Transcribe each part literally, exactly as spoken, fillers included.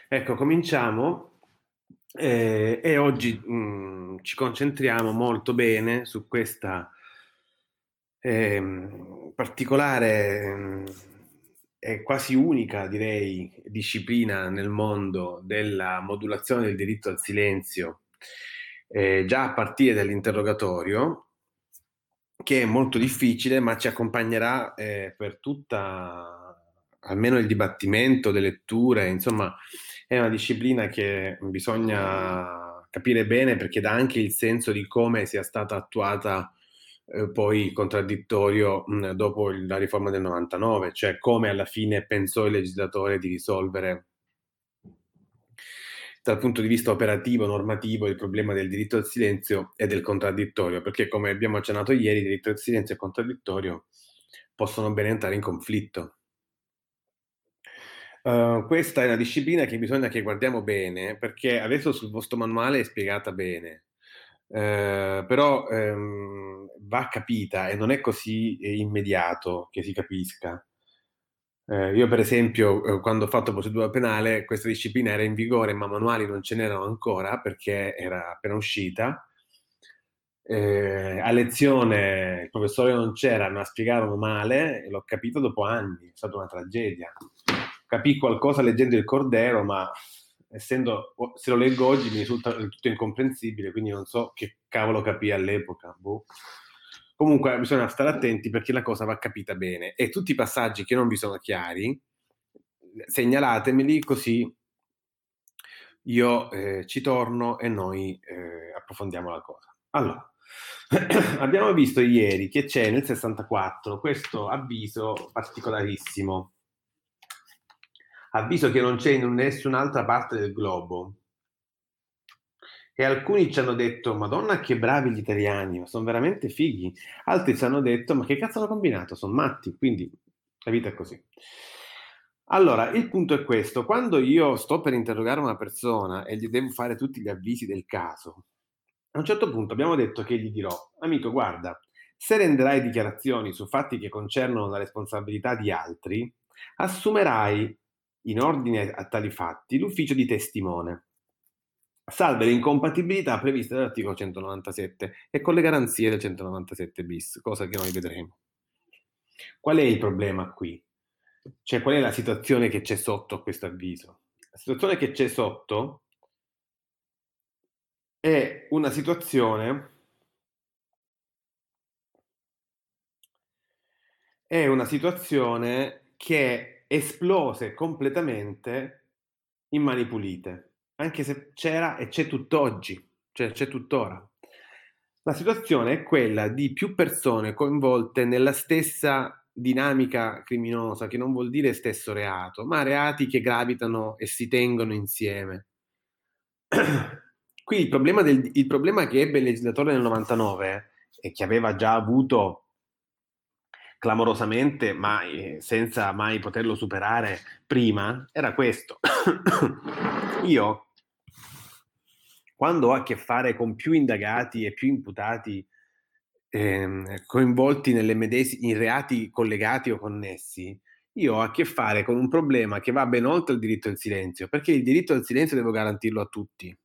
Ecco, cominciamo eh, e oggi mh, ci concentriamo molto bene su questa ehm, particolare mh, e quasi unica, direi, disciplina nel mondo della modulazione del diritto al silenzio, eh, già a partire dall'interrogatorio, che è molto difficile, ma ci accompagnerà eh, per tutta, almeno il dibattimento, le letture, insomma, è una disciplina che bisogna capire bene perché dà anche il senso di come sia stata attuata eh, poi il contraddittorio mh, dopo il- la riforma del novantanove, cioè come alla fine pensò il legislatore di risolvere dal punto di vista operativo, normativo, il problema del diritto al silenzio e del contraddittorio, perché come abbiamo accennato ieri, diritto al silenzio e contraddittorio possono ben entrare in conflitto. Uh, questa è una disciplina che bisogna che guardiamo bene, perché adesso sul vostro manuale è spiegata bene. Eh, però ehm, va capita e non è così eh, immediato che si capisca. Eh, io, per esempio, eh, quando ho fatto procedura penale, questa disciplina era in vigore, ma manuali non ce n'erano ancora perché era appena uscita. Eh, a lezione il professore non c'era, me la spiegarono male e l'ho capito dopo anni, è stata una tragedia. Capì qualcosa leggendo il Cordero, ma essendo, se lo leggo oggi mi risulta del tutto incomprensibile, quindi non so che cavolo capì all'epoca. Boh. Comunque bisogna stare attenti perché la cosa va capita bene e tutti i passaggi che non vi sono chiari, segnalatemeli così io eh, ci torno e noi eh, approfondiamo la cosa. Allora, abbiamo visto ieri che c'è nel sessantaquattro questo avviso particolarissimo, avviso che non c'è in nessun'altra parte del globo. E alcuni ci hanno detto, Madonna, che bravi gli italiani, ma sono veramente fighi. Altri ci hanno detto, ma che cazzo hanno combinato? Sono matti, quindi la vita è così. Allora, il punto è questo, quando io sto per interrogare una persona e gli devo fare tutti gli avvisi del caso, a un certo punto abbiamo detto che gli dirò, amico, guarda, se renderai dichiarazioni su fatti che concernono la responsabilità di altri, assumerai, in ordine a tali fatti, l'ufficio di testimone, salve le incompatibilità previste dall'articolo centonovantasette e con le garanzie del centonovantasette bis, cosa che noi vedremo. Qual è il problema qui? Cioè, qual è la situazione che c'è sotto a questo avviso? La situazione che c'è sotto è una situazione, è una situazione che esplose completamente in Mani Pulite, anche se c'era e c'è tutt'oggi, cioè c'è tuttora. La situazione è quella di più persone coinvolte nella stessa dinamica criminosa, che non vuol dire stesso reato, ma reati che gravitano e si tengono insieme. Qui il problema, del- il problema che ebbe il legislatore nel novantanove e che aveva già avuto clamorosamente, ma eh, senza mai poterlo superare prima, era questo. Io, quando ho a che fare con più indagati e più imputati ehm, coinvolti nelle medesi- in reati collegati o connessi, io ho a che fare con un problema che va ben oltre il diritto al silenzio, perché il diritto al silenzio devo garantirlo a tutti.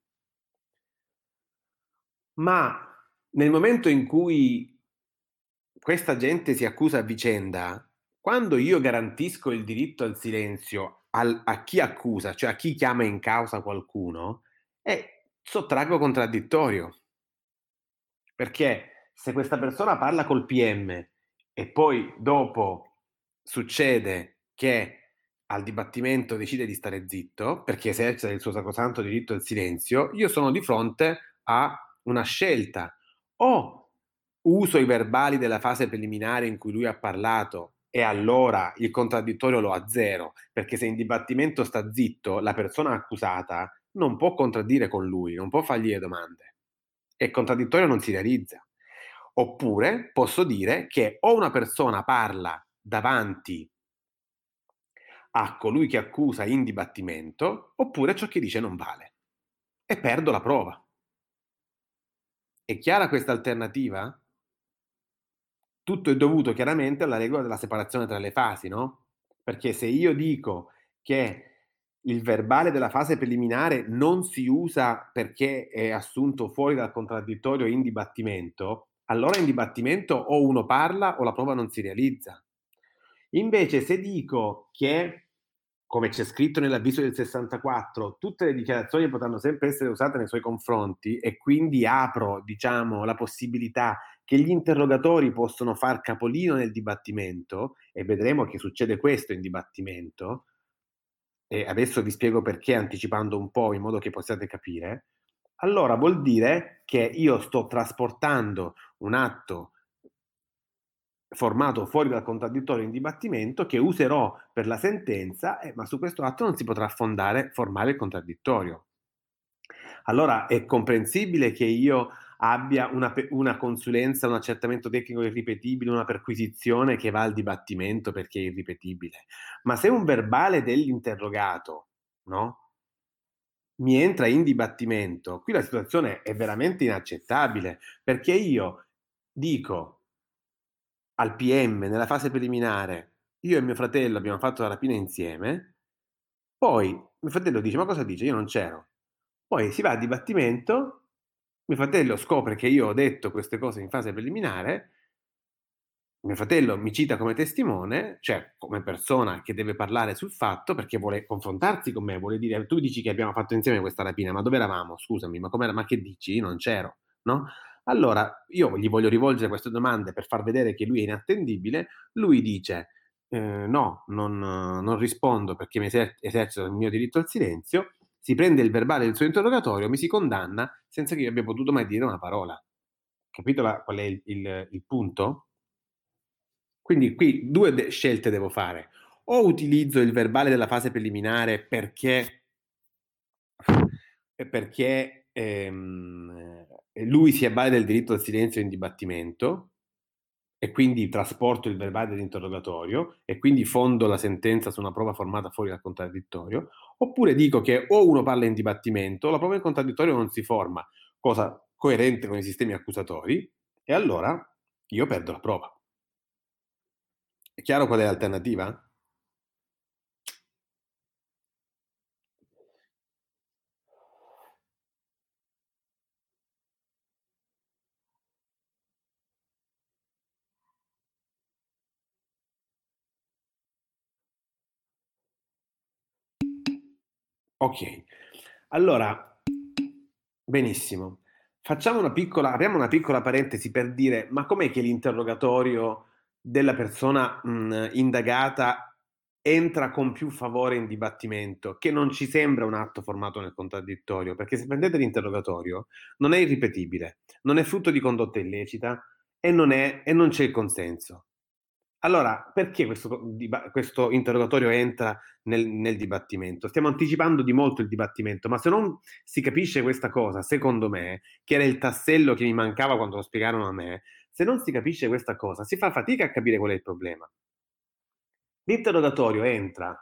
Ma nel momento in cui questa gente si accusa a vicenda, quando io garantisco il diritto al silenzio al- a chi accusa, cioè a chi chiama in causa qualcuno, eh, sottraggo contraddittorio. Perché se questa persona parla col P M e poi dopo succede che al dibattimento decide di stare zitto perché esercita il suo sacrosanto diritto al silenzio, io sono di fronte a una scelta. O uso i verbali della fase preliminare in cui lui ha parlato e allora il contraddittorio lo azzero, perché se in dibattimento sta zitto, la persona accusata non può contraddire con lui, non può fargli le domande e il contraddittorio non si realizza. Oppure posso dire che o una persona parla davanti a colui che accusa in dibattimento, oppure ciò che dice non vale e perdo la prova. È chiara questa alternativa? Tutto è dovuto chiaramente alla regola della separazione tra le fasi, no? Perché se io dico che il verbale della fase preliminare non si usa perché è assunto fuori dal contraddittorio in dibattimento, allora in dibattimento o uno parla o la prova non si realizza. Invece se dico che, come c'è scritto nell'avviso del sessantaquattro, tutte le dichiarazioni potranno sempre essere usate nei suoi confronti e quindi apro, diciamo, la possibilità che gli interrogatori possono far capolino nel dibattimento, e vedremo che succede questo in dibattimento, e adesso vi spiego perché anticipando un po' in modo che possiate capire, allora vuol dire che io sto trasportando un atto formato fuori dal contraddittorio in dibattimento che userò per la sentenza, eh, ma su questo atto non si potrà fondare, formare il contraddittorio. Allora è comprensibile che io abbia una, una consulenza, un accertamento tecnico irripetibile, una perquisizione che va al dibattimento perché è irripetibile, ma se un verbale dell'interrogato, no, mi entra in dibattimento, qui la situazione è veramente inaccettabile, perché io dico al P M nella fase preliminare, io e mio fratello abbiamo fatto la rapina insieme, poi mio fratello dice, ma cosa dice? Io non c'ero. Poi si va a dibattimento, mio fratello scopre che io ho detto queste cose in fase preliminare, mio fratello mi cita come testimone, cioè come persona che deve parlare sul fatto perché vuole confrontarsi con me, vuole dire, tu dici che abbiamo fatto insieme questa rapina, ma dove eravamo? Scusami, ma com'era? Ma che dici? Io non c'ero, no? Allora io gli voglio rivolgere queste domande per far vedere che lui è inattendibile, lui dice eh, no, non, non rispondo perché mi eser- esercito il mio diritto al silenzio, si prende il verbale del suo interrogatorio, mi si condanna senza che io abbia potuto mai dire una parola. Capito la- qual è il, il- il punto? Quindi qui due de- scelte devo fare. O utilizzo il verbale della fase preliminare perché, perché ehm, lui si avvale del diritto al silenzio in dibattimento e quindi trasporto il verbale dell'interrogatorio e quindi fondo la sentenza su una prova formata fuori dal contraddittorio, oppure dico che o uno parla in dibattimento o la prova in contraddittorio non si forma, cosa coerente con i sistemi accusatori, e allora io perdo la prova. È chiaro qual è l'alternativa? Ok, allora, benissimo. Facciamo una piccola, apriamo una piccola parentesi per dire, ma com'è che l'interrogatorio della persona mh, indagata entra con più favore in dibattimento, che non ci sembra un atto formato nel contraddittorio, perché se prendete l'interrogatorio non è irripetibile, non è frutto di condotta illecita e non è- e non c'è il consenso. Allora, perché questo, diba- questo interrogatorio entra nel, nel dibattimento? Stiamo anticipando di molto il dibattimento, ma se non si capisce questa cosa, secondo me, che era il tassello che mi mancava quando lo spiegarono a me, se non si capisce questa cosa, si fa fatica a capire qual è il problema. L'interrogatorio entra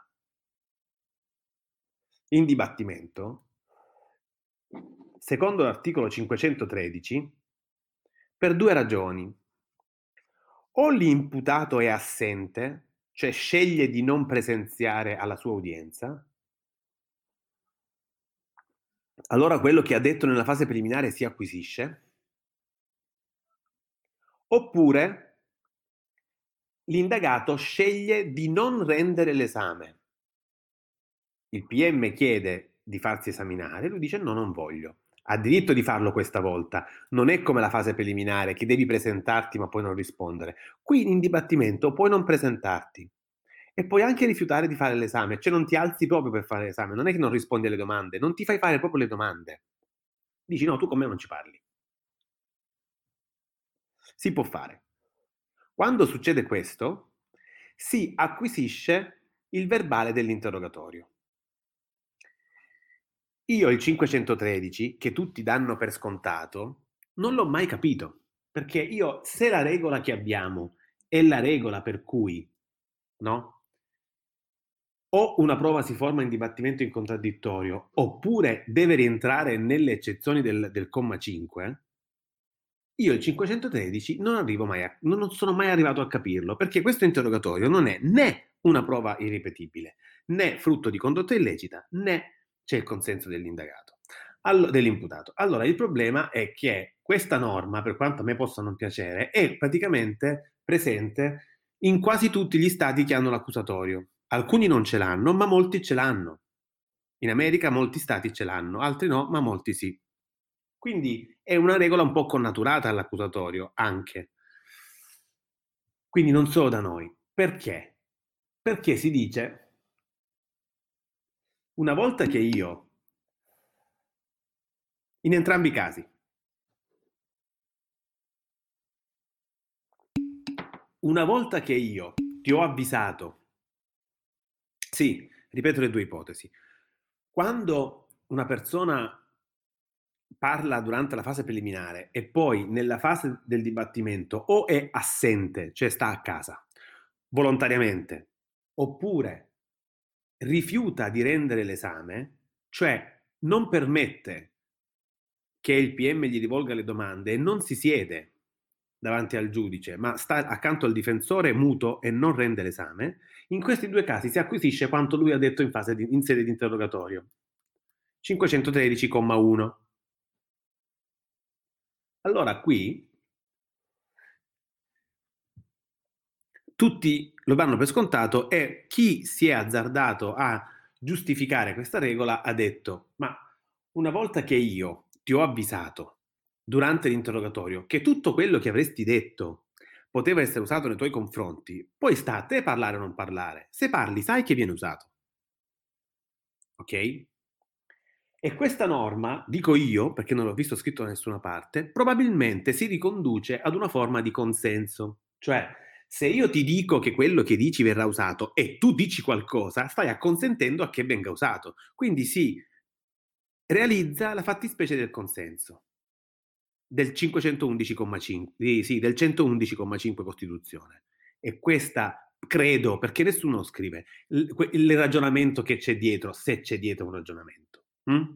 in dibattimento, secondo l'articolo cinquecentotredici, per due ragioni. O l'imputato è assente, cioè sceglie di non presenziare alla sua udienza, allora quello che ha detto nella fase preliminare si acquisisce, oppure l'indagato sceglie di non rendere l'esame. Il P M chiede di farsi esaminare, lui dice no, non voglio. Ha diritto di farlo questa volta, non è come la fase preliminare che devi presentarti ma poi non rispondere. Qui in dibattimento puoi non presentarti e puoi anche rifiutare di fare l'esame, cioè non ti alzi proprio per fare l'esame, non è che non rispondi alle domande, non ti fai fare proprio le domande. Dici no, tu con me non ci parli. Si può fare. Quando succede questo, si acquisisce il verbale dell'interrogatorio. Io il cinquecentotredici, che tutti danno per scontato, non l'ho mai capito, perché io, se la regola che abbiamo è la regola per cui, no? O una prova si forma in dibattimento in contraddittorio, oppure deve rientrare nelle eccezioni del, del comma cinque, io il cinquecentotredici non arrivo mai a, non sono mai arrivato a capirlo, perché questo interrogatorio non è né una prova irripetibile, né frutto di condotta illecita, né c'è il consenso dell'indagato, Allo- dell'imputato. Allora, il problema è che questa norma, per quanto a me possa non piacere, è praticamente presente in quasi tutti gli stati che hanno l'accusatorio. Alcuni non ce l'hanno, ma molti ce l'hanno. In America molti stati ce l'hanno, altri no, ma molti sì. Quindi è una regola un po' connaturata all'accusatorio anche. Quindi non solo da noi. Perché? Perché si dice, una volta che io, in entrambi i casi, una volta che io ti ho avvisato, sì, ripeto le due ipotesi, quando una persona parla durante la fase preliminare e poi nella fase del dibattimento o è assente, cioè sta a casa, volontariamente, oppure rifiuta di rendere l'esame, cioè non permette che il P M gli rivolga le domande e non si siede davanti al giudice, ma sta accanto al difensore muto e non rende l'esame, in questi due casi si acquisisce quanto lui ha detto in, fase di, in sede di interrogatorio. cinquecentotredici comma uno. Allora qui tutti lo danno per scontato e chi si è azzardato a giustificare questa regola ha detto: ma una volta che io ti ho avvisato durante l'interrogatorio che tutto quello che avresti detto poteva essere usato nei tuoi confronti, poi sta a te parlare o non parlare. Se parli, sai che viene usato. Ok? E questa norma, dico io, perché non l'ho visto scritto da nessuna parte, probabilmente si riconduce ad una forma di consenso. Cioè, se io ti dico che quello che dici verrà usato e tu dici qualcosa, stai acconsentendo a che venga usato. Quindi si realizza la fattispecie del consenso, del cinquecentoundici comma cinque, sì, del centoundici comma cinque Costituzione. E questa, credo, perché nessuno scrive, il, il ragionamento che c'è dietro, se c'è dietro un ragionamento. Mm?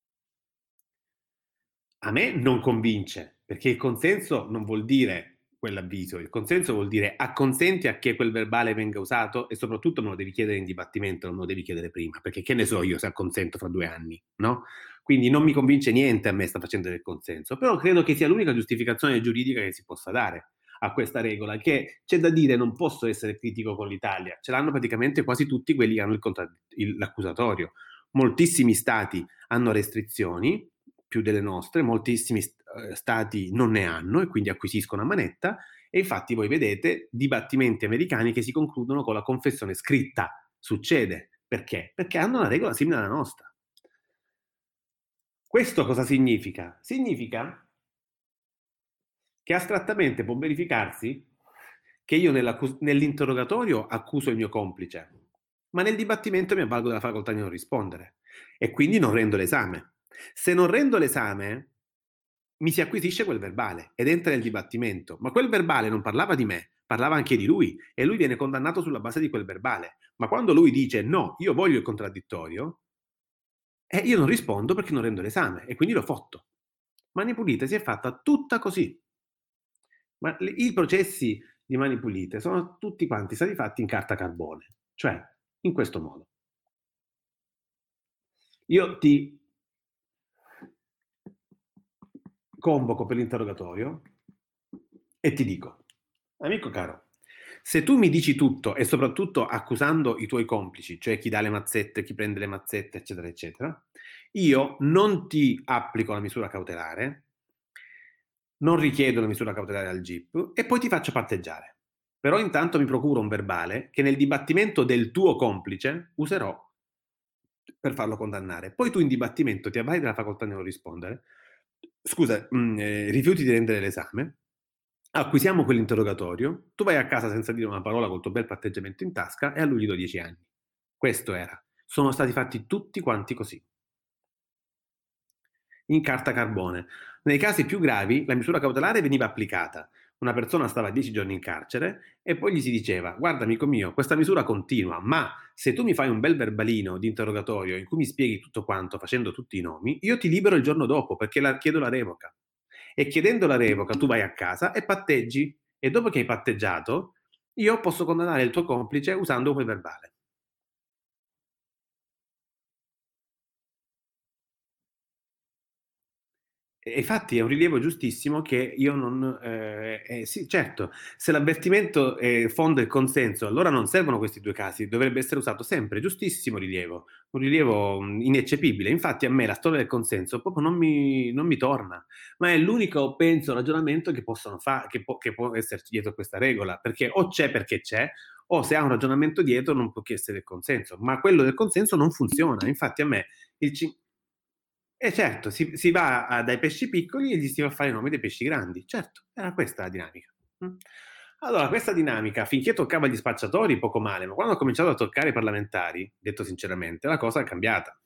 A me non convince, perché il consenso non vuol dire quell'avviso, il consenso vuol dire acconsenti a che quel verbale venga usato e soprattutto me lo devi chiedere in dibattimento, non me lo devi chiedere prima, perché che ne so io se acconsento fra due anni, no? Quindi non mi convince niente a me sta facendo del consenso, però credo che sia l'unica giustificazione giuridica che si possa dare a questa regola, che c'è da dire, non posso essere critico con l'Italia, ce l'hanno praticamente quasi tutti quelli che hanno il contra- il- l'accusatorio. Moltissimi stati hanno restrizioni, più delle nostre, moltissimi eh, stati non ne hanno e quindi acquisiscono a manetta e infatti voi vedete dibattimenti americani che si concludono con la confessione scritta. Succede. Perché? Perché hanno una regola simile alla nostra. Questo cosa significa? Significa che astrattamente può verificarsi che io nell'interrogatorio accuso il mio complice, ma nel dibattimento mi avvalgo della facoltà di non rispondere e quindi non rendo l'esame. Se non rendo l'esame, mi si acquisisce quel verbale ed entra nel dibattimento, ma quel verbale non parlava di me, parlava anche di lui e lui viene condannato sulla base di quel verbale. Ma quando lui dice no, io voglio il contraddittorio, eh, io non rispondo perché non rendo l'esame e quindi l'ho fotto. Mani Pulite si è fatta tutta così. Ma le- i processi di Mani Pulite sono tutti quanti stati fatti in carta carbone, cioè in questo modo. Io ti convoco per l'interrogatorio e ti dico, amico caro, se tu mi dici tutto e soprattutto accusando i tuoi complici, cioè chi dà le mazzette, chi prende le mazzette, eccetera, eccetera, io non ti applico la misura cautelare, non richiedo la misura cautelare al G I P e poi ti faccio patteggiare. Però intanto mi procuro un verbale che nel dibattimento del tuo complice userò per farlo condannare. Poi tu in dibattimento ti avvali della facoltà di non rispondere, scusa, mh, eh, rifiuti di rendere l'esame, acquisiamo quell'interrogatorio, tu vai a casa senza dire una parola col tuo bel patteggiamento in tasca e a lui gli do dieci anni. Questo era. Sono stati fatti tutti quanti così, in carta carbone. Nei casi più gravi la misura cautelare veniva applicata. Una persona stava dieci giorni in carcere e poi gli si diceva: guarda amico mio, questa misura continua, ma se tu mi fai un bel verbalino di interrogatorio in cui mi spieghi tutto quanto facendo tutti i nomi, io ti libero il giorno dopo perché la, chiedo la revoca. E chiedendo la revoca tu vai a casa e patteggi e dopo che hai patteggiato io posso condannare il tuo complice usando quel verbale. E infatti è un rilievo giustissimo che io non... eh, eh, sì, certo, se l'avvertimento eh, fonda il consenso, allora non servono questi due casi, dovrebbe essere usato sempre, giustissimo rilievo, un rilievo mh, ineccepibile. Infatti a me la storia del consenso proprio non mi, non mi torna, ma è l'unico, penso, ragionamento che possono fare, che, può- che può esserci dietro questa regola, perché o c'è perché c'è, o se ha un ragionamento dietro non può che essere il consenso, ma quello del consenso non funziona. Infatti a me il... cin- e certo, si, si va a- dai pesci piccoli e gli si va a fare i nomi dei pesci grandi. Certo, era questa la dinamica. Mm. Allora, questa dinamica, finché toccava gli spacciatori, poco male, ma quando ha cominciato a toccare i parlamentari, detto sinceramente, la cosa è cambiata.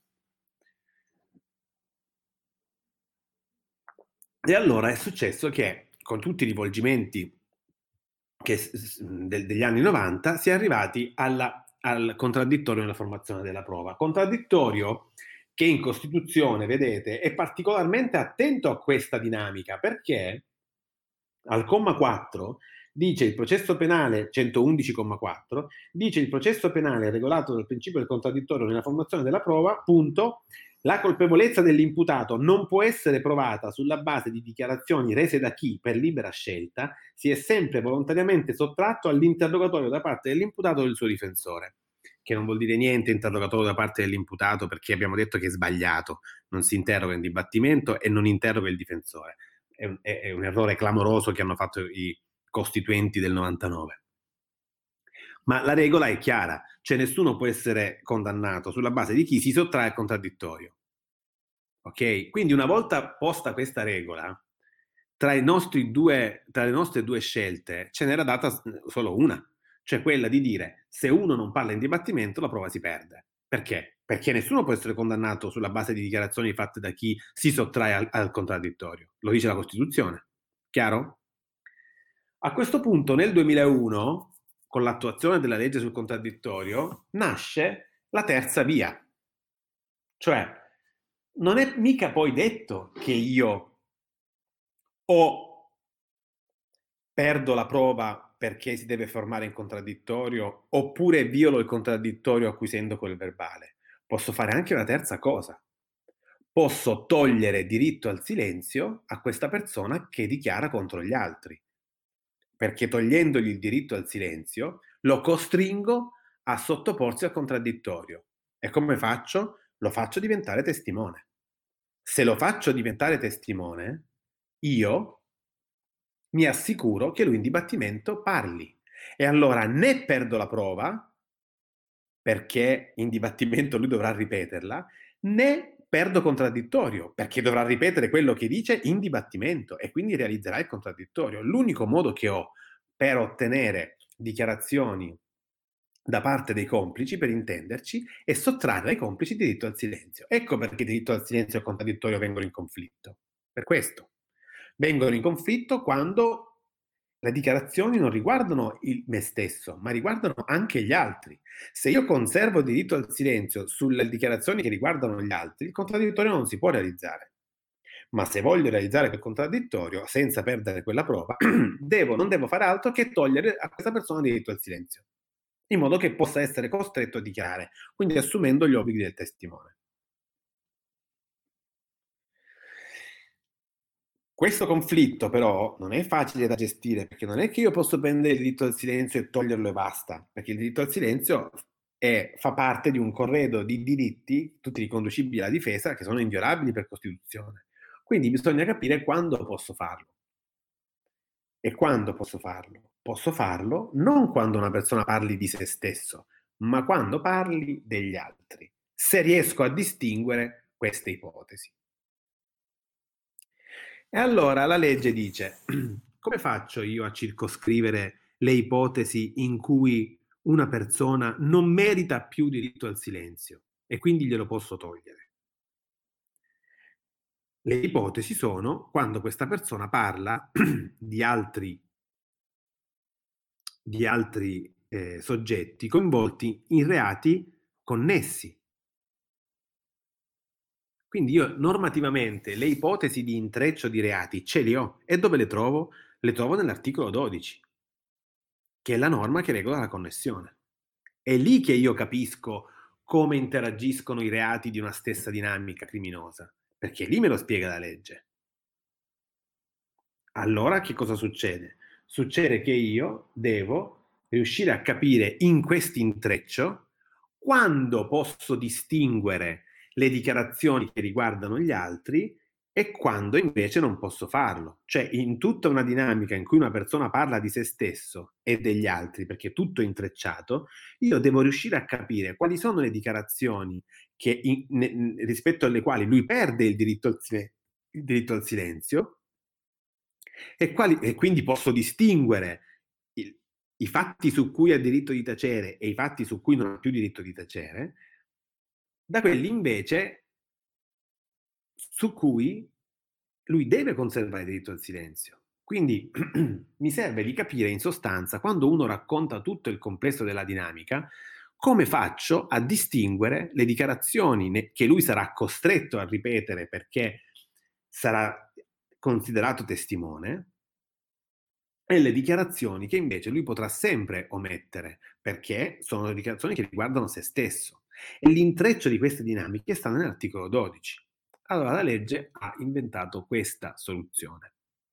E allora è successo che, con tutti i rivolgimenti che s- s- del- degli anni novanta, si è arrivati alla- al contraddittorio nella formazione della prova. Contraddittorio che in Costituzione, vedete, è particolarmente attento a questa dinamica perché al comma quattro dice il processo penale, centoundici comma quattro, dice il processo penale è regolato dal principio del contraddittorio nella formazione della prova, punto, la colpevolezza dell'imputato non può essere provata sulla base di dichiarazioni rese da chi, per libera scelta, si è sempre volontariamente sottratto all'interrogatorio da parte dell'imputato o del suo difensore. Che non vuol dire niente interrogatorio da parte dell'imputato perché abbiamo detto che è sbagliato, non si interroga in dibattimento e non interroga il difensore. È un, è, è un errore clamoroso che hanno fatto i costituenti del novantanove. Ma la regola è chiara, cioè nessuno può essere condannato sulla base di chi si sottrae al contraddittorio. Ok? Quindi una volta posta questa regola, tra, i nostri due, tra le nostre due scelte ce n'era data solo una, cioè quella di dire se uno non parla in dibattimento la prova si perde. Perché? Perché nessuno può essere condannato sulla base di dichiarazioni fatte da chi si sottrae al, al contraddittorio. Lo dice la Costituzione. Chiaro? A questo punto, nel duemilauno, con l'attuazione della legge sul contraddittorio, nasce la terza via. Cioè, non è mica poi detto che io o perdo la prova perché si deve formare in contraddittorio oppure violo il contraddittorio acquisendo quel verbale. Posso fare anche una terza cosa. Posso togliere diritto al silenzio a questa persona che dichiara contro gli altri, perché togliendogli il diritto al silenzio lo costringo a sottoporsi al contraddittorio. E come faccio? Lo faccio diventare testimone. Se lo faccio diventare testimone, io mi assicuro che lui in dibattimento parli. E allora né perdo la prova, perché in dibattimento lui dovrà ripeterla, né perdo contraddittorio, perché dovrà ripetere quello che dice in dibattimento e quindi realizzerà il contraddittorio. L'unico modo che ho per ottenere dichiarazioni da parte dei complici, per intenderci, è sottrarre ai complici il diritto al silenzio. Ecco perché il diritto al silenzio e il contraddittorio vengono in conflitto. Per questo. Vengono in conflitto quando le dichiarazioni non riguardano il me stesso, ma riguardano anche gli altri. Se io conservo il diritto al silenzio sulle dichiarazioni che riguardano gli altri, il contraddittorio non si può realizzare. Ma se voglio realizzare quel contraddittorio senza perdere quella prova, devo, non devo fare altro che togliere a questa persona il diritto al silenzio, in modo che possa essere costretto a dichiarare, quindi assumendo gli obblighi del testimone. Questo conflitto però non è facile da gestire perché non è che io posso prendere il diritto al silenzio e toglierlo e basta, perché il diritto al silenzio è, fa parte di un corredo di diritti, tutti riconducibili alla difesa, che sono inviolabili per Costituzione. Quindi bisogna capire quando posso farlo. E quando posso farlo? Posso farlo non quando una persona parli di se stesso, ma quando parli degli altri, se riesco a distinguere queste ipotesi. E allora la legge dice, come faccio io a circoscrivere le ipotesi in cui una persona non merita più diritto al silenzio e quindi glielo posso togliere? Le ipotesi sono quando questa persona parla di altri, di altri eh, soggetti coinvolti in reati connessi. Quindi io normativamente le ipotesi di intreccio di reati ce le ho. E dove le trovo? Le trovo nell'articolo dodici, che è la norma che regola la connessione. È lì che io capisco come interagiscono i reati di una stessa dinamica criminosa, perché lì me lo spiega la legge. Allora che cosa succede? Succede che io devo riuscire a capire in quest'intreccio quando posso distinguere le dichiarazioni che riguardano gli altri e quando invece non posso farlo. Cioè, in tutta una dinamica in cui una persona parla di se stesso e degli altri, perché tutto è intrecciato, io devo riuscire a capire quali sono le dichiarazioni che in, ne, rispetto alle quali lui perde il diritto al, il diritto al silenzio e, quali, e quindi posso distinguere il, i fatti su cui ha diritto di tacere e i fatti su cui non ha più diritto di tacere, da quelli invece su cui lui deve conservare il diritto al silenzio. Quindi mi serve di capire in sostanza, quando uno racconta tutto il complesso della dinamica, come faccio a distinguere le dichiarazioni che lui sarà costretto a ripetere perché sarà considerato testimone e le dichiarazioni che invece lui potrà sempre omettere perché sono le dichiarazioni che riguardano se stesso. E l'intreccio di queste dinamiche sta nell'articolo dodici. Allora la legge ha inventato questa soluzione.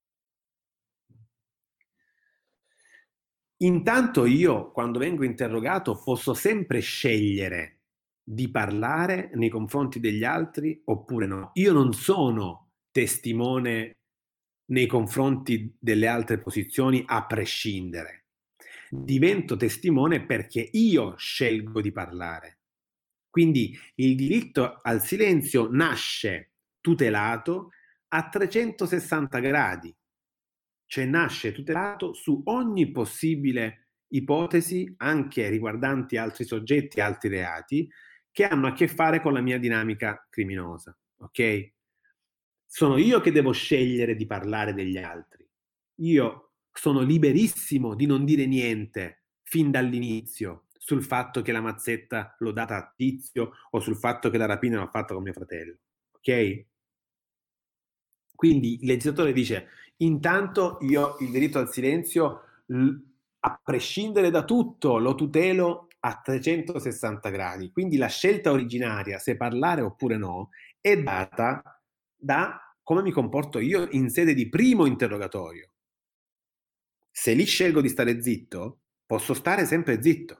Intanto io, quando vengo interrogato, posso sempre scegliere di parlare nei confronti degli altri oppure no. Io non sono testimone nei confronti delle altre posizioni a prescindere. Divento testimone perché io scelgo di parlare. Quindi il diritto al silenzio nasce tutelato a trecentosessanta gradi, cioè nasce tutelato su ogni possibile ipotesi, anche riguardanti altri soggetti, altri reati, che hanno a che fare con la mia dinamica criminosa, ok? Sono io che devo scegliere di parlare degli altri. Io sono liberissimo di non dire niente fin dall'inizio sul fatto che la mazzetta l'ho data a Tizio o sul fatto che la rapina l'ho fatta con mio fratello, ok? Quindi il legislatore dice, intanto io il diritto al silenzio, a prescindere da tutto, lo tutelo a trecentosessanta gradi. Quindi la scelta originaria, se parlare oppure no, è data da come mi comporto io in sede di primo interrogatorio. Se lì scelgo di stare zitto, posso stare sempre zitto.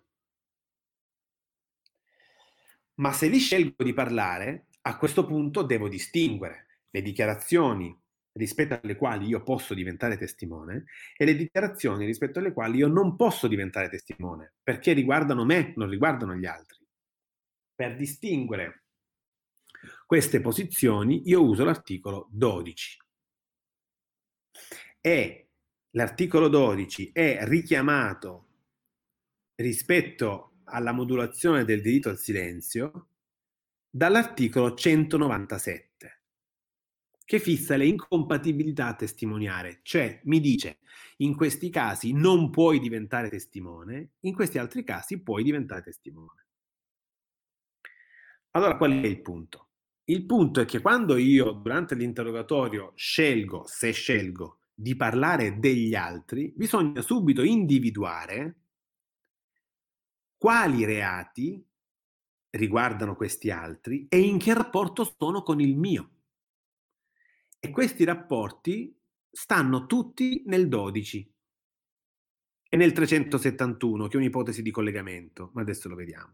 Ma se lì scelgo di parlare, a questo punto devo distinguere le dichiarazioni rispetto alle quali io posso diventare testimone e le dichiarazioni rispetto alle quali io non posso diventare testimone, perché riguardano me, non riguardano gli altri. Per distinguere queste posizioni io uso l'articolo dodici. E l'articolo dodici è richiamato rispetto alla modulazione del diritto al silenzio dall'articolo centonovantasette, che fissa le incompatibilità a testimoniare, cioè mi dice in questi casi non puoi diventare testimone, in questi altri casi puoi diventare testimone. Allora qual è il punto? Il punto è che quando io durante l'interrogatorio scelgo, se scelgo, di parlare degli altri, bisogna subito individuare quali reati riguardano questi altri e in che rapporto sono con il mio. E questi rapporti stanno tutti nel dodici e nel trecentosettantuno, che è un'ipotesi di collegamento, ma adesso lo vediamo.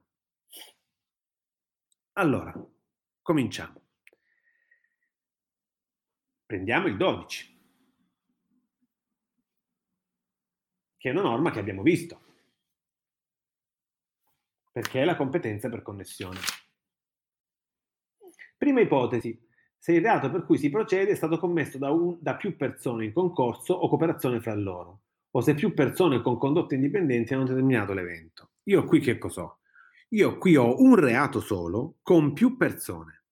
Allora, cominciamo. Prendiamo il dodici, che è una norma che abbiamo visto, perché è la competenza per connessione. Prima ipotesi, se il reato per cui si procede è stato commesso da, un, da più persone in concorso o cooperazione fra loro, o se più persone con condotte indipendenti hanno determinato l'evento. Io qui che cos'ho? Io qui ho un reato solo con più persone.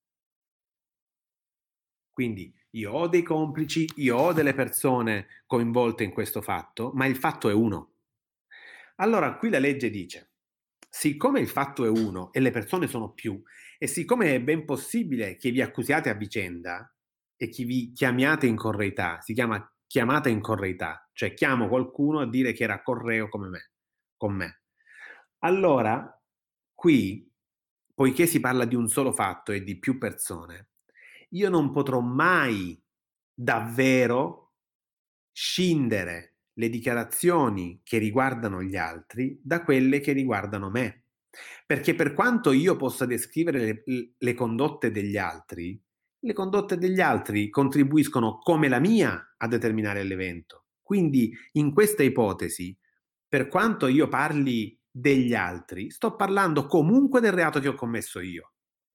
Quindi io ho dei complici, io ho delle persone coinvolte in questo fatto, ma il fatto è uno. Allora qui la legge dice, siccome il fatto è uno e le persone sono più, e siccome è ben possibile che vi accusiate a vicenda e che vi chiamiate in correità, si chiama chiamata in correità, cioè chiamo qualcuno a dire che era correo come me, con me. Allora, qui, poiché si parla di un solo fatto e di più persone, io non potrò mai davvero scindere le dichiarazioni che riguardano gli altri da quelle che riguardano me. Perché per quanto io possa descrivere le, le condotte degli altri, le condotte degli altri contribuiscono come la mia a determinare l'evento. Quindi in questa ipotesi, per quanto io parli degli altri, sto parlando comunque del reato che ho commesso io.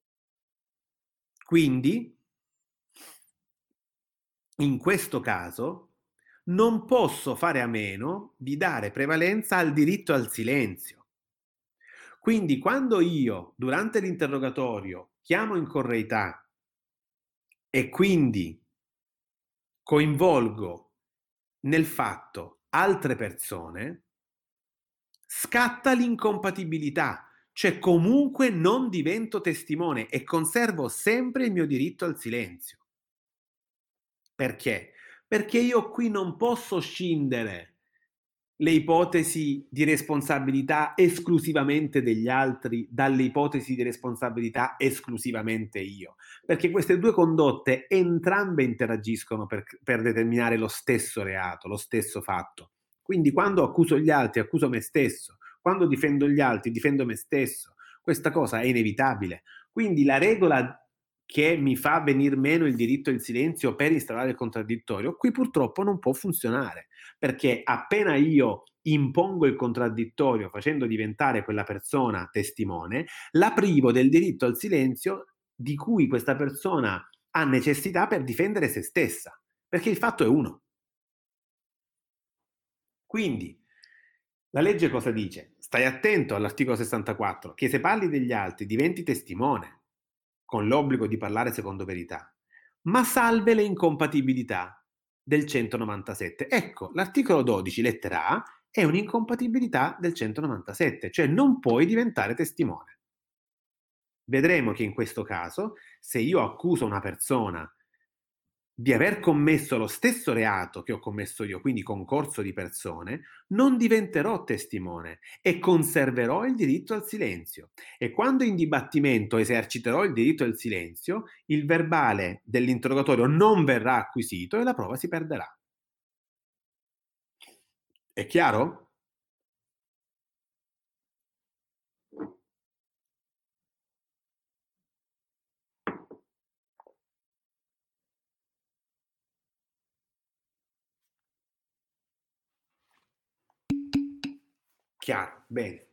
Quindi, in questo caso, non posso fare a meno di dare prevalenza al diritto al silenzio. Quindi quando io, durante l'interrogatorio, chiamo in correità e quindi coinvolgo nel fatto altre persone, scatta l'incompatibilità, cioè comunque non divento testimone e conservo sempre il mio diritto al silenzio. Perché? Perché io qui non posso scindere le ipotesi di responsabilità esclusivamente degli altri dalle ipotesi di responsabilità esclusivamente io, perché queste due condotte entrambe interagiscono per, per determinare lo stesso reato, lo stesso fatto. Quindi quando accuso gli altri, accuso me stesso, quando difendo gli altri, difendo me stesso. Questa cosa è inevitabile. Quindi la regola che mi fa venir meno il diritto al silenzio per instaurare il contraddittorio, qui purtroppo non può funzionare, perché appena io impongo il contraddittorio facendo diventare quella persona testimone, la privo del diritto al silenzio di cui questa persona ha necessità per difendere se stessa, perché il fatto è uno. Quindi, la legge cosa dice? Stai attento all'articolo sessantaquattro, che se parli degli altri diventi testimone, con l'obbligo di parlare secondo verità, ma salve le incompatibilità del centonovantasette. Ecco, l'articolo dodici, lettera A, è un'incompatibilità del centonovantasette, cioè non puoi diventare testimone. Vedremo che in questo caso, se io accuso una persona di aver commesso lo stesso reato che ho commesso io, quindi concorso di persone, non diventerò testimone e conserverò il diritto al silenzio. E quando in dibattimento eserciterò il diritto al silenzio, il verbale dell'interrogatorio non verrà acquisito e la prova si perderà. È chiaro? Chiaro, bene.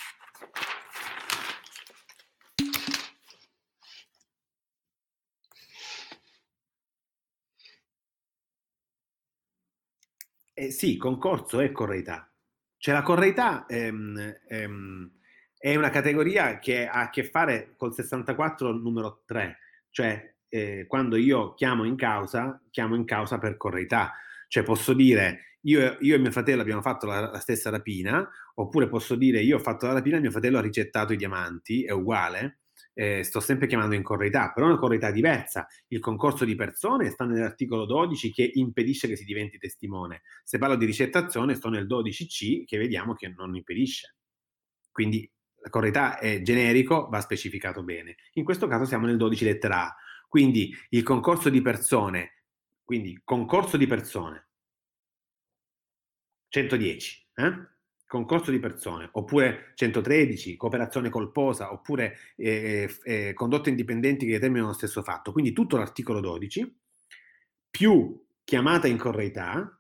Eh, sì, concorso e correità. Cioè la correità ehm, ehm, è una categoria che ha a che fare col sessantaquattro numero tre, cioè eh, quando io chiamo in causa, chiamo in causa per correità. Cioè posso dire io, io e mio fratello abbiamo fatto la, la stessa rapina, oppure posso dire io ho fatto la rapina e mio fratello ha ricettato i diamanti, è uguale. Eh, sto sempre chiamando in correità, però è una correità diversa. Il concorso di persone sta nell'articolo dodici che impedisce che si diventi testimone. Se parlo di ricettazione sto nel dodici C che vediamo che non impedisce. Quindi la correità è generico, va specificato bene. In questo caso siamo nel dodici lettera A. Quindi il concorso di persone, quindi concorso di persone, centodieci, eh? Concorso di persone, oppure centotredici, cooperazione colposa, oppure eh, eh, condotte indipendenti che determinano lo stesso fatto. Quindi tutto l'articolo dodici, più chiamata in correità,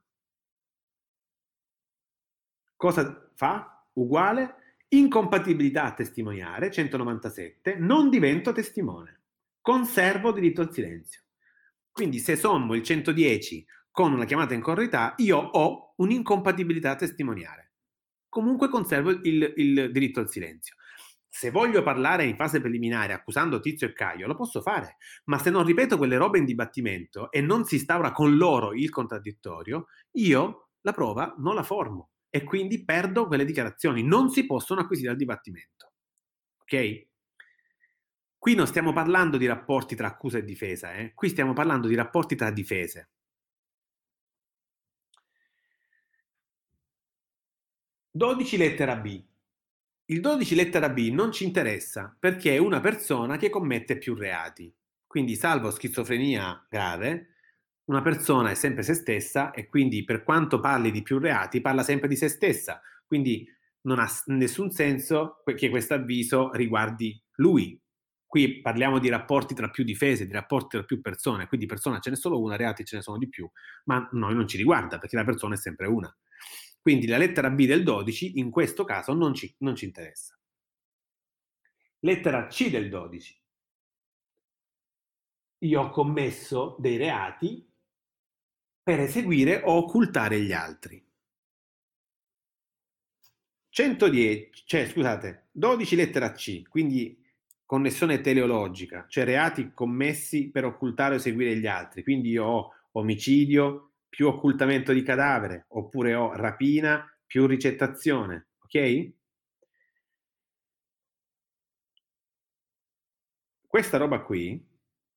cosa fa? Uguale, incompatibilità a testimoniare, centonovantasette, non divento testimone, conservo diritto al silenzio. Quindi se sommo il centodieci con una chiamata in correità, io ho un'incompatibilità a testimoniare. Comunque conservo il, il diritto al silenzio. Se voglio parlare in fase preliminare accusando Tizio e Caio, lo posso fare, ma se non ripeto quelle robe in dibattimento e non si instaura con loro il contraddittorio, io la prova non la formo e quindi perdo quelle dichiarazioni. Non si possono acquisire al dibattimento. Ok? Qui non stiamo parlando di rapporti tra accusa e difesa, eh? Qui stiamo parlando di rapporti tra difese. dodici lettera B. Il dodici lettera B non ci interessa perché è una persona che commette più reati. Quindi, salvo schizofrenia grave, Una persona è sempre se stessa e quindi per quanto parli di più reati, parla sempre di se stessa. Quindi non ha nessun senso che questo avviso riguardi lui. Qui parliamo di rapporti tra più difese, di rapporti tra più persone, quindi persona ce n'è solo una, reati ce ne sono di più, ma a noi non ci riguarda perché la persona è sempre una. Quindi la lettera B del dodici in questo caso non ci, non ci interessa. Lettera C del dodici. Io ho commesso dei reati per eseguire o occultare gli altri. centodieci, cioè scusate, dodici lettera C, quindi connessione teleologica, cioè reati commessi per occultare o eseguire gli altri. Quindi io ho omicidio più occultamento di cadavere, oppure ho rapina più ricettazione, ok? Questa roba qui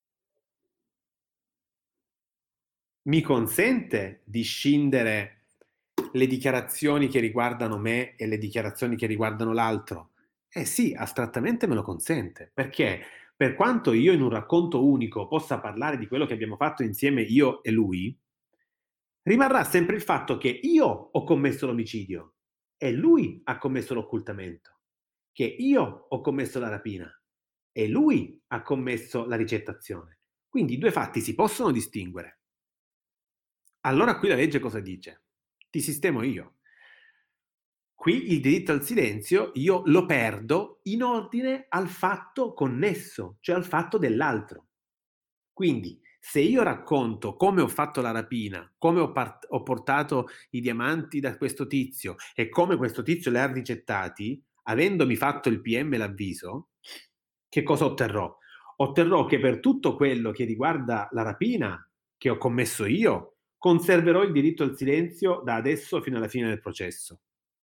mi consente di scindere le dichiarazioni che riguardano me e le dichiarazioni che riguardano l'altro? Eh sì, astrattamente me lo consente, perché per quanto io in un racconto unico possa parlare di quello che abbiamo fatto insieme io e lui, rimarrà sempre il fatto che io ho commesso l'omicidio e lui ha commesso l'occultamento, che io ho commesso la rapina e lui ha commesso la ricettazione. Quindi i due fatti si possono distinguere. Allora qui la legge cosa dice? Ti sistemo io. Qui il diritto al silenzio io lo perdo in ordine al fatto connesso, cioè al fatto dell'altro. Quindi, se io racconto come ho fatto la rapina, come ho, part- ho portato i diamanti da questo tizio e come questo tizio li ha ricettati, avendomi fatto il P M e l'avviso, che cosa otterrò? Otterrò che per tutto quello che riguarda la rapina che ho commesso io, conserverò il diritto al silenzio da adesso fino alla fine del processo.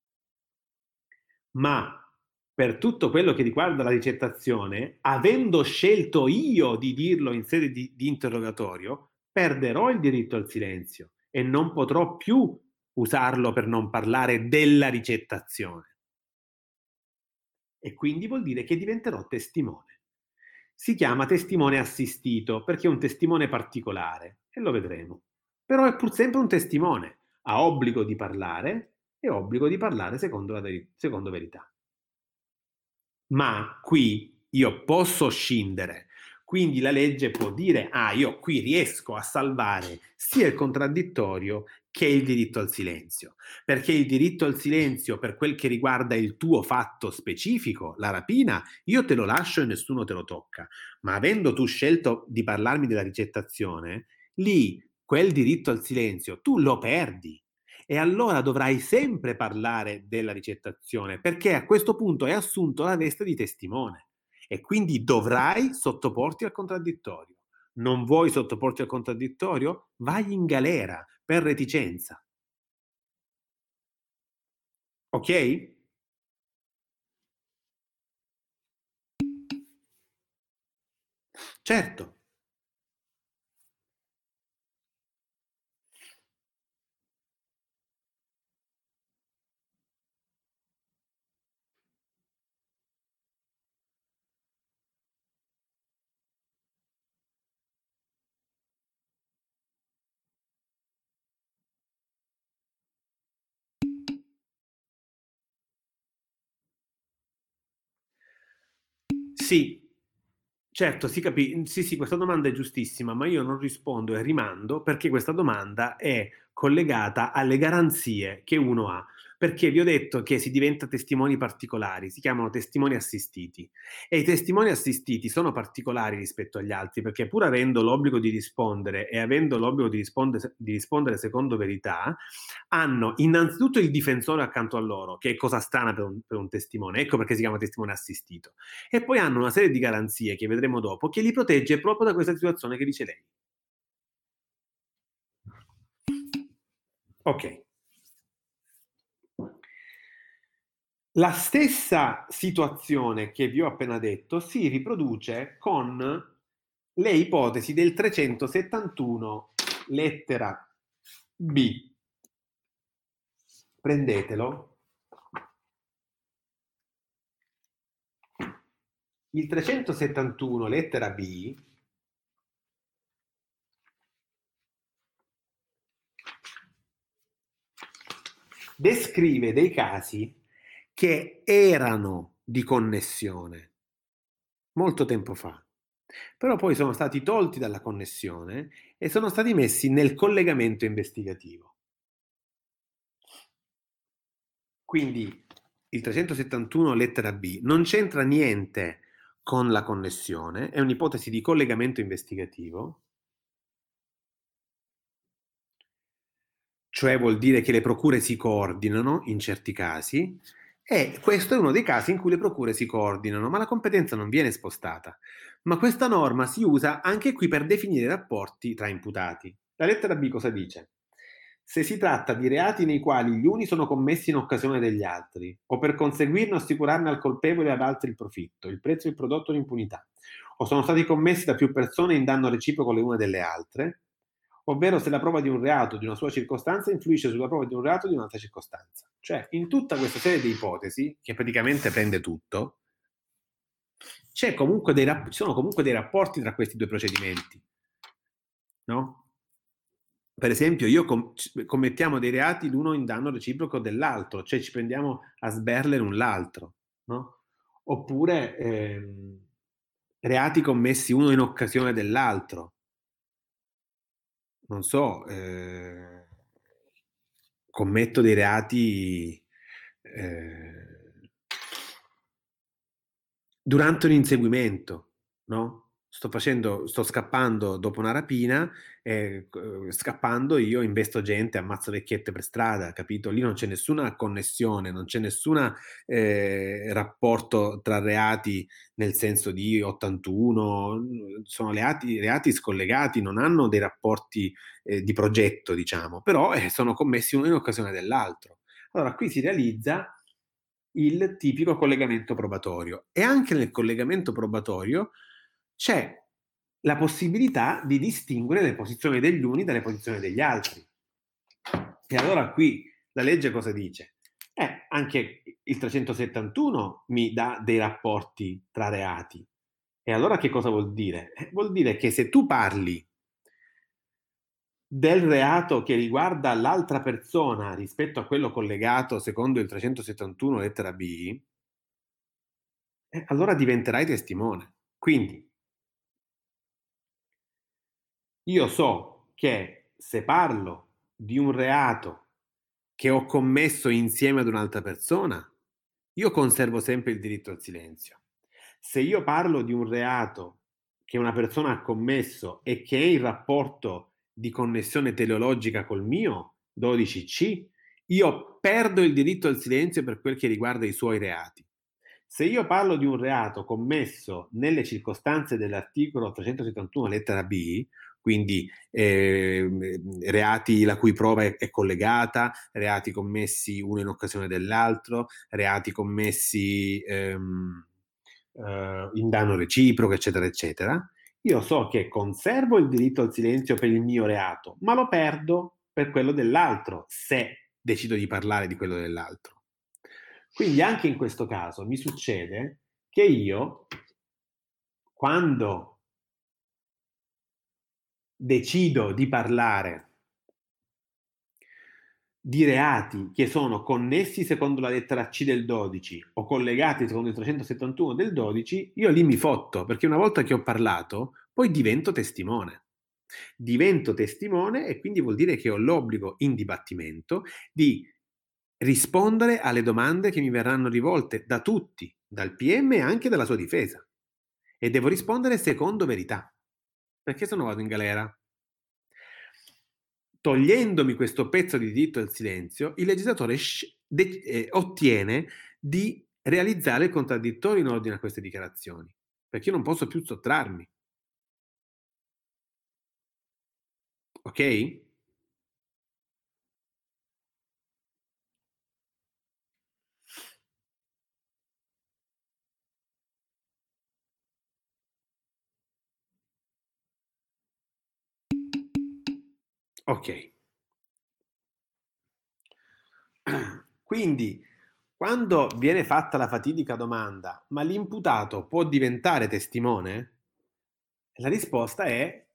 Ma per tutto quello che riguarda la ricettazione, avendo scelto io di dirlo in sede di, di interrogatorio, perderò il diritto al silenzio e non potrò più usarlo per non parlare della ricettazione. E quindi vuol dire che diventerò testimone. Si chiama testimone assistito perché è un testimone particolare e lo vedremo. Però è pur sempre un testimone, ha obbligo di parlare e obbligo di parlare secondo la veri- secondo verità. Ma qui io posso scindere. Quindi la legge può dire, ah, io qui riesco a salvare sia il contraddittorio che il diritto al silenzio, perché il diritto al silenzio per quel che riguarda il tuo fatto specifico, la rapina, io te lo lascio e nessuno te lo tocca, ma avendo tu scelto di parlarmi della ricettazione, lì quel diritto al silenzio tu lo perdi. E allora dovrai sempre parlare della ricettazione, perché a questo punto hai assunto la veste di testimone e quindi dovrai sottoporti al contraddittorio. Non vuoi sottoporti al contraddittorio? Vai in galera per reticenza. Ok? Certo. Sì, certo, si capi- sì, sì, questa domanda è giustissima, ma io non rispondo e rimando perché questa domanda è collegata alle garanzie che uno ha. Perché vi ho detto che si diventa testimoni particolari, si chiamano testimoni assistiti. E i testimoni assistiti sono particolari rispetto agli altri perché pur avendo l'obbligo di rispondere e avendo l'obbligo di rispondere, di rispondere secondo verità, hanno innanzitutto il difensore accanto a loro, che è cosa strana per un, per un testimone, ecco perché si chiama testimone assistito. E poi hanno una serie di garanzie che vedremo dopo che li protegge proprio da questa situazione che dice lei. Ok. La stessa situazione che vi ho appena detto si riproduce con le ipotesi del trecentosettantuno lettera B. Prendetelo. Il trecentosettantuno lettera B descrive dei casi che erano di connessione molto tempo fa, però poi sono stati tolti dalla connessione e sono stati messi nel collegamento investigativo. Quindi il trecentosettantuno lettera B non c'entra niente con la connessione, è un'ipotesi di collegamento investigativo, cioè vuol dire che le procure si coordinano in certi casi, e questo è uno dei casi in cui le procure si coordinano, ma la competenza non viene spostata. Ma questa norma si usa anche qui per definire rapporti tra imputati. La lettera B cosa dice? Se si tratta di reati nei quali gli uni sono commessi in occasione degli altri, o per conseguirne o assicurarne al colpevole e ad altri il profitto, il prezzo del prodotto o l'impunità, o sono stati commessi da più persone in danno reciproco le une delle altre, ovvero se la prova di un reato di una sua circostanza influisce sulla prova di un reato di un'altra circostanza. Cioè, in tutta questa serie di ipotesi, che praticamente prende tutto, c'è comunque dei, ci sono comunque dei rapporti tra questi due procedimenti, no? Per esempio, io com- commettiamo dei reati l'uno in danno reciproco dell'altro, cioè ci prendiamo a sberle l'un l'altro, no? Oppure ehm, reati commessi uno in occasione dell'altro. Non so, eh, commetto dei reati eh, durante un inseguimento, no? Sto facendo, sto scappando dopo una rapina, e eh, scappando io investo gente, ammazzo vecchiette per strada, capito? Lì non c'è nessuna connessione, non c'è nessun eh, rapporto tra reati nel senso di ottantuno, sono reati, reati scollegati, non hanno dei rapporti eh, di progetto, diciamo, però eh, sono commessi uno in occasione dell'altro. Allora qui si realizza il tipico collegamento probatorio e anche nel collegamento probatorio c'è la possibilità di distinguere le posizioni degli uni dalle posizioni degli altri. E allora qui la legge cosa dice? Eh, anche il trecentosettantuno mi dà dei rapporti tra reati. E allora che cosa vuol dire? Eh, vuol dire che se tu parli del reato che riguarda l'altra persona rispetto a quello collegato secondo il trecentosettantuno lettera B, eh, allora diventerai testimone. Quindi io so che se parlo di un reato che ho commesso insieme ad un'altra persona, io conservo sempre il diritto al silenzio. Se io parlo di un reato che una persona ha commesso e che è in rapporto di connessione teleologica col mio dodici C, io perdo il diritto al silenzio per quel che riguarda i suoi reati. Se io parlo di un reato commesso nelle circostanze dell'articolo trecentosettantuno lettera B, quindi eh, reati la cui prova è, è collegata, reati commessi uno in occasione dell'altro, reati commessi ehm, eh, in danno reciproco, eccetera, eccetera, io so che conservo il diritto al silenzio per il mio reato, ma lo perdo per quello dell'altro, se decido di parlare di quello dell'altro. Quindi anche in questo caso mi succede che io, quando decido di parlare di reati che sono connessi secondo la lettera C del dodici o collegati secondo il trecentosettantuno del dodici, io lì mi fotto, perché una volta che ho parlato, poi divento testimone. Divento testimone e quindi vuol dire che ho l'obbligo in dibattimento di rispondere alle domande che mi verranno rivolte da tutti, dal P M e anche dalla sua difesa. E devo rispondere secondo verità, perché se no vado in galera. Togliendomi questo pezzo di diritto al silenzio, il legislatore de- eh, ottiene di realizzare il contraddittorio in ordine a queste dichiarazioni, perché io non posso più sottrarmi. Ok? Ok. Quindi, quando viene fatta la fatidica domanda, ma l'imputato può diventare testimone? La risposta è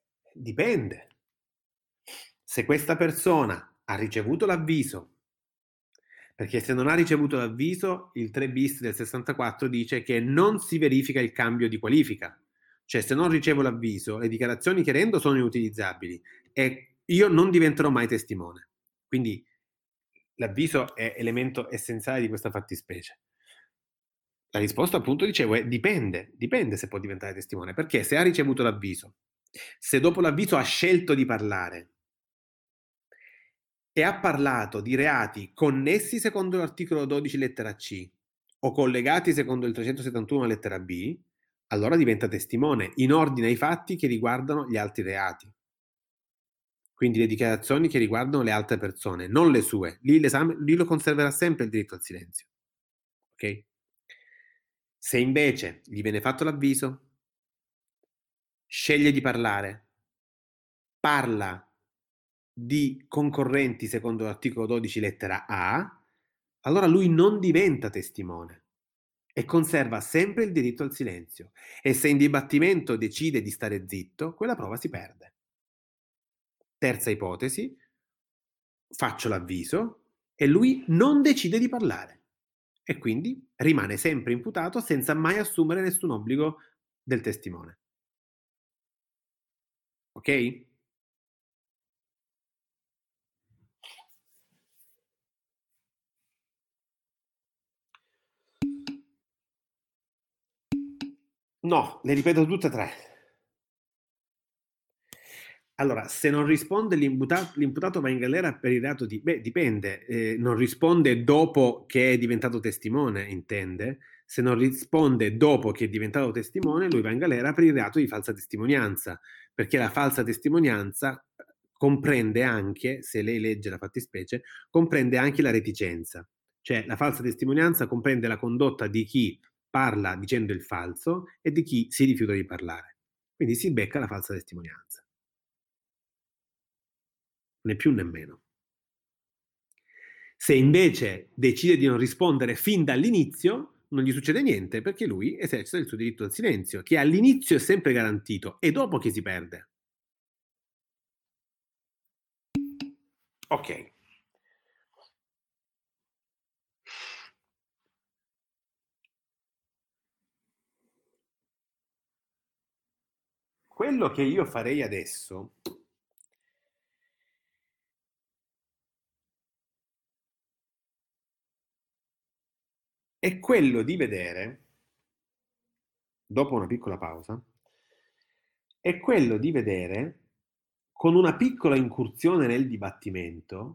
dipende. Se questa persona ha ricevuto l'avviso, Perché se non ha ricevuto l'avviso, il tre bis del sessantaquattro dice che non si verifica il cambio di qualifica. Cioè, se non ricevo l'avviso, le dichiarazioni che rendo sono inutilizzabili e io non diventerò mai testimone. Quindi l'avviso è elemento essenziale di questa fattispecie. La risposta, appunto, dicevo, è dipende, dipende se può diventare testimone, perché se ha ricevuto l'avviso, se dopo l'avviso ha scelto di parlare e ha parlato di reati connessi secondo l'articolo dodici lettera C o collegati secondo il trecentosettantuno lettera B, allora diventa testimone in ordine ai fatti che riguardano gli altri reati. Quindi le dichiarazioni che riguardano le altre persone, non le sue. Lì, l'esame, lì lo conserverà sempre il diritto al silenzio. Ok? Se invece gli viene fatto l'avviso, sceglie di parlare, parla di concorrenti secondo l'articolo dodici lettera A, allora lui non diventa testimone e conserva sempre il diritto al silenzio. E se in dibattimento decide di stare zitto, quella prova si perde. Terza ipotesi, faccio l'avviso e lui non decide di parlare e quindi rimane sempre imputato senza mai assumere nessun obbligo del testimone. Ok? No, le ripeto tutte e tre. Allora, se non risponde l'imputato, l'imputato va in galera per il reato di... Beh, dipende, eh, non risponde dopo che è diventato testimone, intende? Se non risponde dopo che è diventato testimone, lui va in galera per il reato di falsa testimonianza, perché la falsa testimonianza comprende anche, se lei legge la fattispecie, comprende anche la reticenza. Cioè, la falsa testimonianza comprende la condotta di chi parla dicendo il falso e di chi si rifiuta di parlare. Quindi si becca la falsa testimonianza. Né più né meno. Se invece decide di non rispondere fin dall'inizio, non gli succede niente perché lui esercita il suo diritto al silenzio, che all'inizio è sempre garantito e dopo che si perde. Ok. Quello che io farei adesso è quello di vedere, dopo una piccola pausa, è quello di vedere con una piccola incursione nel dibattimento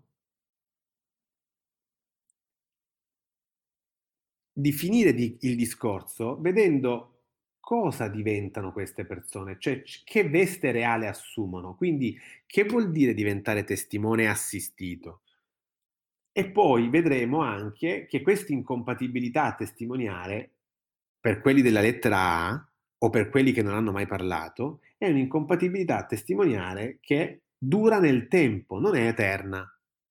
di finire di- il discorso vedendo cosa diventano queste persone, cioè c- che veste reale assumono, quindi che vuol dire diventare testimone assistito. E poi vedremo anche che questa incompatibilità testimoniale, per quelli della lettera A o per quelli che non hanno mai parlato, è un'incompatibilità testimoniale che dura nel tempo, non è eterna.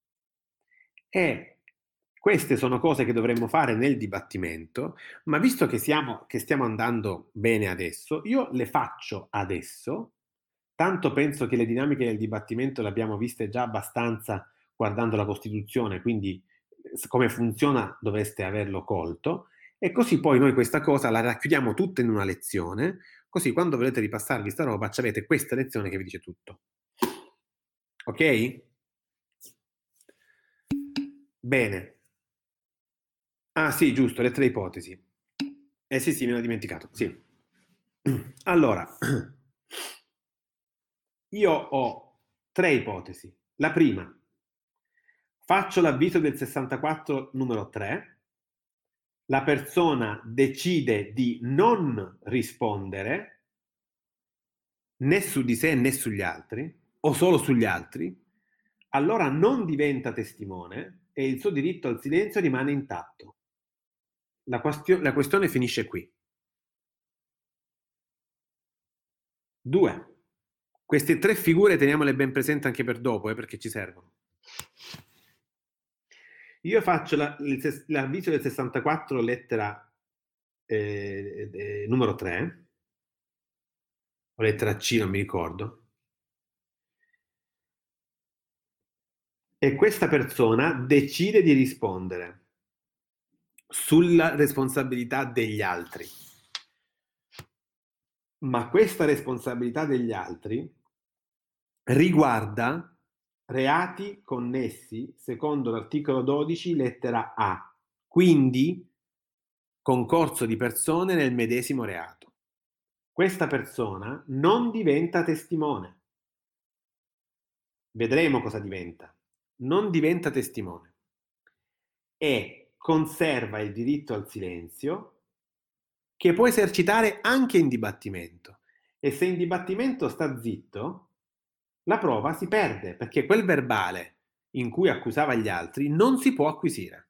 E queste sono cose che dovremmo fare nel dibattimento, ma visto che, siamo, che stiamo andando bene adesso, io le faccio adesso, tanto penso che le dinamiche del dibattimento le abbiamo viste già abbastanza guardando la Costituzione, quindi eh, come funziona dovreste averlo colto, e così poi noi questa cosa la racchiudiamo tutta in una lezione, così quando volete ripassarvi sta roba, avete questa lezione che vi dice tutto. Ok? Bene. Ah sì, giusto, le tre ipotesi. Eh sì, sì, me l'ho dimenticato, sì. Allora, io ho tre ipotesi. La prima, faccio l'avviso del sessantaquattro numero tre, la persona decide di non rispondere né su di sé né sugli altri, o solo sugli altri, allora non diventa testimone e il suo diritto al silenzio rimane intatto. La, questio- la questione finisce qui. Due. Queste tre figure teniamole ben presenti anche per dopo, eh, perché ci servono. Io faccio la- il- l'avviso del sessantaquattro lettera eh, eh, numero tre, o lettera C, non mi ricordo, e questa persona decide di rispondere. sulla responsabilità degli altri. Ma questa responsabilità degli altri riguarda reati connessi secondo l'articolo dodici, lettera A, quindi concorso di persone nel medesimo reato. Questa persona non diventa testimone. Vedremo cosa diventa. Non diventa testimone e conserva il diritto al silenzio che può esercitare anche in dibattimento. E se in dibattimento sta zitto, la prova si perde perché quel verbale in cui accusava gli altri non si può acquisire.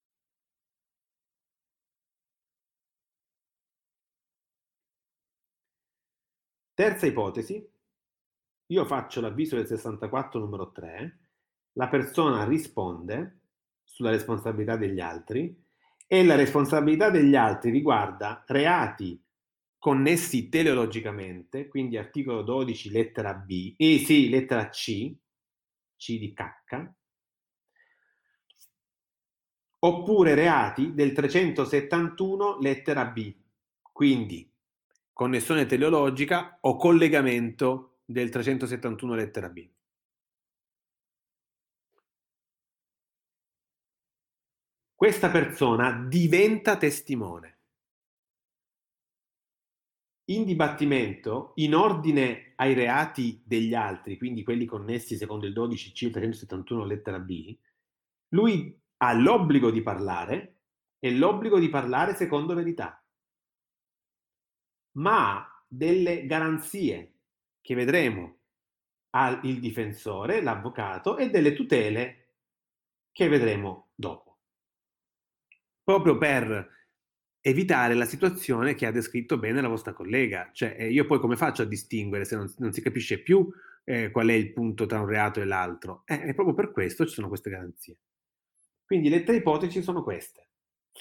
Terza ipotesi, io faccio l'avviso del sessantaquattro numero tre, la persona risponde sulla responsabilità degli altri e la responsabilità degli altri riguarda reati connessi teleologicamente, quindi articolo dodici lettera B, eh sì, lettera C, C di cacca, oppure reati del trecentosettantuno lettera B, quindi connessione teleologica o collegamento del trecentosettantuno lettera B. Questa persona diventa testimone. In dibattimento, in ordine ai reati degli altri, quindi quelli connessi secondo il dodici C trecentosettantuno lettera B, lui ha l'obbligo di parlare e l'obbligo di parlare secondo verità, ma ha delle garanzie che vedremo al il difensore, l'avvocato, e delle tutele che vedremo dopo. Proprio per evitare la situazione che ha descritto bene la vostra collega. Cioè, eh, io poi come faccio a distinguere se non, non si capisce più eh, qual è il punto tra un reato e l'altro? Eh, e proprio per questo ci sono queste garanzie. Quindi le tre ipotesi sono queste.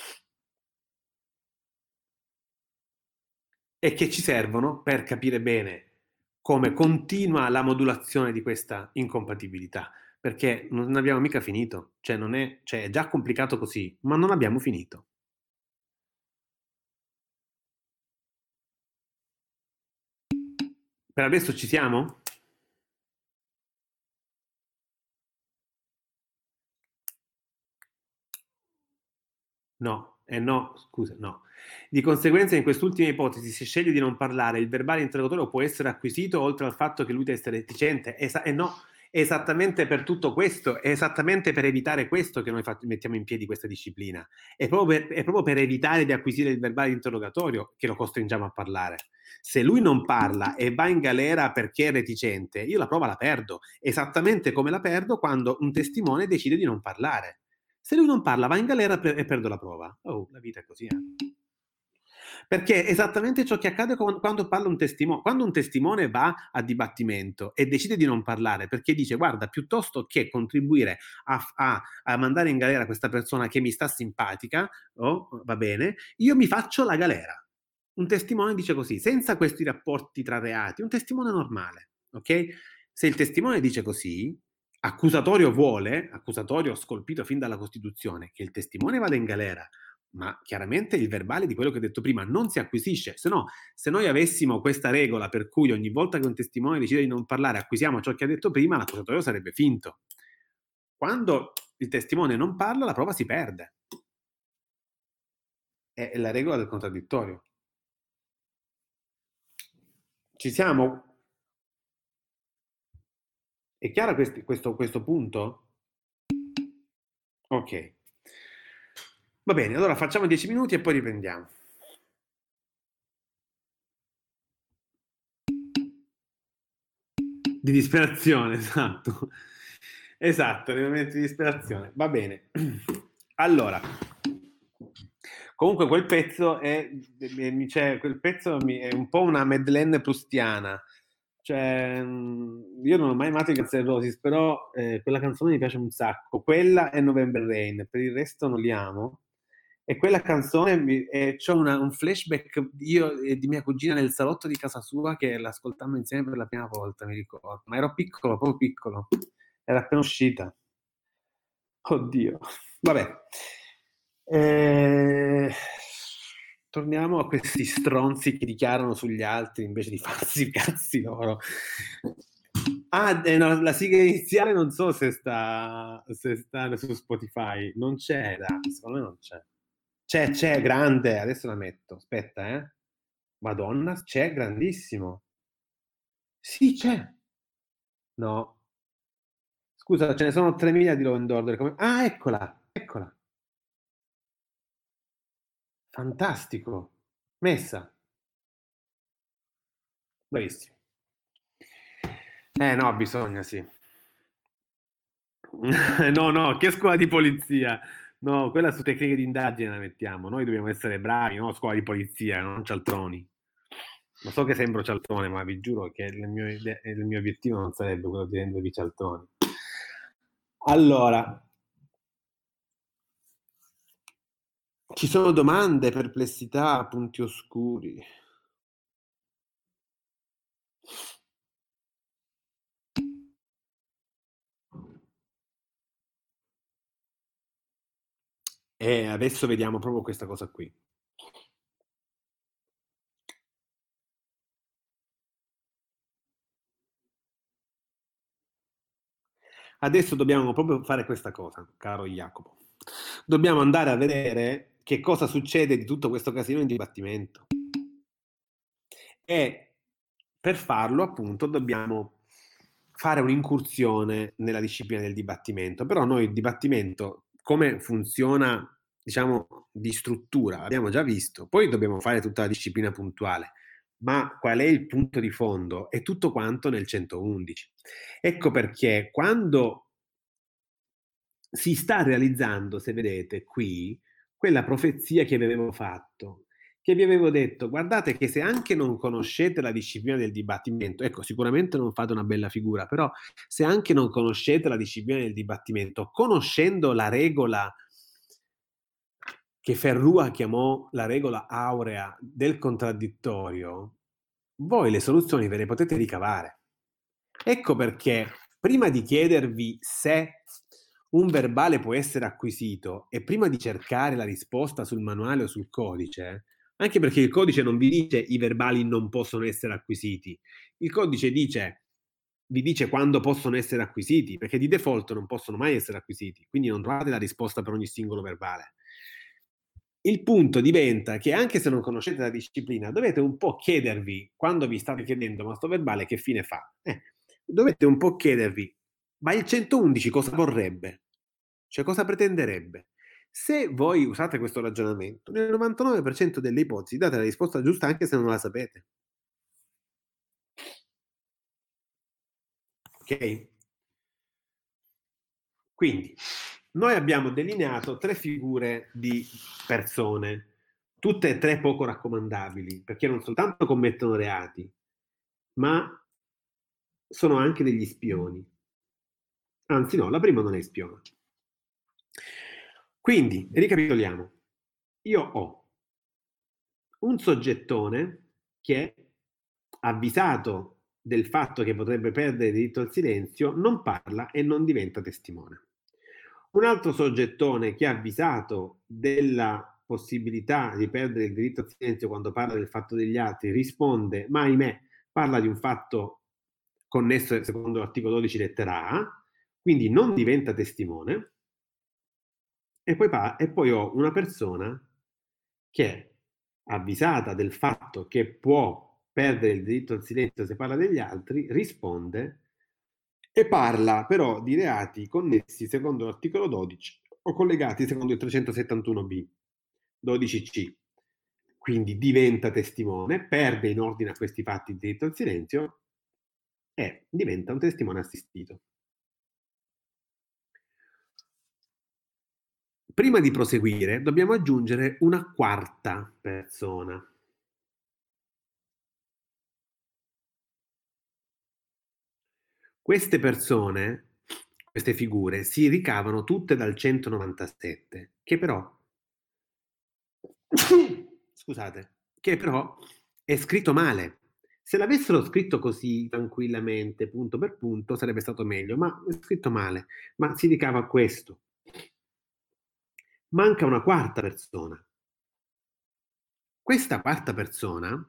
E che ci servono per capire bene come continua la modulazione di questa incompatibilità, perché non abbiamo mica finito, cioè, non è, cioè è già complicato così, ma non abbiamo finito. Per adesso ci siamo? No, eh no, scusa, no. Di conseguenza, in quest'ultima ipotesi, se sceglie di non parlare, il verbale interrogatorio può essere acquisito oltre al fatto che lui deve essere reticente. E eh no, è esattamente per tutto questo, è esattamente per evitare questo che noi fa- mettiamo in piedi questa disciplina. È proprio, per, è proprio per evitare di acquisire il verbale interrogatorio che lo costringiamo a parlare. Se lui non parla e va in galera perché è reticente, io la prova la perdo, esattamente come la perdo quando un testimone decide di non parlare. Se lui non parla, va in galera per- e perdo la prova. Oh, la vita è così, eh. Perché è esattamente ciò che accade con- quando parla un testimone. Quando un testimone va a dibattimento e decide di non parlare perché dice: guarda, piuttosto che contribuire a, a- a mandare in galera questa persona che mi sta simpatica, oh, va bene, io mi faccio la galera. Un testimone dice così, senza questi rapporti tra reati, un testimone normale, ok? Se il testimone dice così, accusatorio vuole, accusatorio scolpito fin dalla Costituzione, che il testimone vada in galera, ma chiaramente il verbale di quello che ho detto prima non si acquisisce, se no, se noi avessimo questa regola per cui ogni volta che un testimone decide di non parlare acquisiamo ciò che ha detto prima, l'accusatorio sarebbe finto. Quando il testimone non parla, la prova si perde. È la regola del contraddittorio. Ci siamo? È chiaro questi- questo, questo punto? Ok. Va bene, allora facciamo dieci minuti e poi riprendiamo. Di disperazione, esatto. Esatto, nei momenti di disperazione. Va bene. Allora, comunque quel pezzo è, cioè, quel pezzo è un po' una Madeleine prustiana. Cioè, mh, io non ho mai amato i Guns N' Roses, però eh, quella canzone mi piace un sacco. Quella è November Rain, per il resto non li amo. E quella canzone, mi, eh, c'ho una- un flashback io e di mia cugina nel salotto di casa sua che l'ascoltammo insieme per la prima volta, mi ricordo. Ma ero piccolo, proprio piccolo. Era appena uscita. Oddio. Vabbè. Eh, torniamo a questi stronzi che dichiarano sugli altri invece di farsi i cazzi loro. Ah, eh, no, la sigla iniziale non so se sta, se sta su Spotify. Non c'era, secondo me non c'è. C'è, c'è, grande, adesso la metto. Aspetta, eh. Madonna, c'è, grandissimo. Sì, c'è. No. Scusa, ce ne sono tremila di Law and Order. Come... Ah, eccola, eccola. Fantastico. Messa. Bravissimo. Eh no, bisogna, sì. No, no, che scuola di polizia? No, quella su tecniche di indagine la mettiamo. Noi dobbiamo essere bravi, no? Scuola di polizia, non cialtroni. Lo so che sembro cialtrone, ma vi giuro che il mio, ide- il mio obiettivo non sarebbe quello di rendervi cialtroni. Allora, ci sono domande, perplessità, punti oscuri. E adesso vediamo proprio questa cosa qui. Adesso dobbiamo proprio fare questa cosa, caro Jacopo. Dobbiamo andare a vedere che cosa succede di tutto questo casino in dibattimento. E per farlo, appunto, dobbiamo fare un'incursione nella disciplina del dibattimento. Però noi il dibattimento, come funziona, diciamo, di struttura, l'abbiamo già visto. Poi dobbiamo fare tutta la disciplina puntuale. Ma qual è il punto di fondo? È tutto quanto nel centoundici. Ecco perché quando si sta realizzando, se vedete qui, quella profezia che vi avevo fatto, che vi avevo detto, guardate che se anche non conoscete la disciplina del dibattimento, ecco, sicuramente non fate una bella figura, però se anche non conoscete la disciplina del dibattimento, conoscendo la regola che Ferrua chiamò la regola aurea del contraddittorio, voi le soluzioni ve le potete ricavare. Ecco perché prima di chiedervi se un verbale può essere acquisito e prima di cercare la risposta sul manuale o sul codice, anche perché il codice non vi dice i verbali non possono essere acquisiti, il codice dice, vi dice quando possono essere acquisiti, perché di default non possono mai essere acquisiti, quindi non trovate la risposta per ogni singolo verbale. Il punto diventa che anche se non conoscete la disciplina, dovete un po' chiedervi, quando vi state chiedendo ma sto verbale che fine fa? Eh, dovete un po' chiedervi, ma il centoundici cosa vorrebbe? Cioè cosa pretenderebbe? Se voi usate questo ragionamento, nel novantanove per cento delle ipotesi date la risposta giusta anche se non la sapete. Ok? Quindi, noi abbiamo delineato tre figure di persone, tutte e tre poco raccomandabili, perché non soltanto commettono reati, ma sono anche degli spioni. Anzi, no, la prima non è spione. Quindi, ricapitoliamo. Io ho un soggettone che, avvisato del fatto che potrebbe perdere il diritto al silenzio, non parla e non diventa testimone. Un altro soggettone che è avvisato della possibilità di perdere il diritto al silenzio quando parla del fatto degli altri risponde, ma ahimè, parla di un fatto connesso secondo l'articolo dodici lettera A, quindi non diventa testimone. E poi, pa- e poi ho una persona che, avvisata del fatto che può perdere il diritto al silenzio se parla degli altri, risponde e parla però di reati connessi secondo l'articolo dodici o collegati secondo il trecentosettantuno B, dodici C. Quindi diventa testimone, perde in ordine a questi fatti il diritto al silenzio e diventa un testimone assistito. Prima di proseguire, dobbiamo aggiungere una quarta persona. Queste persone, queste figure, si ricavano tutte dal centonovantasette, che però, scusate, che però è scritto male. Se l'avessero scritto così tranquillamente, punto per punto, sarebbe stato meglio, ma è scritto male. Ma si ricava questo. manca una quarta persona. Questa quarta persona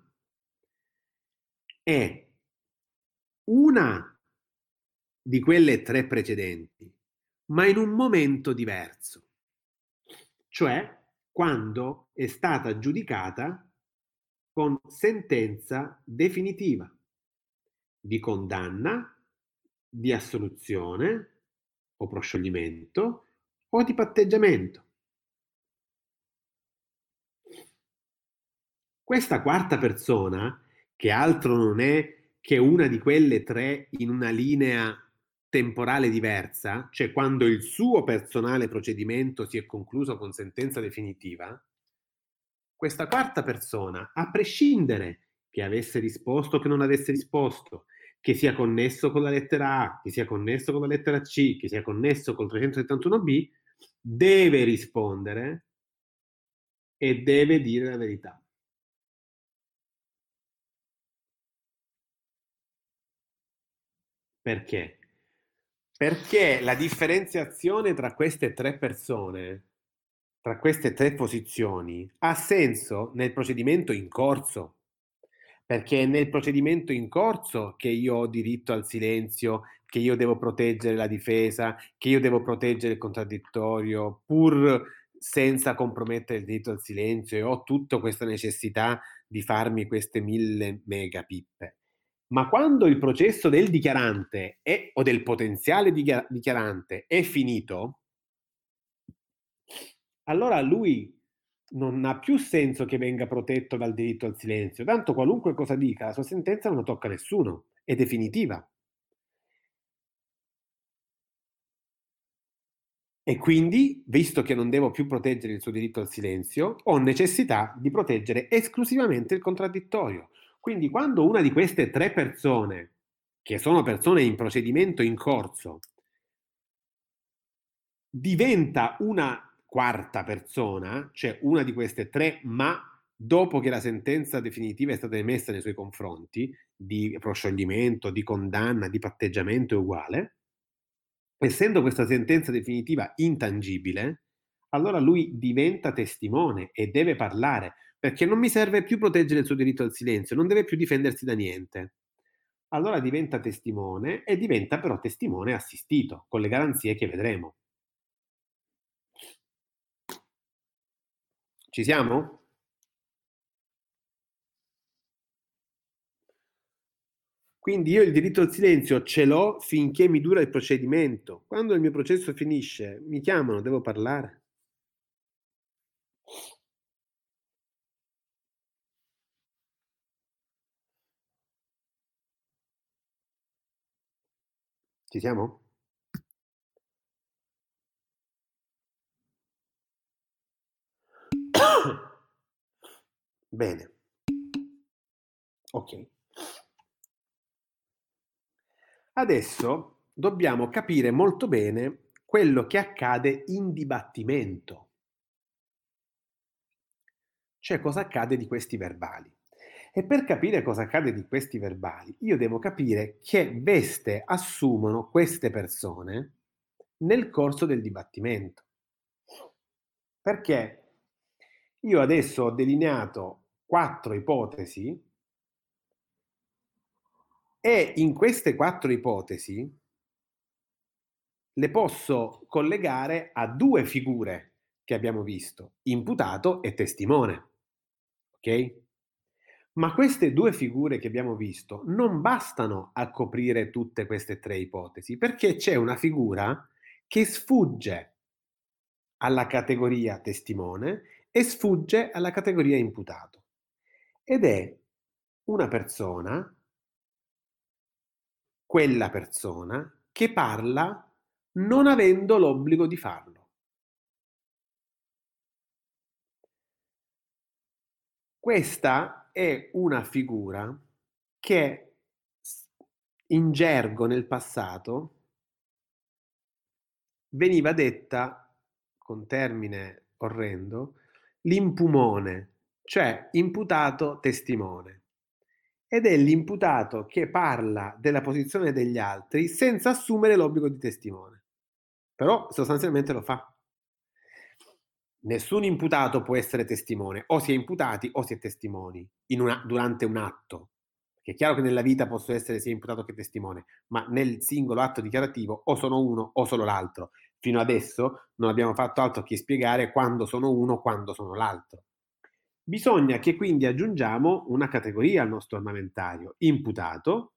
è una di quelle tre precedenti, ma in un momento diverso, cioè quando è stata giudicata con sentenza definitiva di condanna, di assoluzione o proscioglimento o di patteggiamento. Questa quarta persona, che altro non è che una di quelle tre in una linea temporale diversa, cioè quando il suo personale procedimento si è concluso con sentenza definitiva, questa quarta persona, a prescindere che avesse risposto o che non avesse risposto, che sia connesso con la lettera A, che sia connesso con la lettera C, che sia connesso col trecentosettantuno B, deve rispondere e deve dire la verità. Perché? Perché la differenziazione tra queste tre persone, tra queste tre posizioni, ha senso nel procedimento in corso. Perché è nel procedimento in corso che io ho diritto al silenzio, che io devo proteggere la difesa, che io devo proteggere il contraddittorio, pur senza compromettere il diritto al silenzio, e ho tutta questa necessità di farmi queste mille megapippe. Ma quando il processo del dichiarante è, o del potenziale dichiarante è finito, allora lui non ha più senso che venga protetto dal diritto al silenzio, tanto qualunque cosa dica, la sua sentenza non lo tocca a nessuno, è definitiva. E quindi, visto che non devo più proteggere il suo diritto al silenzio, ho necessità di proteggere esclusivamente il contraddittorio. Quindi quando una di queste tre persone, che sono persone in procedimento in corso, diventa una quarta persona, cioè una di queste tre, ma dopo che la sentenza definitiva è stata emessa nei suoi confronti, di proscioglimento, di condanna, di patteggiamento è uguale, essendo questa sentenza definitiva intangibile, allora lui diventa testimone e deve parlare, perché non mi serve più proteggere il suo diritto al silenzio, non deve più difendersi da niente. Allora diventa testimone e diventa però testimone assistito, con le garanzie che vedremo. Ci siamo? Quindi io il diritto al silenzio ce l'ho finché mi dura il procedimento. Quando il mio processo finisce, mi chiamano, devo parlare. Ci siamo? Bene, ok. Adesso dobbiamo capire molto bene quello che accade in dibattimento, cioè cosa accade di questi verbali. E per capire cosa accade di questi verbali, io devo capire che veste assumono queste persone nel corso del dibattimento. Perché io adesso ho delineato quattro ipotesi e in queste quattro ipotesi le posso collegare a due figure che abbiamo visto, imputato e testimone. Ok? Ma queste due figure che abbiamo visto non bastano a coprire tutte queste tre ipotesi, perché c'è una figura che sfugge alla categoria testimone e sfugge alla categoria imputato. Ed è una persona, quella persona, che parla non avendo l'obbligo di farlo. Questa è una figura che in gergo nel passato veniva detta, con termine orrendo, l'impumone, cioè imputato testimone. Ed è l'imputato che parla della posizione degli altri senza assumere l'obbligo di testimone. Però sostanzialmente lo fa. Nessun imputato può essere testimone, o si è imputati o si è testimoni in una, durante un atto. Perché è chiaro che nella vita posso essere sia imputato che testimone, ma nel singolo atto dichiarativo o sono uno o solo l'altro. Fino adesso non abbiamo fatto altro che spiegare quando sono uno, quando sono l'altro. Bisogna che quindi aggiungiamo una categoria al nostro armamentario: imputato,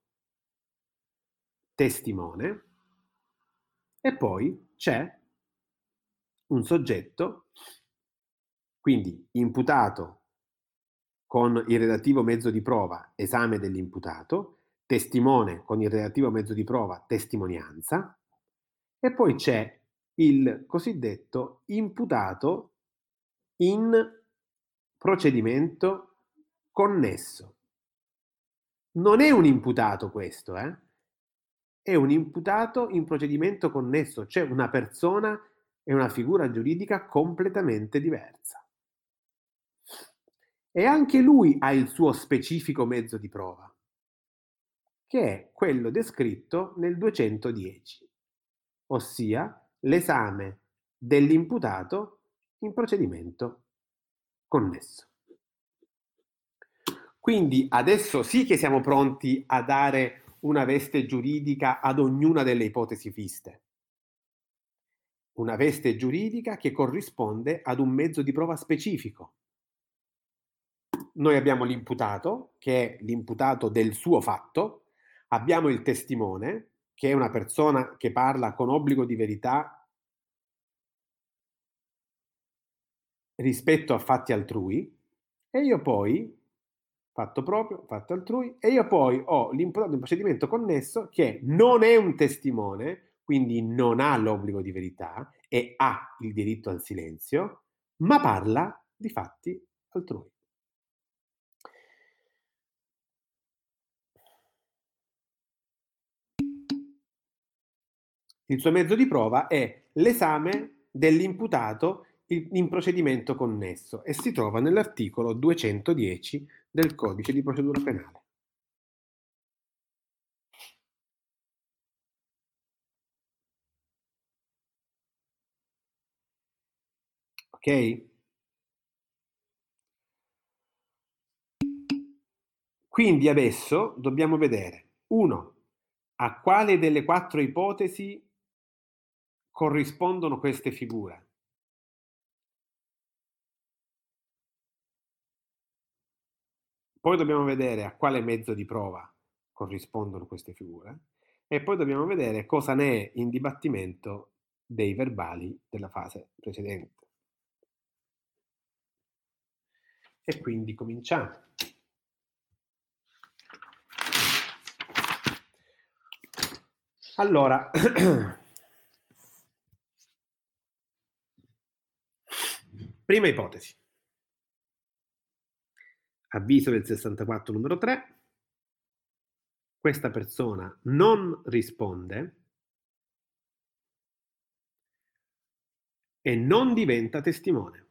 testimone, e poi c'è un soggetto, quindi imputato con il relativo mezzo di prova, esame dell'imputato, testimone con il relativo mezzo di prova, testimonianza, e poi c'è il cosiddetto imputato in procedimento connesso. Non è un imputato questo, eh? È un imputato in procedimento connesso, cioè una persona e una figura giuridica completamente diversa. E anche lui ha il suo specifico mezzo di prova, che è quello descritto nel duecentodieci, ossia l'esame dell'imputato in procedimento connesso. Quindi adesso sì che siamo pronti a dare una veste giuridica ad ognuna delle ipotesi viste. Una veste giuridica che corrisponde ad un mezzo di prova specifico. Noi abbiamo l'imputato, che è l'imputato del suo fatto, abbiamo il testimone, che è una persona che parla con obbligo di verità rispetto a fatti altrui, e io poi, fatto proprio, fatto altrui, e io poi ho l'imputato in procedimento connesso che non è un testimone, quindi non ha l'obbligo di verità e ha il diritto al silenzio, ma parla di fatti altrui. Il suo mezzo di prova è l'esame dell'imputato in procedimento connesso e si trova nell'articolo duecentodieci del Codice di procedura penale. Ok? Quindi adesso dobbiamo vedere, uno, a quale delle quattro ipotesi corrispondono queste figure. Poi dobbiamo vedere a quale mezzo di prova corrispondono queste figure e poi dobbiamo vedere cosa ne è in dibattimento dei verbali della fase precedente. E quindi cominciamo. Allora, prima ipotesi. Avviso del sessantaquattro numero tre. Questa persona non risponde e non diventa testimone.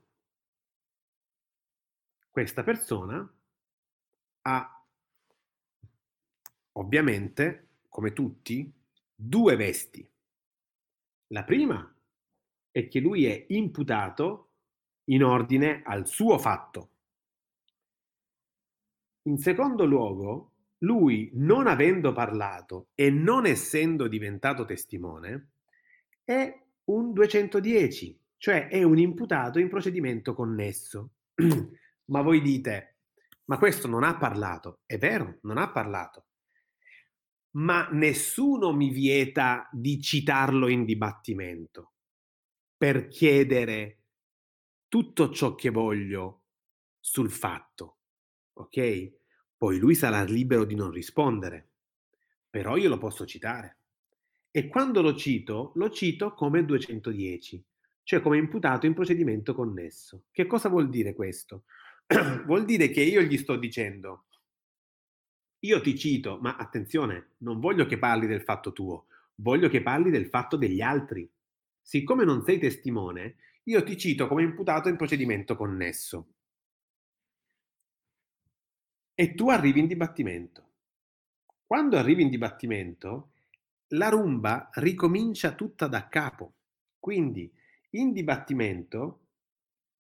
Questa persona ha, ovviamente, come tutti, due vesti. La prima è che lui è imputato in ordine al suo fatto. In secondo luogo, lui, non avendo parlato e non essendo diventato testimone, è un duecentodieci, cioè è un imputato in procedimento connesso. Ma voi dite, ma questo non ha parlato. È vero, non ha parlato. Ma nessuno mi vieta di citarlo in dibattimento per chiedere tutto ciò che voglio sul fatto, ok? Poi lui sarà libero di non rispondere, però io lo posso citare. E quando lo cito, lo cito come duecentodieci, cioè come imputato in procedimento connesso. Che cosa vuol dire questo? Vuol dire che io gli sto dicendo, io ti cito, ma attenzione, non voglio che parli del fatto tuo, voglio che parli del fatto degli altri. Siccome non sei testimone, io ti cito come imputato in procedimento connesso. E tu arrivi in dibattimento. Quando arrivi in dibattimento, la rumba ricomincia tutta da capo. Quindi, in dibattimento,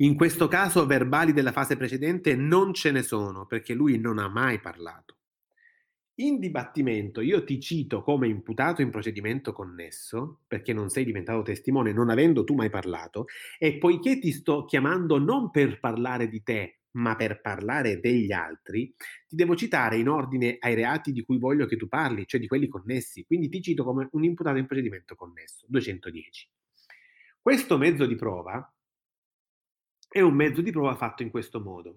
In questo caso verbali della fase precedente non ce ne sono, perché lui non ha mai parlato. In dibattimento io ti cito come imputato in procedimento connesso, perché non sei diventato testimone, non avendo tu mai parlato, e poiché ti sto chiamando non per parlare di te, ma per parlare degli altri, ti devo citare in ordine ai reati di cui voglio che tu parli, cioè di quelli connessi. Quindi ti cito come un imputato in procedimento connesso, duecentodieci. Questo mezzo di prova è un mezzo di prova fatto in questo modo.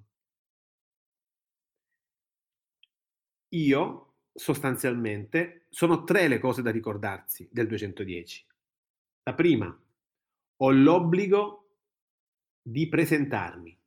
Io, sostanzialmente, sono tre le cose da ricordarsi del duecentodieci. La prima, ho l'obbligo di presentarmi.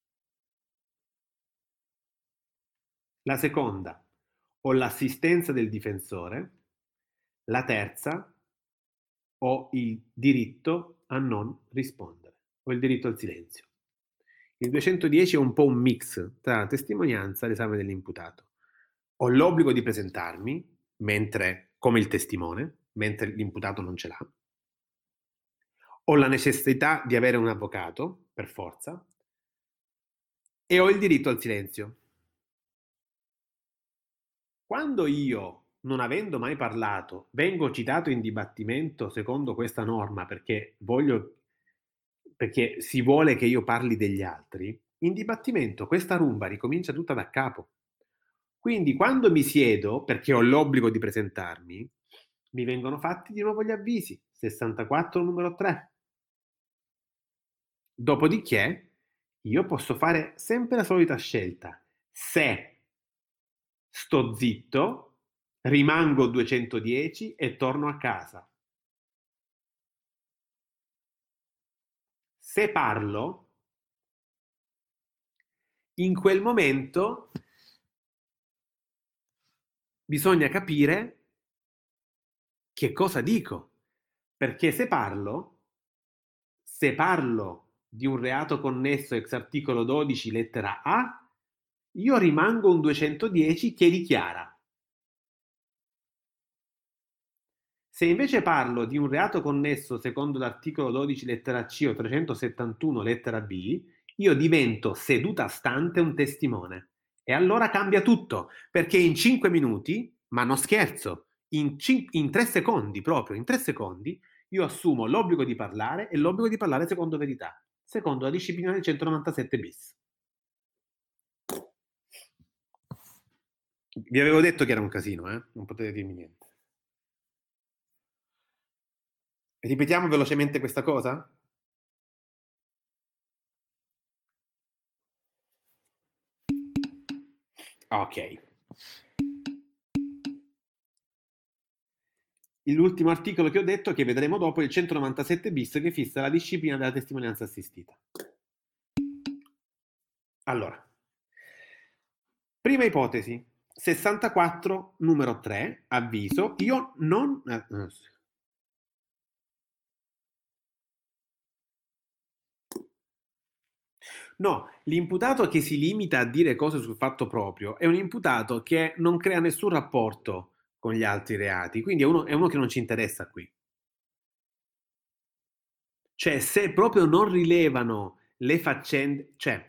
La seconda, ho l'assistenza del difensore. La terza, ho il diritto a non rispondere, ho il diritto al silenzio. Il duecentodieci è un po' un mix tra la testimonianza e l'esame dell'imputato. Ho l'obbligo di presentarmi, mentre come il testimone, mentre l'imputato non ce l'ha. Ho la necessità di avere un avvocato, per forza, e ho il diritto al silenzio. Quando io, non avendo mai parlato, vengo citato in dibattimento secondo questa norma perché voglio, perché si vuole che io parli degli altri, in dibattimento questa rumba ricomincia tutta da capo. Quindi quando mi siedo, perché ho l'obbligo di presentarmi, mi vengono fatti di nuovo gli avvisi, sessantaquattro numero tre. Dopodiché io posso fare sempre la solita scelta. Se sto zitto, rimango duecentodieci e torno a casa. Se parlo, in quel momento bisogna capire che cosa dico. Perché se parlo, se parlo di un reato connesso ex articolo dodici lettera A, io rimango un duecentodieci che dichiara. Se invece parlo di un reato connesso secondo l'articolo dodici lettera C o trecentosettantuno lettera B, io divento seduta stante un testimone. E allora cambia tutto, perché in cinque minuti, ma non scherzo, in, cin- in tre secondi, proprio in tre secondi, io assumo l'obbligo di parlare e l'obbligo di parlare secondo verità, secondo la disciplina del centonovantasette bis. Vi avevo detto che era un casino, eh? Non potete dirmi niente. Ripetiamo velocemente questa cosa? Ok. L'ultimo articolo che ho detto, che vedremo dopo, è il centonovantasette bis che fissa la disciplina della testimonianza assistita. Allora, prima ipotesi, sessantaquattro numero tre, avviso, io non... eh, No, l'imputato che si limita a dire cose sul fatto proprio è un imputato che non crea nessun rapporto con gli altri reati, quindi è uno, è uno che non ci interessa qui. Cioè, se proprio non rilevano le faccende, cioè,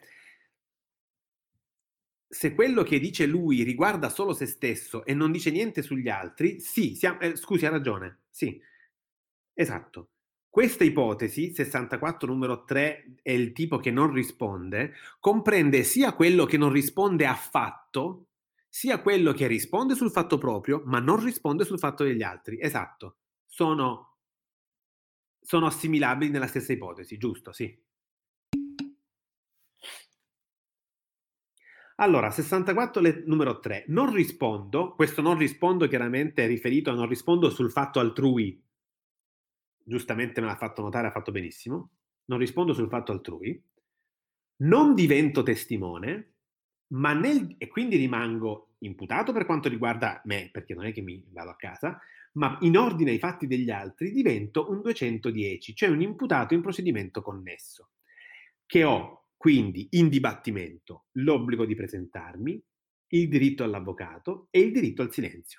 se quello che dice lui riguarda solo se stesso e non dice niente sugli altri, sì, siamo, eh, scusi, ha ragione, sì, esatto. Questa ipotesi, sessantaquattro numero tre è il tipo che non risponde, comprende sia quello che non risponde affatto, sia quello che risponde sul fatto proprio, ma non risponde sul fatto degli altri. Esatto, sono, sono assimilabili nella stessa ipotesi, giusto, sì. Allora, sessantaquattro le- numero tre, non rispondo, questo non rispondo chiaramente è riferito a non rispondo sul fatto altrui, giustamente me l'ha fatto notare, ha fatto benissimo, non rispondo sul fatto altrui, non divento testimone, ma nel, e quindi rimango imputato per quanto riguarda me, perché non è che mi vado a casa, ma in ordine ai fatti degli altri divento un duecentodieci, cioè un imputato in procedimento connesso, che ho quindi in dibattimento l'obbligo di presentarmi, il diritto all'avvocato e il diritto al silenzio.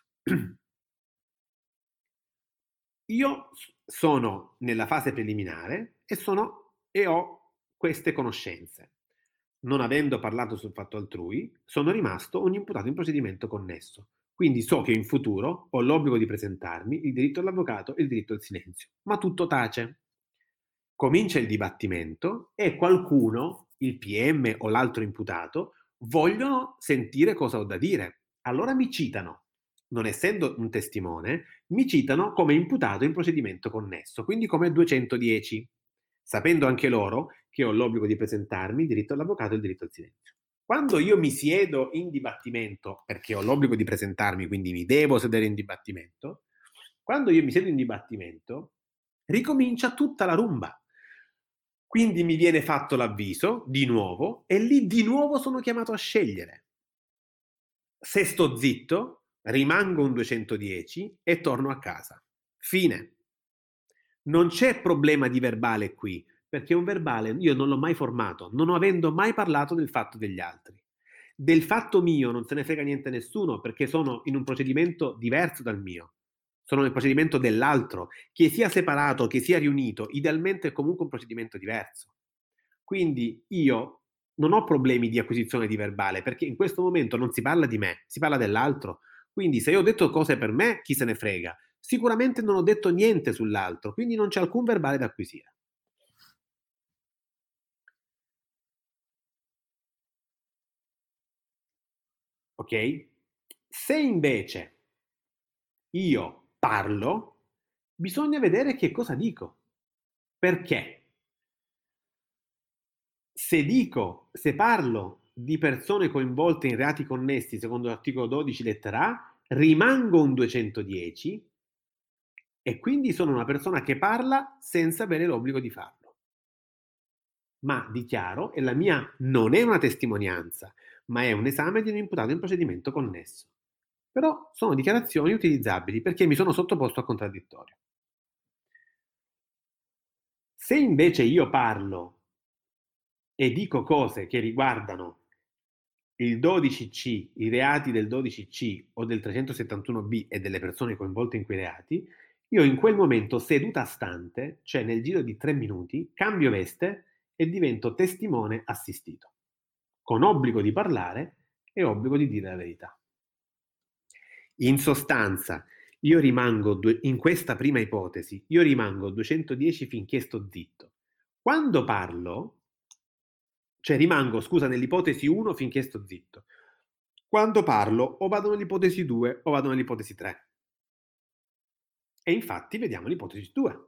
Io sono nella fase preliminare e, sono, e ho queste conoscenze. Non avendo parlato sul fatto altrui, sono rimasto un imputato in procedimento connesso. Quindi so che in futuro ho l'obbligo di presentarmi, il diritto all'avvocato e il diritto al silenzio. Ma tutto tace. Comincia il dibattimento e qualcuno, il P M o l'altro imputato, vogliono sentire cosa ho da dire. Allora mi citano. Non essendo un testimone, mi citano come imputato in procedimento connesso, quindi come duecentodieci, sapendo anche loro che ho l'obbligo di presentarmi, il diritto all'avvocato e il diritto al silenzio. Quando io mi siedo in dibattimento, perché ho l'obbligo di presentarmi, quindi mi devo sedere in dibattimento, quando io mi siedo in dibattimento, ricomincia tutta la rumba. Quindi mi viene fatto l'avviso, di nuovo, e lì di nuovo sono chiamato a scegliere. Se sto zitto, rimango un duecentodieci e torno a casa. Fine. Non c'è problema di verbale qui, perché un verbale io non l'ho mai formato, non avendo mai parlato del fatto degli altri. Del fatto mio non se ne frega niente nessuno, perché sono in un procedimento diverso dal mio. Sono nel procedimento dell'altro, che sia separato, che sia riunito, idealmente è comunque un procedimento diverso. Quindi io non ho problemi di acquisizione di verbale, perché in questo momento non si parla di me, si parla dell'altro. Quindi se io ho detto cose per me, chi se ne frega? Sicuramente non ho detto niente sull'altro, quindi non c'è alcun verbale da acquisire. Ok? Se invece io parlo, bisogna vedere che cosa dico. Perché? Se dico, se parlo di persone coinvolte in reati connessi secondo l'articolo dodici lettera A, rimango un duecentodieci e quindi sono una persona che parla senza avere l'obbligo di farlo. Ma dichiaro, e la mia non è una testimonianza, ma è un esame di un imputato in procedimento connesso. Però sono dichiarazioni utilizzabili perché mi sono sottoposto a contraddittorio. Se invece io parlo e dico cose che riguardano il dodici C, i reati del dodici C o del trecentosettantuno B e delle persone coinvolte in quei reati, io in quel momento, seduta stante, cioè nel giro di tre minuti, cambio veste e divento testimone assistito, con obbligo di parlare e obbligo di dire la verità. In sostanza, io rimango, due, in questa prima ipotesi, io rimango duecentodieci finché sto zitto. Quando parlo, cioè rimango, scusa, nell'ipotesi uno finché sto zitto. Quando parlo o vado nell'ipotesi due o vado nell'ipotesi tre. E infatti vediamo l'ipotesi due.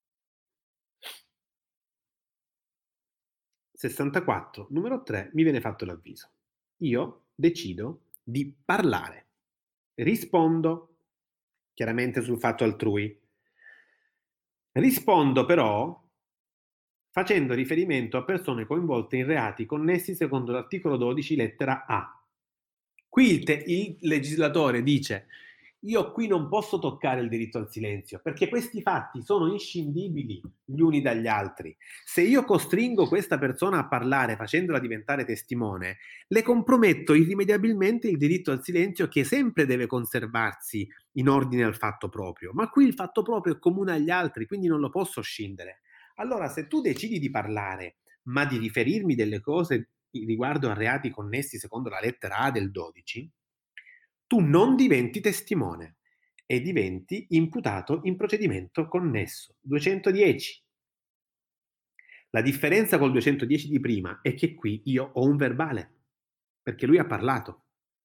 sessantaquattro, numero tre, mi viene fatto l'avviso. Io decido di parlare. Rispondo, chiaramente sul fatto altrui. Rispondo però facendo riferimento a persone coinvolte in reati connessi secondo l'articolo dodici lettera A. Qui il, te- il legislatore dice: io qui non posso toccare il diritto al silenzio perché questi fatti sono inscindibili gli uni dagli altri. Se io costringo questa persona a parlare facendola diventare testimone, le comprometto irrimediabilmente il diritto al silenzio che sempre deve conservarsi in ordine al fatto proprio. Ma qui il fatto proprio è comune agli altri, quindi non lo posso scindere. Allora, se tu decidi di parlare, ma di riferirmi delle cose riguardo a reati connessi secondo la lettera A del dodici, tu non diventi testimone e diventi imputato in procedimento connesso. duecentodieci. La differenza col duecentodieci di prima è che qui io ho un verbale, perché lui ha parlato.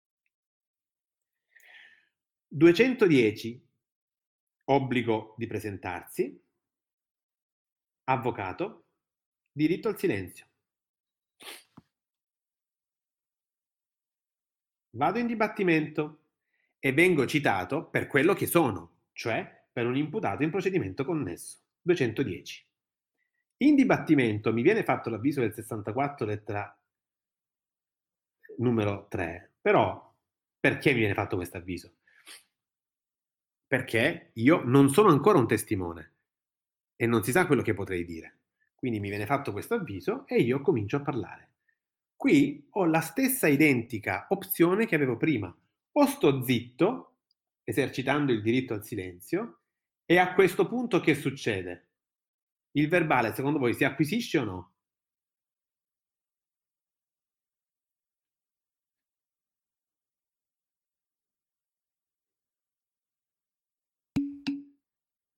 duecentodieci, obbligo di presentarsi, avvocato, diritto al silenzio. Vado in dibattimento e vengo citato per quello che sono, cioè per un imputato in procedimento connesso. duecentodieci. In dibattimento mi viene fatto l'avviso del sessantaquattro lettera numero tre, però perché mi viene fatto questo avviso? Perché io non sono ancora un testimone e non si sa quello che potrei dire. Quindi mi viene fatto questo avviso e io comincio a parlare. Qui ho la stessa identica opzione che avevo prima. O sto zitto, esercitando il diritto al silenzio, e a questo punto che succede? Il verbale, secondo voi, si acquisisce o no?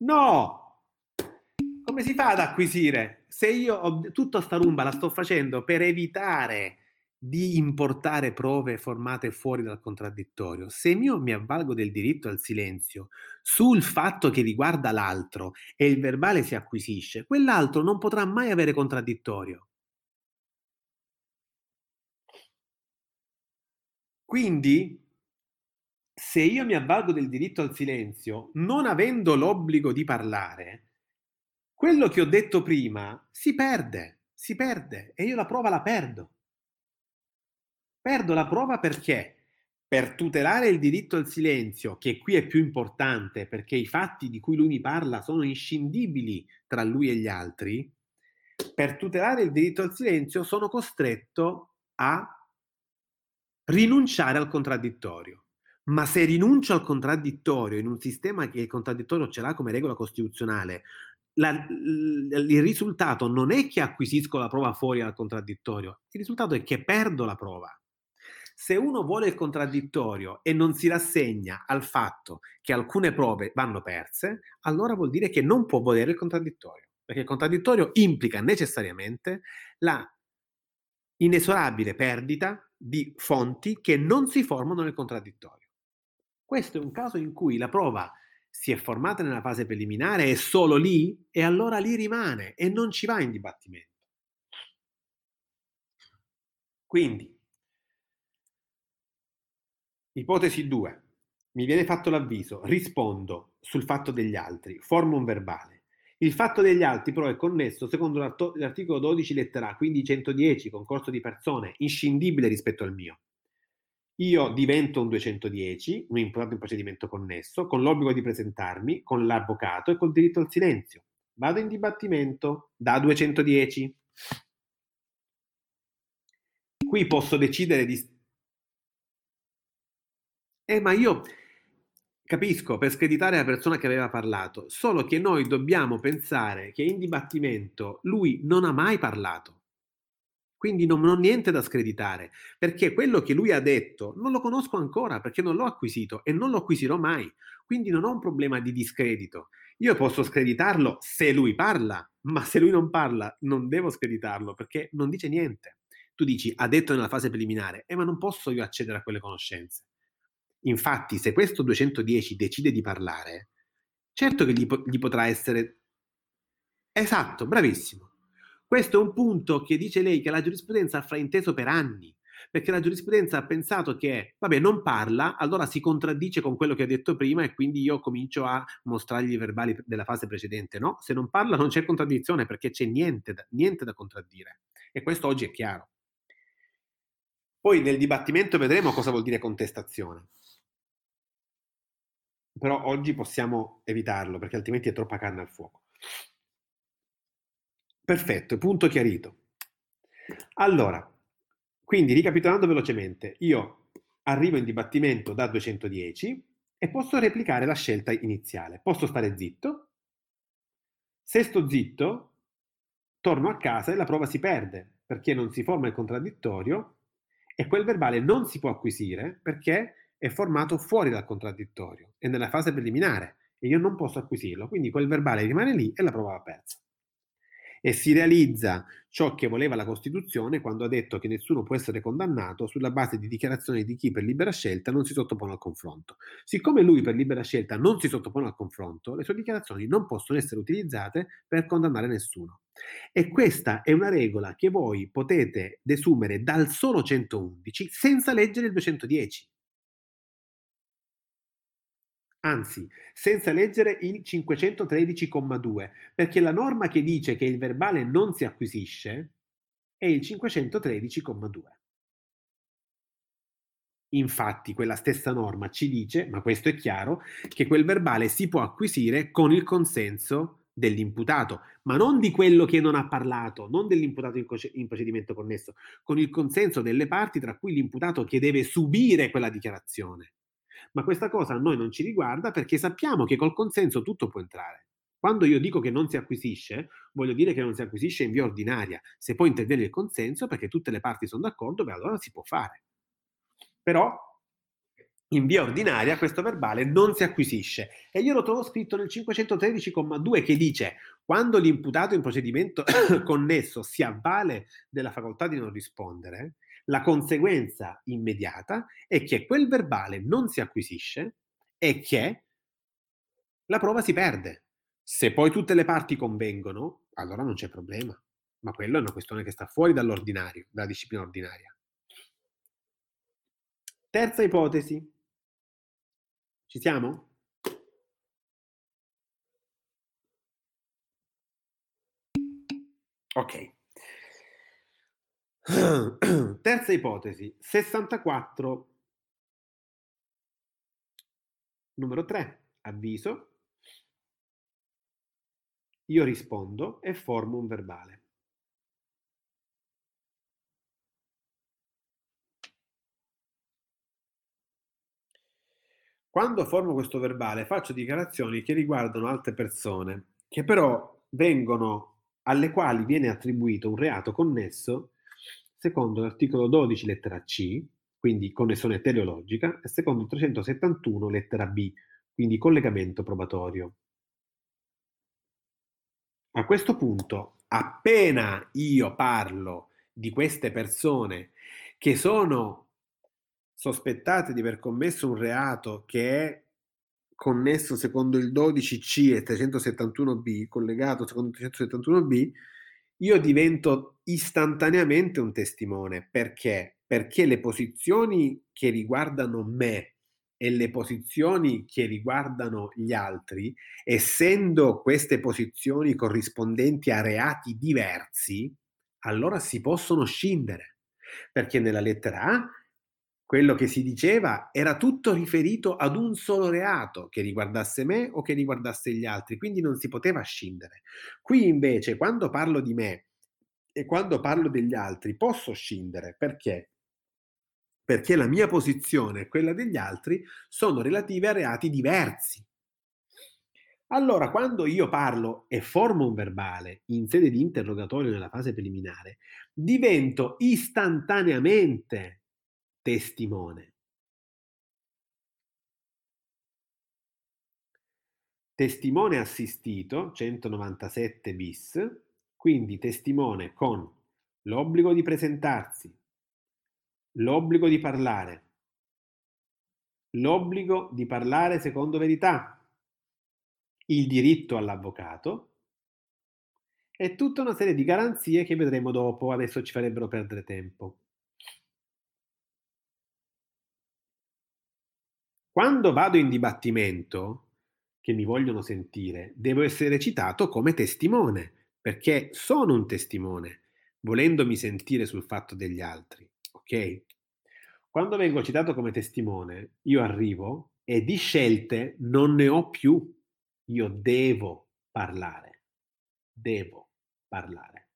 No! Come si fa ad acquisire? Se io ho tutta sta rumba la sto facendo per evitare di importare prove formate fuori dal contraddittorio. Se io mi avvalgo del diritto al silenzio sul fatto che riguarda l'altro e il verbale si acquisisce, quell'altro non potrà mai avere contraddittorio. Quindi, se io mi avvalgo del diritto al silenzio, non avendo l'obbligo di parlare, quello che ho detto prima si perde, si perde e io la prova la perdo. Perdo la prova perché? Per tutelare il diritto al silenzio, che qui è più importante perché i fatti di cui lui mi parla sono inscindibili tra lui e gli altri, per tutelare il diritto al silenzio sono costretto a rinunciare al contraddittorio. Ma se rinuncio al contraddittorio in un sistema che il contraddittorio ce l'ha come regola costituzionale, la, l, il risultato non è che acquisisco la prova fuori dal contraddittorio, il risultato è che perdo la prova. Se uno vuole il contraddittorio e non si rassegna al fatto che alcune prove vanno perse, allora vuol dire che non può volere il contraddittorio, perché il contraddittorio implica necessariamente la inesorabile perdita di fonti che non si formano nel contraddittorio. Questo è un caso in cui la prova si è formata nella fase preliminare, è solo lì e allora lì rimane e non ci va in dibattimento. Quindi, ipotesi due. Mi viene fatto l'avviso, rispondo sul fatto degli altri, formo un verbale. Il fatto degli altri però è connesso secondo l'articolo dodici lettera A, quindi centodieci, concorso di persone, inscindibile rispetto al mio. Io divento un duecentodieci, un imputato in procedimento connesso, con l'obbligo di presentarmi, con l'avvocato e col diritto al silenzio. Vado in dibattimento da duecentodieci. Qui posso decidere di... Eh, ma io capisco, per screditare la persona che aveva parlato, solo che noi dobbiamo pensare che in dibattimento lui non ha mai parlato. Quindi non ho niente da screditare, perché quello che lui ha detto non lo conosco ancora, perché non l'ho acquisito e non lo acquisirò mai. Quindi non ho un problema di discredito. Io posso screditarlo se lui parla, ma se lui non parla non devo screditarlo perché non dice niente. Tu dici, ha detto nella fase preliminare, eh, ma non posso io accedere a quelle conoscenze. Infatti, se questo duecentodieci decide di parlare, certo che gli, po- gli potrà essere... Esatto, bravissimo. Questo è un punto che dice lei che la giurisprudenza ha frainteso per anni, perché la giurisprudenza ha pensato che, vabbè, non parla, allora si contraddice con quello che ha detto prima e quindi io comincio a mostrargli i verbali della fase precedente. No, se non parla non c'è contraddizione perché c'è niente da, niente da contraddire. E questo oggi è chiaro. Poi nel dibattimento vedremo cosa vuol dire contestazione. Però oggi possiamo evitarlo perché altrimenti è troppa carne al fuoco. Perfetto, punto chiarito. Allora, quindi ricapitolando velocemente, io arrivo in dibattimento da duecentodieci e posso replicare la scelta iniziale. Posso stare zitto. Se sto zitto, torno a casa e la prova si perde perché non si forma il contraddittorio e quel verbale non si può acquisire perché è formato fuori dal contraddittorio, è nella fase preliminare e io non posso acquisirlo, quindi quel verbale rimane lì e la prova va persa. E si realizza ciò che voleva la Costituzione quando ha detto che nessuno può essere condannato sulla base di dichiarazioni di chi per libera scelta non si sottopone al confronto. Siccome lui per libera scelta non si sottopone al confronto, le sue dichiarazioni non possono essere utilizzate per condannare nessuno. E questa è una regola che voi potete desumere dal solo centoundici senza leggere il duecentodieci. Anzi, senza leggere il cinquecentotredici comma due, perché la norma che dice che il verbale non si acquisisce è il cinquecentotredici comma due. Infatti, quella stessa norma ci dice, ma questo è chiaro, che quel verbale si può acquisire con il consenso dell'imputato, ma non di quello che non ha parlato, non dell'imputato in, co- in procedimento connesso, con il consenso delle parti, tra cui l'imputato che deve subire quella dichiarazione. Ma questa cosa a noi non ci riguarda perché sappiamo che col consenso tutto può entrare. Quando io dico che non si acquisisce, voglio dire che non si acquisisce in via ordinaria. Se poi interviene il consenso perché tutte le parti sono d'accordo, beh, allora si può fare. Però in via ordinaria questo verbale non si acquisisce. E io lo trovo scritto nel cinquecentotredici comma due che dice: quando l'imputato in procedimento connesso si avvale della facoltà di non rispondere, la conseguenza immediata è che quel verbale non si acquisisce e che la prova si perde. Se poi tutte le parti convengono, allora non c'è problema. Ma quello è una questione che sta fuori dall'ordinario, dalla disciplina ordinaria. Terza ipotesi. Ci siamo? Ok. Terza ipotesi. sessantaquattro. Numero tre. Avviso. Io rispondo e formo un verbale. Quando formo questo verbale faccio dichiarazioni che riguardano altre persone, che però vengono, alle quali viene attribuito un reato connesso secondo l'articolo dodici lettera C, quindi connessione teleologica, e secondo il trecentosettantuno lettera B, quindi collegamento probatorio. A questo punto, appena io parlo di queste persone che sono sospettate di aver commesso un reato che è connesso secondo il dodici C e trecentosettantuno B, collegato secondo il trecentosettantuno B, io divento istantaneamente un testimone. Perché? Perché le posizioni che riguardano me e le posizioni che riguardano gli altri, essendo queste posizioni corrispondenti a reati diversi, allora si possono scindere. Perché nella lettera A quello che si diceva era tutto riferito ad un solo reato, che riguardasse me o che riguardasse gli altri, quindi non si poteva scindere. Qui invece, quando parlo di me e quando parlo degli altri, posso scindere. Perché? Perché la mia posizione e quella degli altri sono relative a reati diversi. Allora, quando io parlo e formo un verbale in sede di interrogatorio nella fase preliminare, divento istantaneamente testimone. Testimone assistito, centonovantasette bis, quindi testimone con l'obbligo di presentarsi, l'obbligo di parlare, l'obbligo di parlare secondo verità, il diritto all'avvocato e tutta una serie di garanzie che vedremo dopo, adesso ci farebbero perdere tempo. Quando vado in dibattimento, che mi vogliono sentire, devo essere citato come testimone, perché sono un testimone, volendomi sentire sul fatto degli altri, ok? Quando vengo citato come testimone, io arrivo e di scelte non ne ho più. Io devo parlare, devo parlare.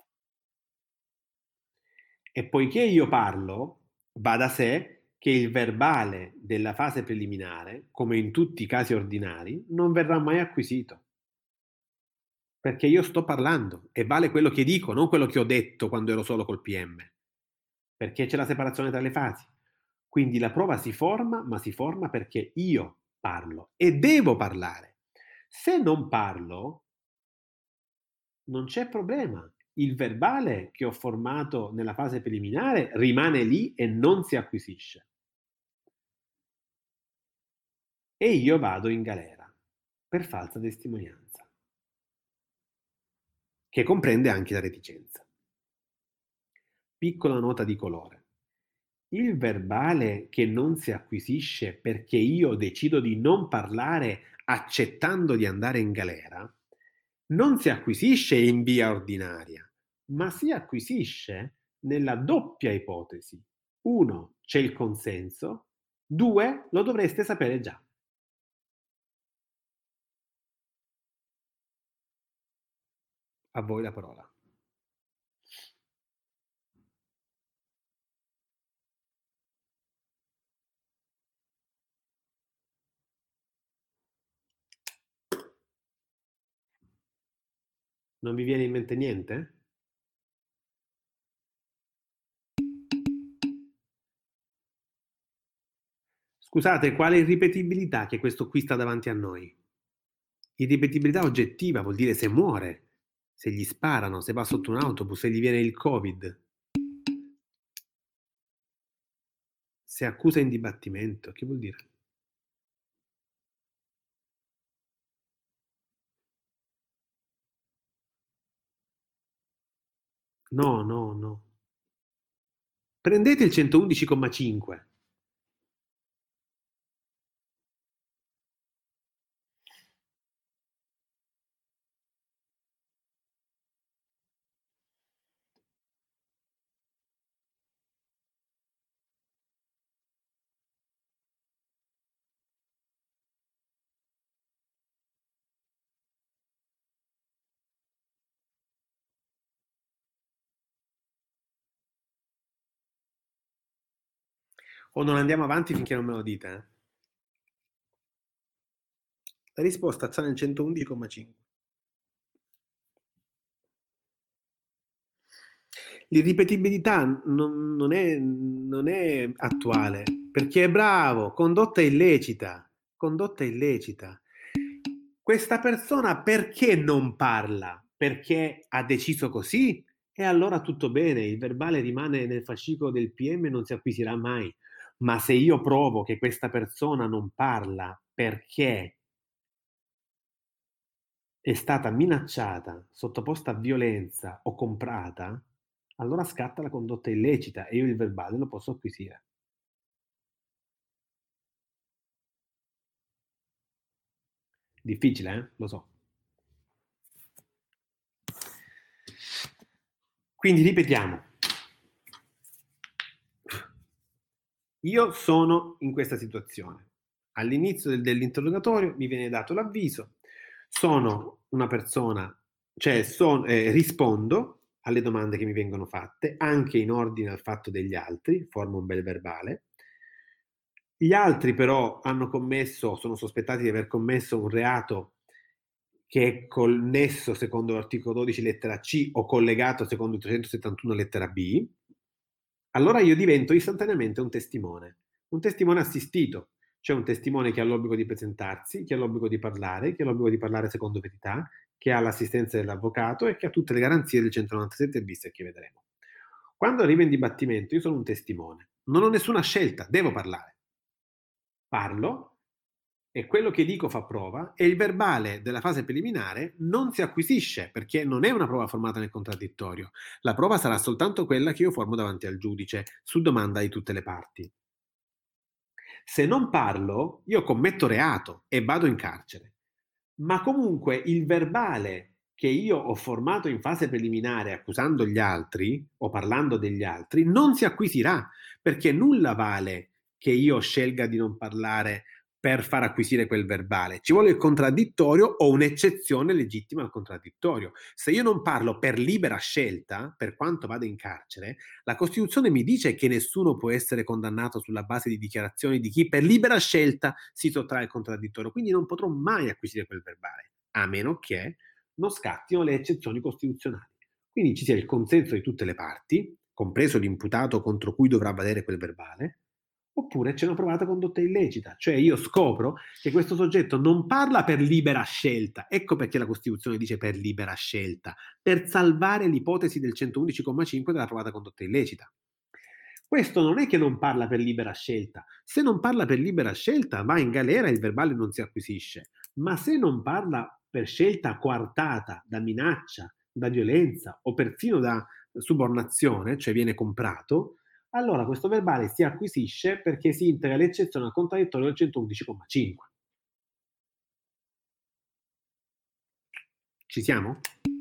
E poiché io parlo, va da sé che il verbale della fase preliminare, come in tutti i casi ordinari, non verrà mai acquisito. Perché io sto parlando e vale quello che dico, non quello che ho detto quando ero solo col P M. Perché c'è la separazione tra le fasi. Quindi la prova si forma, ma si forma perché io parlo e devo parlare. Se non parlo, non c'è problema. Il verbale che ho formato nella fase preliminare rimane lì e non si acquisisce. E io vado in galera per falsa testimonianza, che comprende anche la reticenza. Piccola nota di colore. Il verbale che non si acquisisce perché io decido di non parlare accettando di andare in galera, non si acquisisce in via ordinaria, ma si acquisisce nella doppia ipotesi. Uno, c'è il consenso. Due, lo dovreste sapere già. A voi la parola. Non vi viene in mente niente? Scusate, quale irripetibilità che questo qui sta davanti a noi? Irripetibilità oggettiva vuol dire se muore, se gli sparano, se va sotto un autobus, se gli viene il Covid, se accusa in dibattimento. Che vuol dire? No, no, no. Prendete il centoundici virgola cinque. O non andiamo avanti finché non me lo dite, eh? La risposta sta nel centoundici virgola cinque. L'irripetibilità non, non è, non è attuale, perché è bravo, condotta illecita, condotta illecita. Questa persona perché non parla? Perché ha deciso così? E allora tutto bene, il verbale rimane nel fascicolo del P M e non si acquisirà mai. Ma se io provo che questa persona non parla perché è stata minacciata, sottoposta a violenza o comprata, allora scatta la condotta illecita e io il verbale lo posso acquisire. Difficile, eh? Lo so. Quindi ripetiamo. Io sono in questa situazione. All'inizio del, dell'interrogatorio mi viene dato l'avviso, sono una persona, cioè son, eh, rispondo alle domande che mi vengono fatte, anche in ordine al fatto degli altri, formo un bel verbale. Gli altri però hanno commesso, sono sospettati di aver commesso un reato che è connesso secondo l'articolo dodici lettera C o collegato secondo il trecentosettantuno lettera B, allora io divento istantaneamente un testimone, un testimone assistito, cioè un testimone che ha l'obbligo di presentarsi, che ha l'obbligo di parlare, che ha l'obbligo di parlare secondo verità, che ha l'assistenza dell'avvocato e che ha tutte le garanzie del centonovantasette bis che vedremo. Quando arrivo in dibattimento io sono un testimone, non ho nessuna scelta, devo parlare. Parlo e quello che dico fa prova e il verbale della fase preliminare non si acquisisce perché non è una prova formata nel contraddittorio. La prova sarà soltanto quella che io formo davanti al giudice su domanda di tutte le parti. Se non parlo, io commetto reato e vado in carcere. Ma comunque il verbale che io ho formato in fase preliminare accusando gli altri o parlando degli altri non si acquisirà perché nulla vale che io scelga di non parlare per far acquisire quel verbale. Ci vuole il contraddittorio o un'eccezione legittima al contraddittorio. Se io non parlo per libera scelta, per quanto vado in carcere, la Costituzione mi dice che nessuno può essere condannato sulla base di dichiarazioni di chi per libera scelta si sottrae al contraddittorio, quindi non potrò mai acquisire quel verbale, a meno che non scattino le eccezioni costituzionali. Quindi ci sia il consenso di tutte le parti, compreso l'imputato contro cui dovrà valere quel verbale, oppure c'è una provata condotta illecita, cioè io scopro che questo soggetto non parla per libera scelta, ecco perché la Costituzione dice per libera scelta, per salvare l'ipotesi del centoundici virgola cinque della provata condotta illecita. Questo non è che non parla per libera scelta, se non parla per libera scelta va in galera e il verbale non si acquisisce, ma se non parla per scelta coartata da minaccia, da violenza o persino da subornazione, cioè viene comprato, allora questo verbale si acquisisce perché si integra l'eccezione al contraddittorio del centoundici virgola cinque. Ci siamo?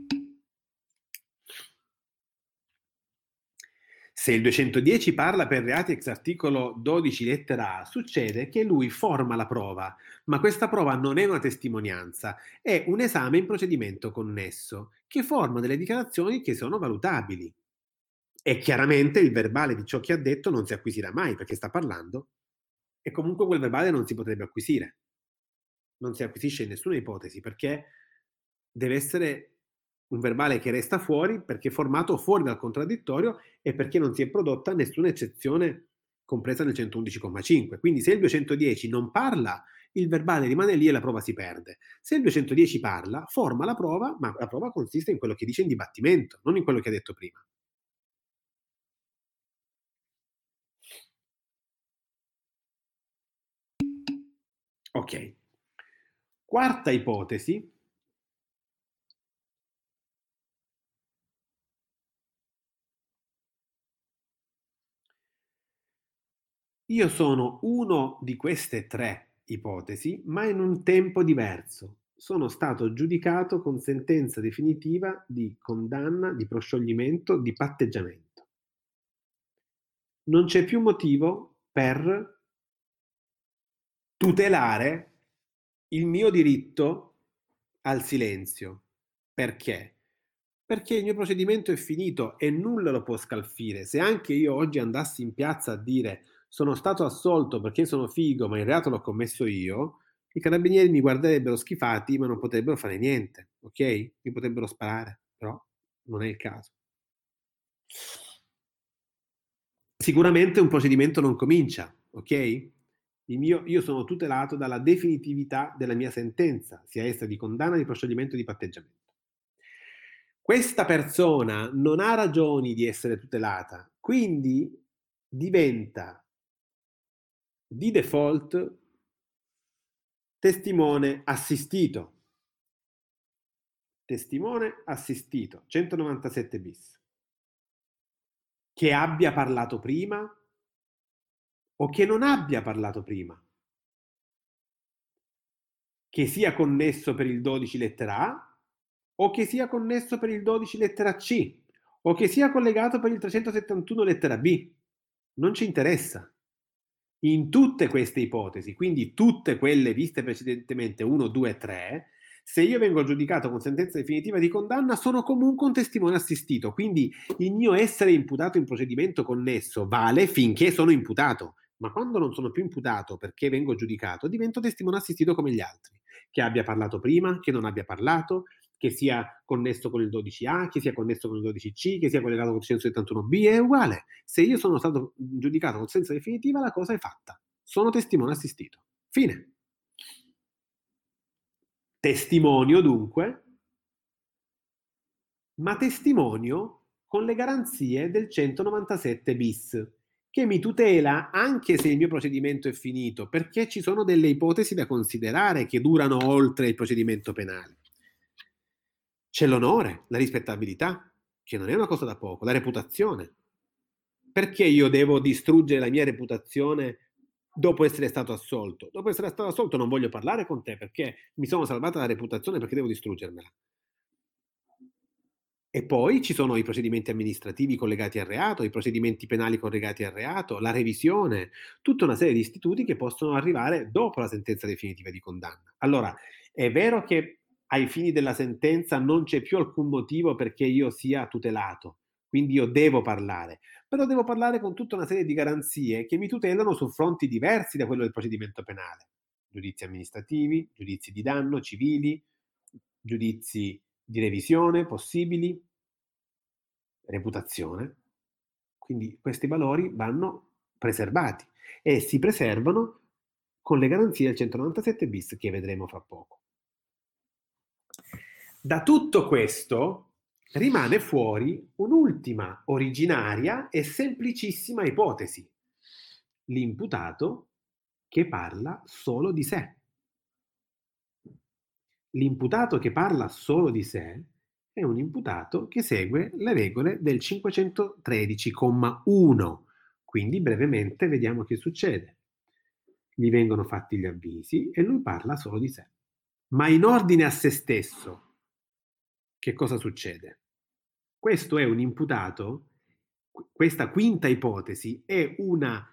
Se il duecentodieci parla per reati ex articolo dodici lettera A, succede che lui forma la prova, ma questa prova non è una testimonianza, è un esame in procedimento connesso, che forma delle dichiarazioni che sono valutabili. E chiaramente il verbale di ciò che ha detto non si acquisirà mai perché sta parlando e comunque quel verbale non si potrebbe acquisire. Non si acquisisce in nessuna ipotesi perché deve essere un verbale che resta fuori perché è formato fuori dal contraddittorio e perché non si è prodotta nessuna eccezione compresa nel centoundici comma cinque. Quindi se il duecentodieci non parla, il verbale rimane lì e la prova si perde. Se il duecentodieci parla, forma la prova, ma la prova consiste in quello che dice in dibattimento, non in quello che ha detto prima. Ok. Quarta ipotesi. Io sono uno di queste tre ipotesi, ma in un tempo diverso. Sono stato giudicato con sentenza definitiva di condanna, di proscioglimento, di patteggiamento. Non c'è più motivo per tutelare il mio diritto al silenzio. Perché? Perché il mio procedimento è finito e nulla lo può scalfire. Se anche io oggi andassi in piazza a dire sono stato assolto perché sono figo, ma il reato l'ho commesso io, i carabinieri mi guarderebbero schifati, ma non potrebbero fare niente, ok? Mi potrebbero sparare, però non è il caso. Sicuramente un procedimento non comincia, ok? Il mio, io sono tutelato dalla definitività della mia sentenza, sia essa di condanna, di proscioglimento o di patteggiamento. Questa persona non ha ragioni di essere tutelata, quindi diventa di default testimone assistito. Testimone assistito, centonovantasette bis. Che abbia parlato prima o che non abbia parlato prima. Che sia connesso per il dodici lettera A o che sia connesso per il dodici lettera C o che sia collegato per il trecentosettantuno lettera B. Non ci interessa. In tutte queste ipotesi, quindi tutte quelle viste precedentemente uno, due, tre, se io vengo giudicato con sentenza definitiva di condanna sono comunque un testimone assistito, quindi il mio essere imputato in procedimento connesso vale finché sono imputato, ma quando non sono più imputato perché vengo giudicato divento testimone assistito come gli altri, che abbia parlato prima, che non abbia parlato, che sia connesso con il dodici A, che sia connesso con il dodici C, che sia collegato con il trecentosettantuno B, è uguale. Se io sono stato giudicato con sentenza definitiva, la cosa è fatta. Sono testimone assistito. Fine. Testimonio dunque, ma testimonio con le garanzie del centonovantasette bis, che mi tutela anche se il mio procedimento è finito, perché ci sono delle ipotesi da considerare che durano oltre il procedimento penale. C'è l'onore, la rispettabilità, che non è una cosa da poco, la reputazione. Perché io devo distruggere la mia reputazione dopo essere stato assolto? Dopo essere stato assolto non voglio parlare con te perché mi sono salvata la reputazione, perché devo distruggermela. E poi ci sono i procedimenti amministrativi collegati al reato, i procedimenti penali collegati al reato, la revisione, tutta una serie di istituti che possono arrivare dopo la sentenza definitiva di condanna. Allora, è vero che ai fini della sentenza non c'è più alcun motivo perché io sia tutelato, quindi io devo parlare, però devo parlare con tutta una serie di garanzie che mi tutelano su fronti diversi da quello del procedimento penale. Giudizi amministrativi, giudizi di danno, civili, giudizi di revisione possibili, reputazione. Quindi questi valori vanno preservati e si preservano con le garanzie del centonovantasette bis che vedremo fra poco. Da tutto questo rimane fuori un'ultima originaria e semplicissima ipotesi: l'imputato che parla solo di sé. L'imputato che parla solo di sé è un imputato che segue le regole del cinquecentotredici comma uno. Quindi brevemente vediamo che succede. Gli vengono fatti gli avvisi e lui parla solo di sé. Ma in ordine a se stesso, che cosa succede? Questo è un imputato, questa quinta ipotesi è una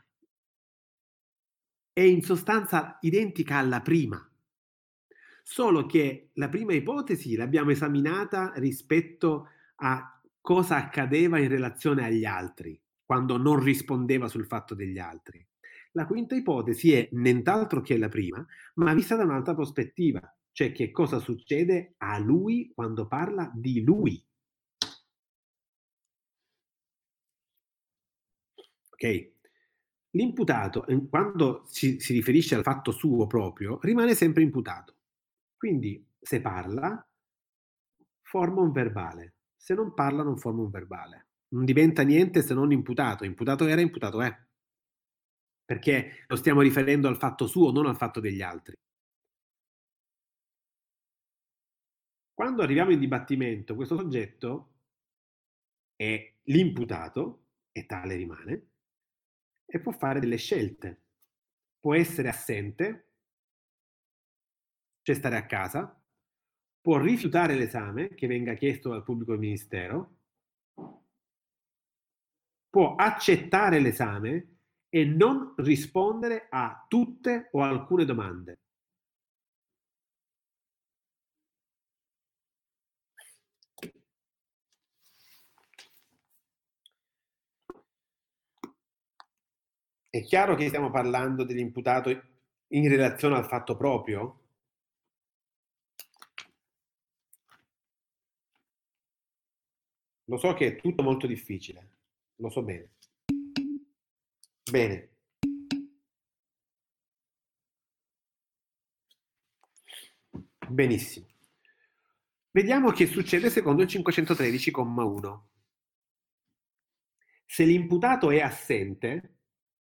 è in sostanza identica alla prima. Solo che la prima ipotesi l'abbiamo esaminata rispetto a cosa accadeva in relazione agli altri, quando non rispondeva sul fatto degli altri. La quinta ipotesi è nient'altro che la prima, ma vista da un'altra prospettiva, cioè che cosa succede a lui quando parla di lui. Ok? l'imputato, eh, quando si, si riferisce al fatto suo proprio, rimane sempre imputato. Quindi, se parla, forma un verbale. Se non parla, non forma un verbale. Non diventa niente se non imputato. Imputato era, imputato è. Perché lo stiamo riferendo al fatto suo, non al fatto degli altri. Quando arriviamo in dibattimento, questo soggetto è l'imputato, e tale rimane, e può fare delle scelte. Può essere assente, cioè stare a casa, può rifiutare l'esame che venga chiesto dal pubblico ministero, può accettare l'esame e non rispondere a tutte o alcune domande. È chiaro che stiamo parlando dell'imputato in relazione al fatto proprio? Lo so che è tutto molto difficile, lo so bene. Bene. Benissimo. Vediamo che succede secondo il cinquecentotredici comma uno. Se l'imputato è assente,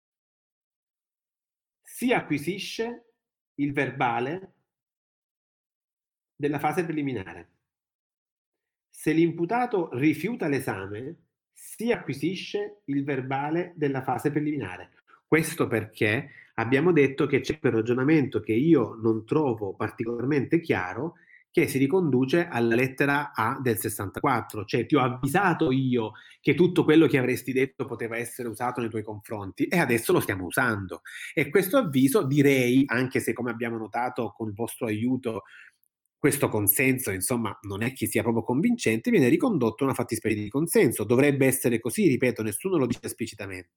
si acquisisce il verbale della fase preliminare. Se l'imputato rifiuta l'esame, si acquisisce il verbale della fase preliminare. Questo perché abbiamo detto che c'è quel ragionamento che io non trovo particolarmente chiaro, che si riconduce alla lettera A del sessantaquattro, cioè ti ho avvisato io che tutto quello che avresti detto poteva essere usato nei tuoi confronti e adesso lo stiamo usando. E questo avviso, direi, anche se come abbiamo notato con il vostro aiuto questo consenso, insomma, non è che sia proprio convincente, viene ricondotto a una fattispecie di consenso. Dovrebbe essere così, ripeto, nessuno lo dice esplicitamente.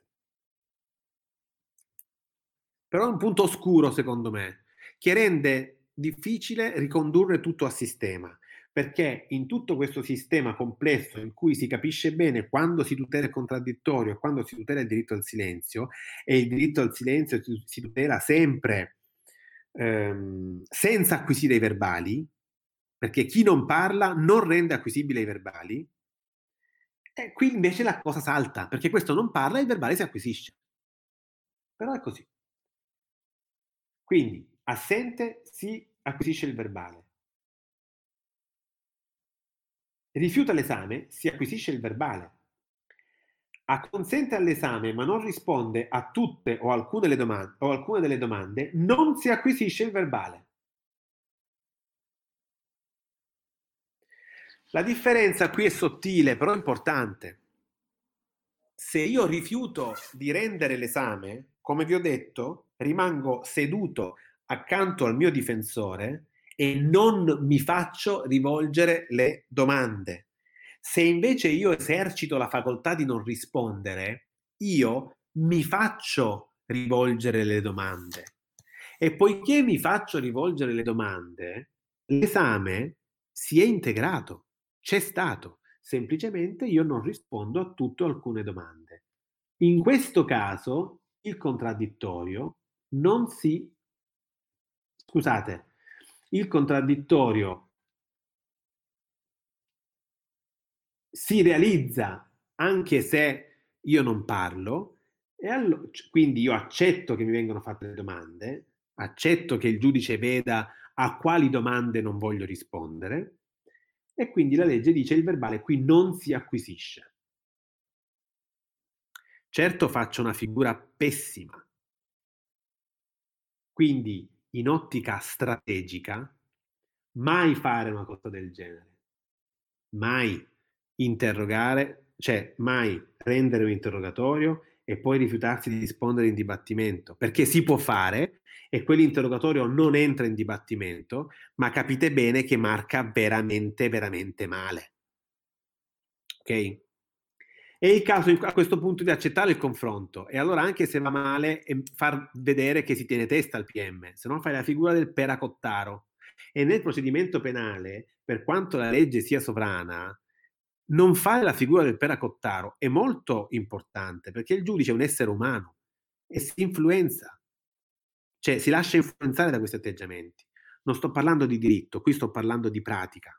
Però è un punto oscuro, secondo me, che rende difficile ricondurre tutto a sistema, perché in tutto questo sistema complesso in cui si capisce bene quando si tutela il contraddittorio e quando si tutela il diritto al silenzio, e il diritto al silenzio si, si tutela sempre ehm, senza acquisire i verbali, perché chi non parla non rende acquisibile i verbali, e qui invece la cosa salta, perché questo non parla e il verbale si acquisisce. Però è così. Quindi, assente si acquisisce il verbale. Rifiuta l'esame, si acquisisce il verbale. Acconsente all'esame ma non risponde a tutte o alcune, le domande, o alcune delle domande, non si acquisisce il verbale. La differenza qui è sottile, però importante. Se io rifiuto di rendere l'esame, come vi ho detto, rimango seduto accanto al mio difensore e non mi faccio rivolgere le domande. Se invece io esercito la facoltà di non rispondere, io mi faccio rivolgere le domande. E poiché mi faccio rivolgere le domande, l'esame si è integrato, c'è stato. Semplicemente io non rispondo a tutte o alcune domande. In questo caso il contraddittorio non si... Scusate, il contraddittorio si realizza anche se io non parlo, e allo- quindi io accetto che mi vengano fatte le domande, accetto che il giudice veda a quali domande non voglio rispondere, e quindi la legge dice il verbale qui non si acquisisce. Certo faccio una figura pessima, quindi in ottica strategica mai fare una cosa del genere, mai interrogare, cioè mai rendere un interrogatorio e poi rifiutarsi di rispondere in dibattimento, perché si può fare e quell'interrogatorio non entra in dibattimento, ma capite bene che marca veramente, veramente male. Ok? È il caso a questo punto di accettare il confronto e allora anche se va male far vedere che si tiene testa al P M, se no fai la figura del peracottaro. E nel procedimento penale, per quanto la legge sia sovrana, non fare la figura del peracottaro è molto importante perché il giudice è un essere umano e si influenza, cioè si lascia influenzare da questi atteggiamenti. Non sto parlando di diritto, qui sto parlando di pratica.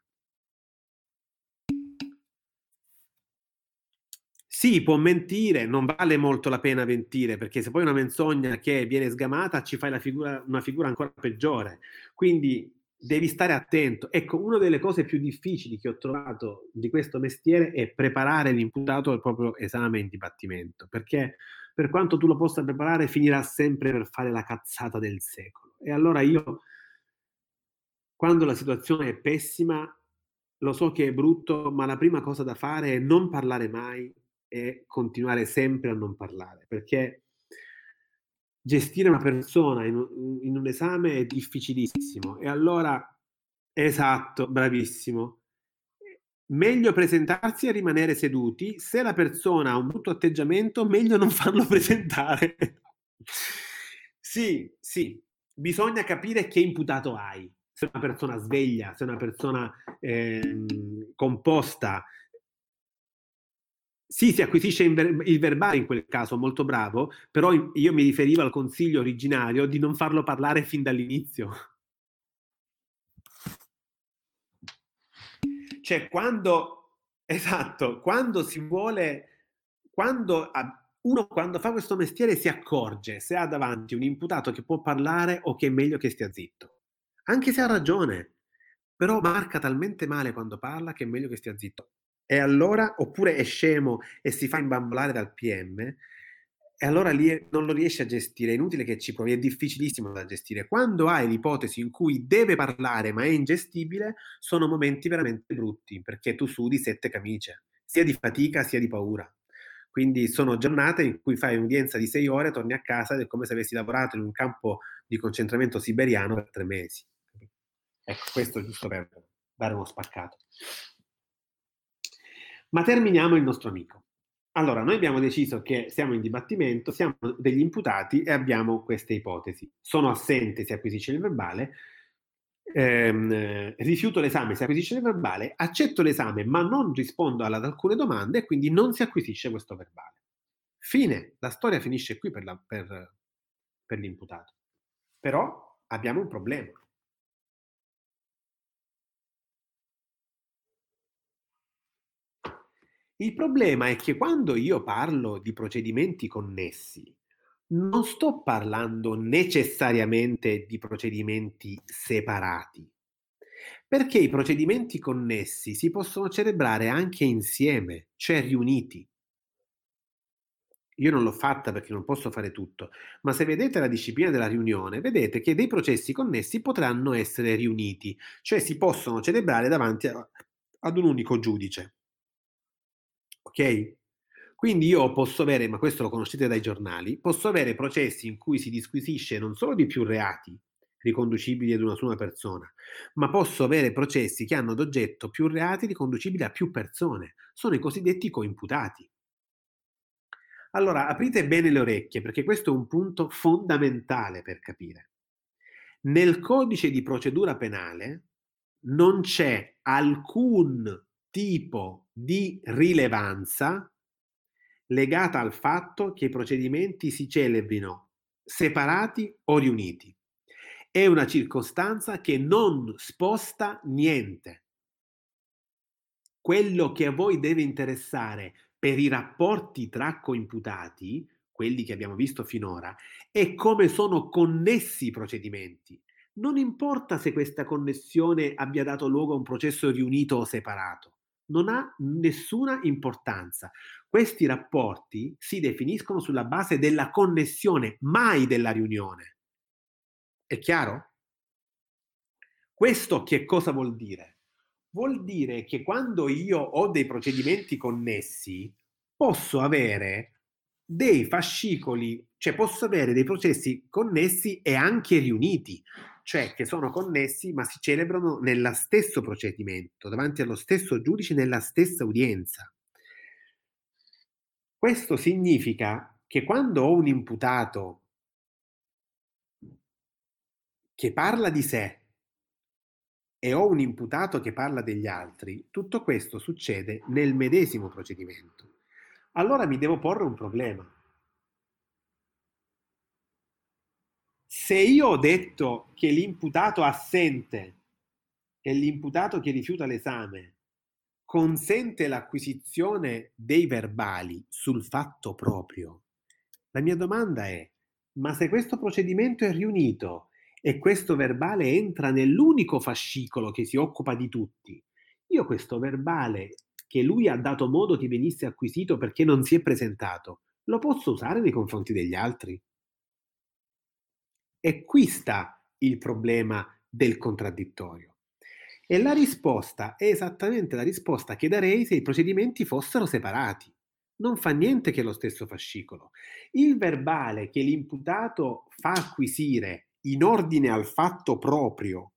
Sì, può mentire, non vale molto la pena mentire, perché se poi una menzogna che viene sgamata ci fai la figura, una figura ancora peggiore. Quindi devi stare attento. Ecco, una delle cose più difficili che ho trovato di questo mestiere è preparare l'imputato al proprio esame in dibattimento, perché per quanto tu lo possa preparare, finirà sempre per fare la cazzata del secolo. E allora io, quando la situazione è pessima, lo so che è brutto, ma la prima cosa da fare è non parlare mai e continuare sempre a non parlare, perché gestire una persona in un, in un esame è difficilissimo. E allora, esatto, bravissimo. Meglio presentarsi e rimanere seduti. Se la persona ha un brutto atteggiamento, meglio non farlo presentare. Sì, sì, bisogna capire che imputato hai. Se è una persona sveglia, se è una persona ehm, composta. Sì, si acquisisce in ver- il verbale in quel caso, molto bravo, però io mi riferivo al consiglio originario di non farlo parlare fin dall'inizio. Cioè, quando, esatto, quando si vuole, quando uno quando fa questo mestiere si accorge se ha davanti un imputato che può parlare o che è meglio che stia zitto, anche se ha ragione, però marca talmente male quando parla che è meglio che stia zitto. E allora, oppure è scemo e si fa imbambolare dal P M, e allora lì è- non lo riesce a gestire, è inutile che ci provi, è difficilissimo da gestire. Quando hai l'ipotesi in cui deve parlare ma è ingestibile, sono momenti veramente brutti, perché tu sudi sette camicie, sia di fatica sia di paura. Quindi sono giornate in cui fai un'udienza di sei ore, torni a casa ed è come se avessi lavorato in un campo di concentramento siberiano per tre mesi. Ecco, questo giusto per dare uno spaccato. Ma terminiamo il nostro amico. Allora, noi abbiamo deciso che siamo in dibattimento, siamo degli imputati e abbiamo queste ipotesi. Sono assente, si acquisisce il verbale, ehm, rifiuto l'esame, si acquisisce il verbale, accetto l'esame ma non rispondo ad alcune domande e quindi non si acquisisce questo verbale. Fine, la storia finisce qui per, la, per, per l'imputato. Però abbiamo un problema. Il problema è che quando io parlo di procedimenti connessi, non sto parlando necessariamente di procedimenti separati, perché i procedimenti connessi si possono celebrare anche insieme, cioè riuniti. Io non l'ho fatta perché non posso fare tutto, ma se vedete la disciplina della riunione, vedete che dei processi connessi potranno essere riuniti, cioè si possono celebrare davanti a, ad un unico giudice. Ok? Quindi io posso avere, ma questo lo conoscete dai giornali, posso avere processi in cui si disquisisce non solo di più reati riconducibili ad una sola persona, ma posso avere processi che hanno ad oggetto più reati riconducibili a più persone. Sono i cosiddetti coimputati. Allora, aprite bene le orecchie perché questo è un punto fondamentale per capire. Nel codice di procedura penale non c'è alcun tipo di rilevanza legata al fatto che i procedimenti si celebrino separati o riuniti. È una circostanza che non sposta niente. Quello che a voi deve interessare per i rapporti tra coimputati, quelli che abbiamo visto finora, è come sono connessi i procedimenti. Non importa se questa connessione abbia dato luogo a un processo riunito o separato, non ha nessuna importanza. Questi rapporti si definiscono sulla base della connessione, mai della riunione. È chiaro? Questo che cosa vuol dire? Vuol dire che quando io ho dei procedimenti connessi, posso avere dei fascicoli, cioè posso avere dei processi connessi e anche riuniti, cioè che sono connessi ma si celebrano nello stesso procedimento, davanti allo stesso giudice, nella stessa udienza. Questo significa che quando ho un imputato che parla di sé e ho un imputato che parla degli altri, tutto questo succede nel medesimo procedimento. Allora mi devo porre un problema. Se io ho detto che l'imputato assente e l'imputato che rifiuta l'esame consente l'acquisizione dei verbali sul fatto proprio, la mia domanda è: ma se questo procedimento è riunito e questo verbale entra nell'unico fascicolo che si occupa di tutti, io questo verbale che lui ha dato modo che venisse acquisito perché non si è presentato, lo posso usare nei confronti degli altri? E qui sta il problema del contraddittorio. E la risposta è esattamente la risposta che darei se i procedimenti fossero separati. Non fa niente che è lo stesso fascicolo. Il verbale che l'imputato fa acquisire in ordine al fatto proprio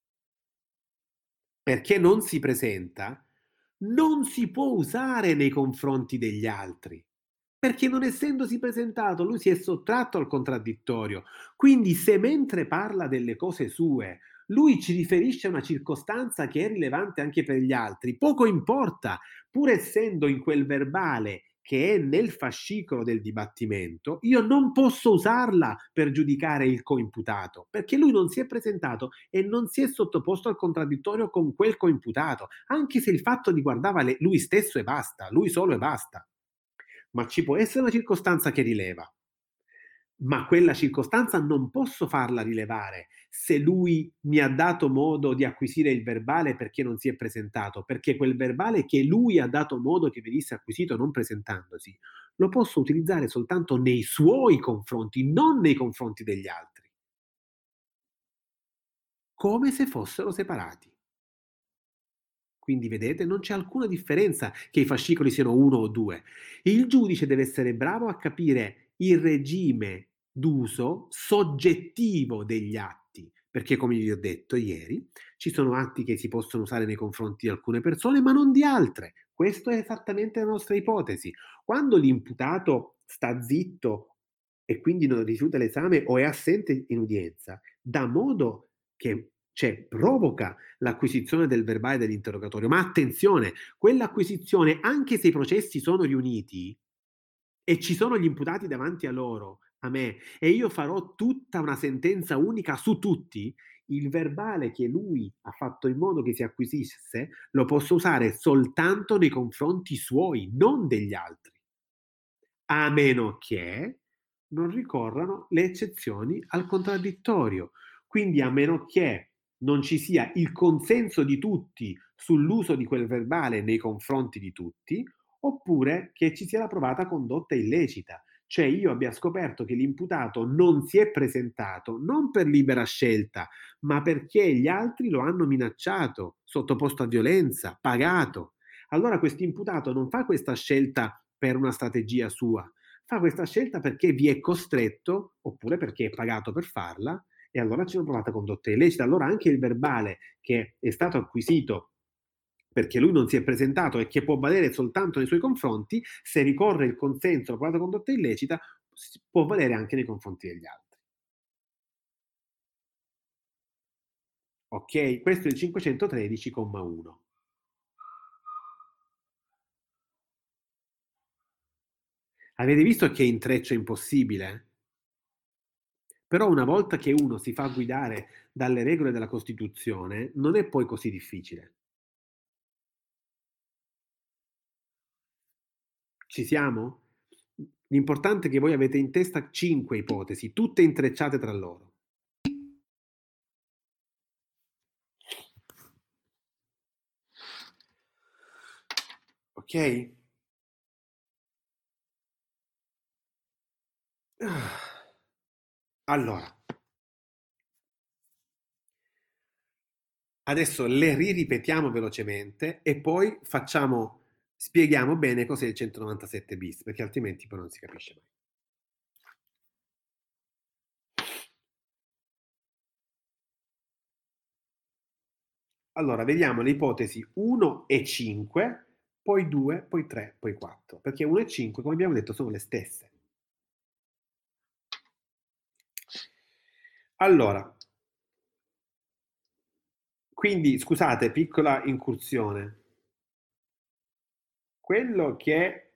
perché non si presenta, non si può usare nei confronti degli altri, perché non essendosi presentato lui si è sottratto al contraddittorio. Quindi se mentre parla delle cose sue lui ci riferisce a una circostanza che è rilevante anche per gli altri, poco importa, pur essendo in quel verbale che è nel fascicolo del dibattimento, io non posso usarla per giudicare il coimputato, perché lui non si è presentato e non si è sottoposto al contraddittorio con quel coimputato, anche se il fatto riguardava lui stesso e basta, lui solo e basta. Ma ci può essere una circostanza che rileva, ma quella circostanza non posso farla rilevare se lui mi ha dato modo di acquisire il verbale perché non si è presentato, perché quel verbale che lui ha dato modo che venisse acquisito non presentandosi, lo posso utilizzare soltanto nei suoi confronti, non nei confronti degli altri, come se fossero separati. Quindi vedete, non c'è alcuna differenza che i fascicoli siano uno o due. Il giudice deve essere bravo a capire il regime d'uso soggettivo degli atti, perché come vi ho detto ieri, ci sono atti che si possono usare nei confronti di alcune persone, ma non di altre. Questa è esattamente la nostra ipotesi. Quando l'imputato sta zitto e quindi non rifiuta l'esame o è assente in udienza, da modo che cioè, provoca l'acquisizione del verbale dell'interrogatorio. Ma attenzione, quell'acquisizione, anche se i processi sono riuniti e ci sono gli imputati davanti a loro, a me, e io farò tutta una sentenza unica su tutti, il verbale che lui ha fatto in modo che si acquisisse lo posso usare soltanto nei confronti suoi, non degli altri, a meno che non ricorrano le eccezioni al contraddittorio. Quindi a meno che non ci sia il consenso di tutti sull'uso di quel verbale nei confronti di tutti, oppure che ci sia la provata condotta illecita, cioè io abbia scoperto che l'imputato non si è presentato non per libera scelta, ma perché gli altri lo hanno minacciato, sottoposto a violenza, pagato. Allora questo imputato non fa questa scelta per una strategia sua, fa questa scelta perché vi è costretto oppure perché è pagato per farla e allora c'è una provata condotta illecita. Allora anche il verbale che è stato acquisito perché lui non si è presentato e che può valere soltanto nei suoi confronti, se ricorre il consenso alla provata condotta illecita, può valere anche nei confronti degli altri. Ok? Questo è il cinquecentotredici comma uno. Avete visto che intreccio impossibile? Però una volta che uno si fa guidare dalle regole della Costituzione, non è poi così difficile. Ci siamo? L'importante è che voi avete in testa cinque ipotesi, tutte intrecciate tra loro. Ok? Allora, adesso le riripetiamo velocemente e poi facciamo, spieghiamo bene cos'è il centonovantasette bis, perché altrimenti poi non si capisce mai. Allora, vediamo le ipotesi uno e cinque, poi due, poi tre, poi quattro, perché uno e cinque, come abbiamo detto, sono le stesse. Allora, quindi, scusate, piccola incursione. Quello che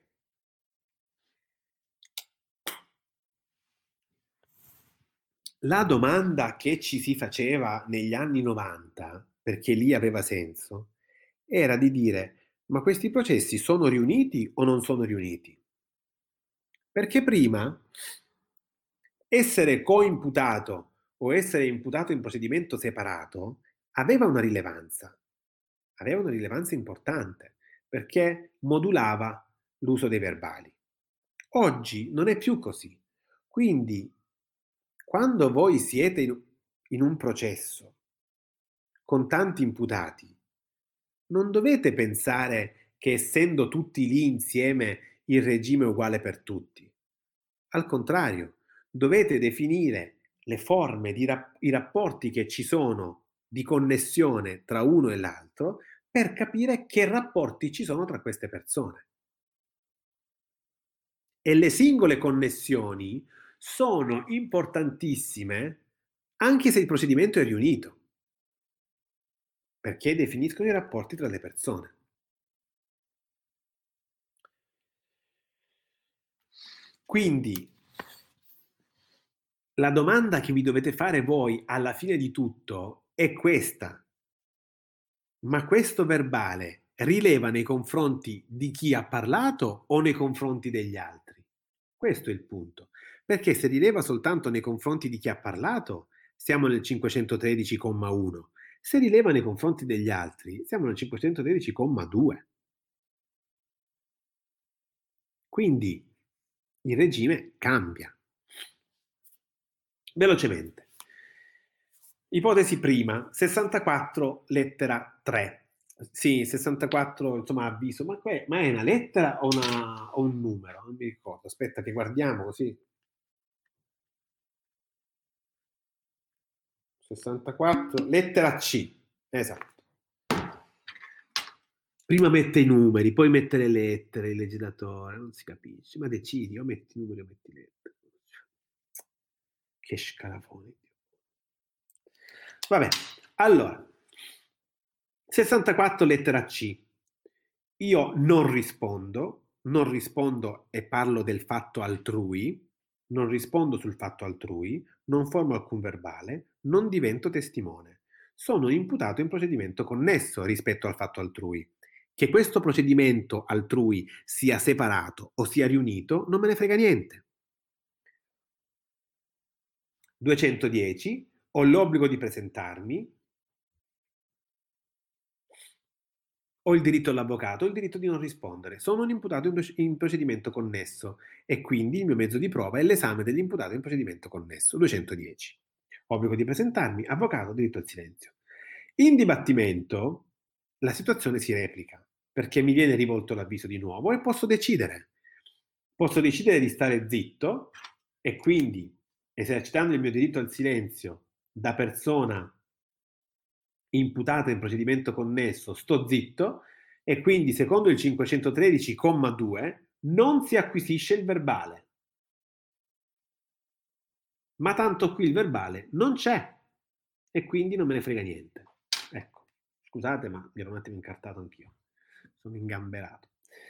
La domanda che ci si faceva negli anni novanta, perché lì aveva senso, era di dire: ma questi processi sono riuniti o non sono riuniti? Perché prima essere coimputato o essere imputato in procedimento separato aveva una rilevanza, aveva una rilevanza importante, perché modulava l'uso dei verbali. Oggi non è più così. Quindi, quando voi siete in, in un processo con tanti imputati, non dovete pensare che essendo tutti lì insieme il regime è uguale per tutti. Al contrario, dovete definire le forme, di rap- i rapporti che ci sono di connessione tra uno e l'altro per capire che rapporti ci sono tra queste persone. E le singole connessioni sono importantissime anche se il procedimento è riunito, perché definiscono i rapporti tra le persone. Quindi la domanda che vi dovete fare voi alla fine di tutto è questa: ma questo verbale rileva nei confronti di chi ha parlato o nei confronti degli altri? Questo è il punto. Perché se rileva soltanto nei confronti di chi ha parlato, siamo nel cinquecentotredici comma uno. Se rileva nei confronti degli altri, siamo nel cinquecentotredici comma due. Quindi il regime cambia. Velocemente. Ipotesi prima, sessantaquattro lettera tre. Sì, sessantaquattro, insomma, avviso. Ma, que- ma è una lettera o, una, o un numero? Non mi ricordo. Aspetta che guardiamo così. sessantaquattro, lettera C. Esatto. Prima mette i numeri, poi mette le lettere, il legislatore, non si capisce. Ma decidi, o metti i numeri o metti le lettere. Che scalafone. Vabbè, allora, sessantaquattro lettera C. Io non rispondo, non rispondo e parlo del fatto altrui, non rispondo sul fatto altrui, non formo alcun verbale, non divento testimone. Sono imputato in procedimento connesso rispetto al fatto altrui. Che questo procedimento altrui sia separato o sia riunito, non me ne frega niente. duecentodieci, ho l'obbligo di presentarmi, ho il diritto all'avvocato, ho il diritto di non rispondere. Sono un imputato in, proc- in procedimento connesso e quindi il mio mezzo di prova è l'esame dell'imputato in procedimento connesso. duecentodieci. Obbligo di presentarmi, avvocato, diritto al silenzio. In dibattimento la situazione si replica perché mi viene rivolto l'avviso di nuovo e posso decidere. Posso decidere di stare zitto e quindi, esercitando il mio diritto al silenzio da persona imputata in procedimento connesso, sto zitto e quindi secondo il cinquecentotredici comma due non si acquisisce il verbale. Ma tanto qui il verbale non c'è e quindi non me ne frega niente. Ecco, scusate ma mi ero un attimo incartato anch'io, sono ingamberato.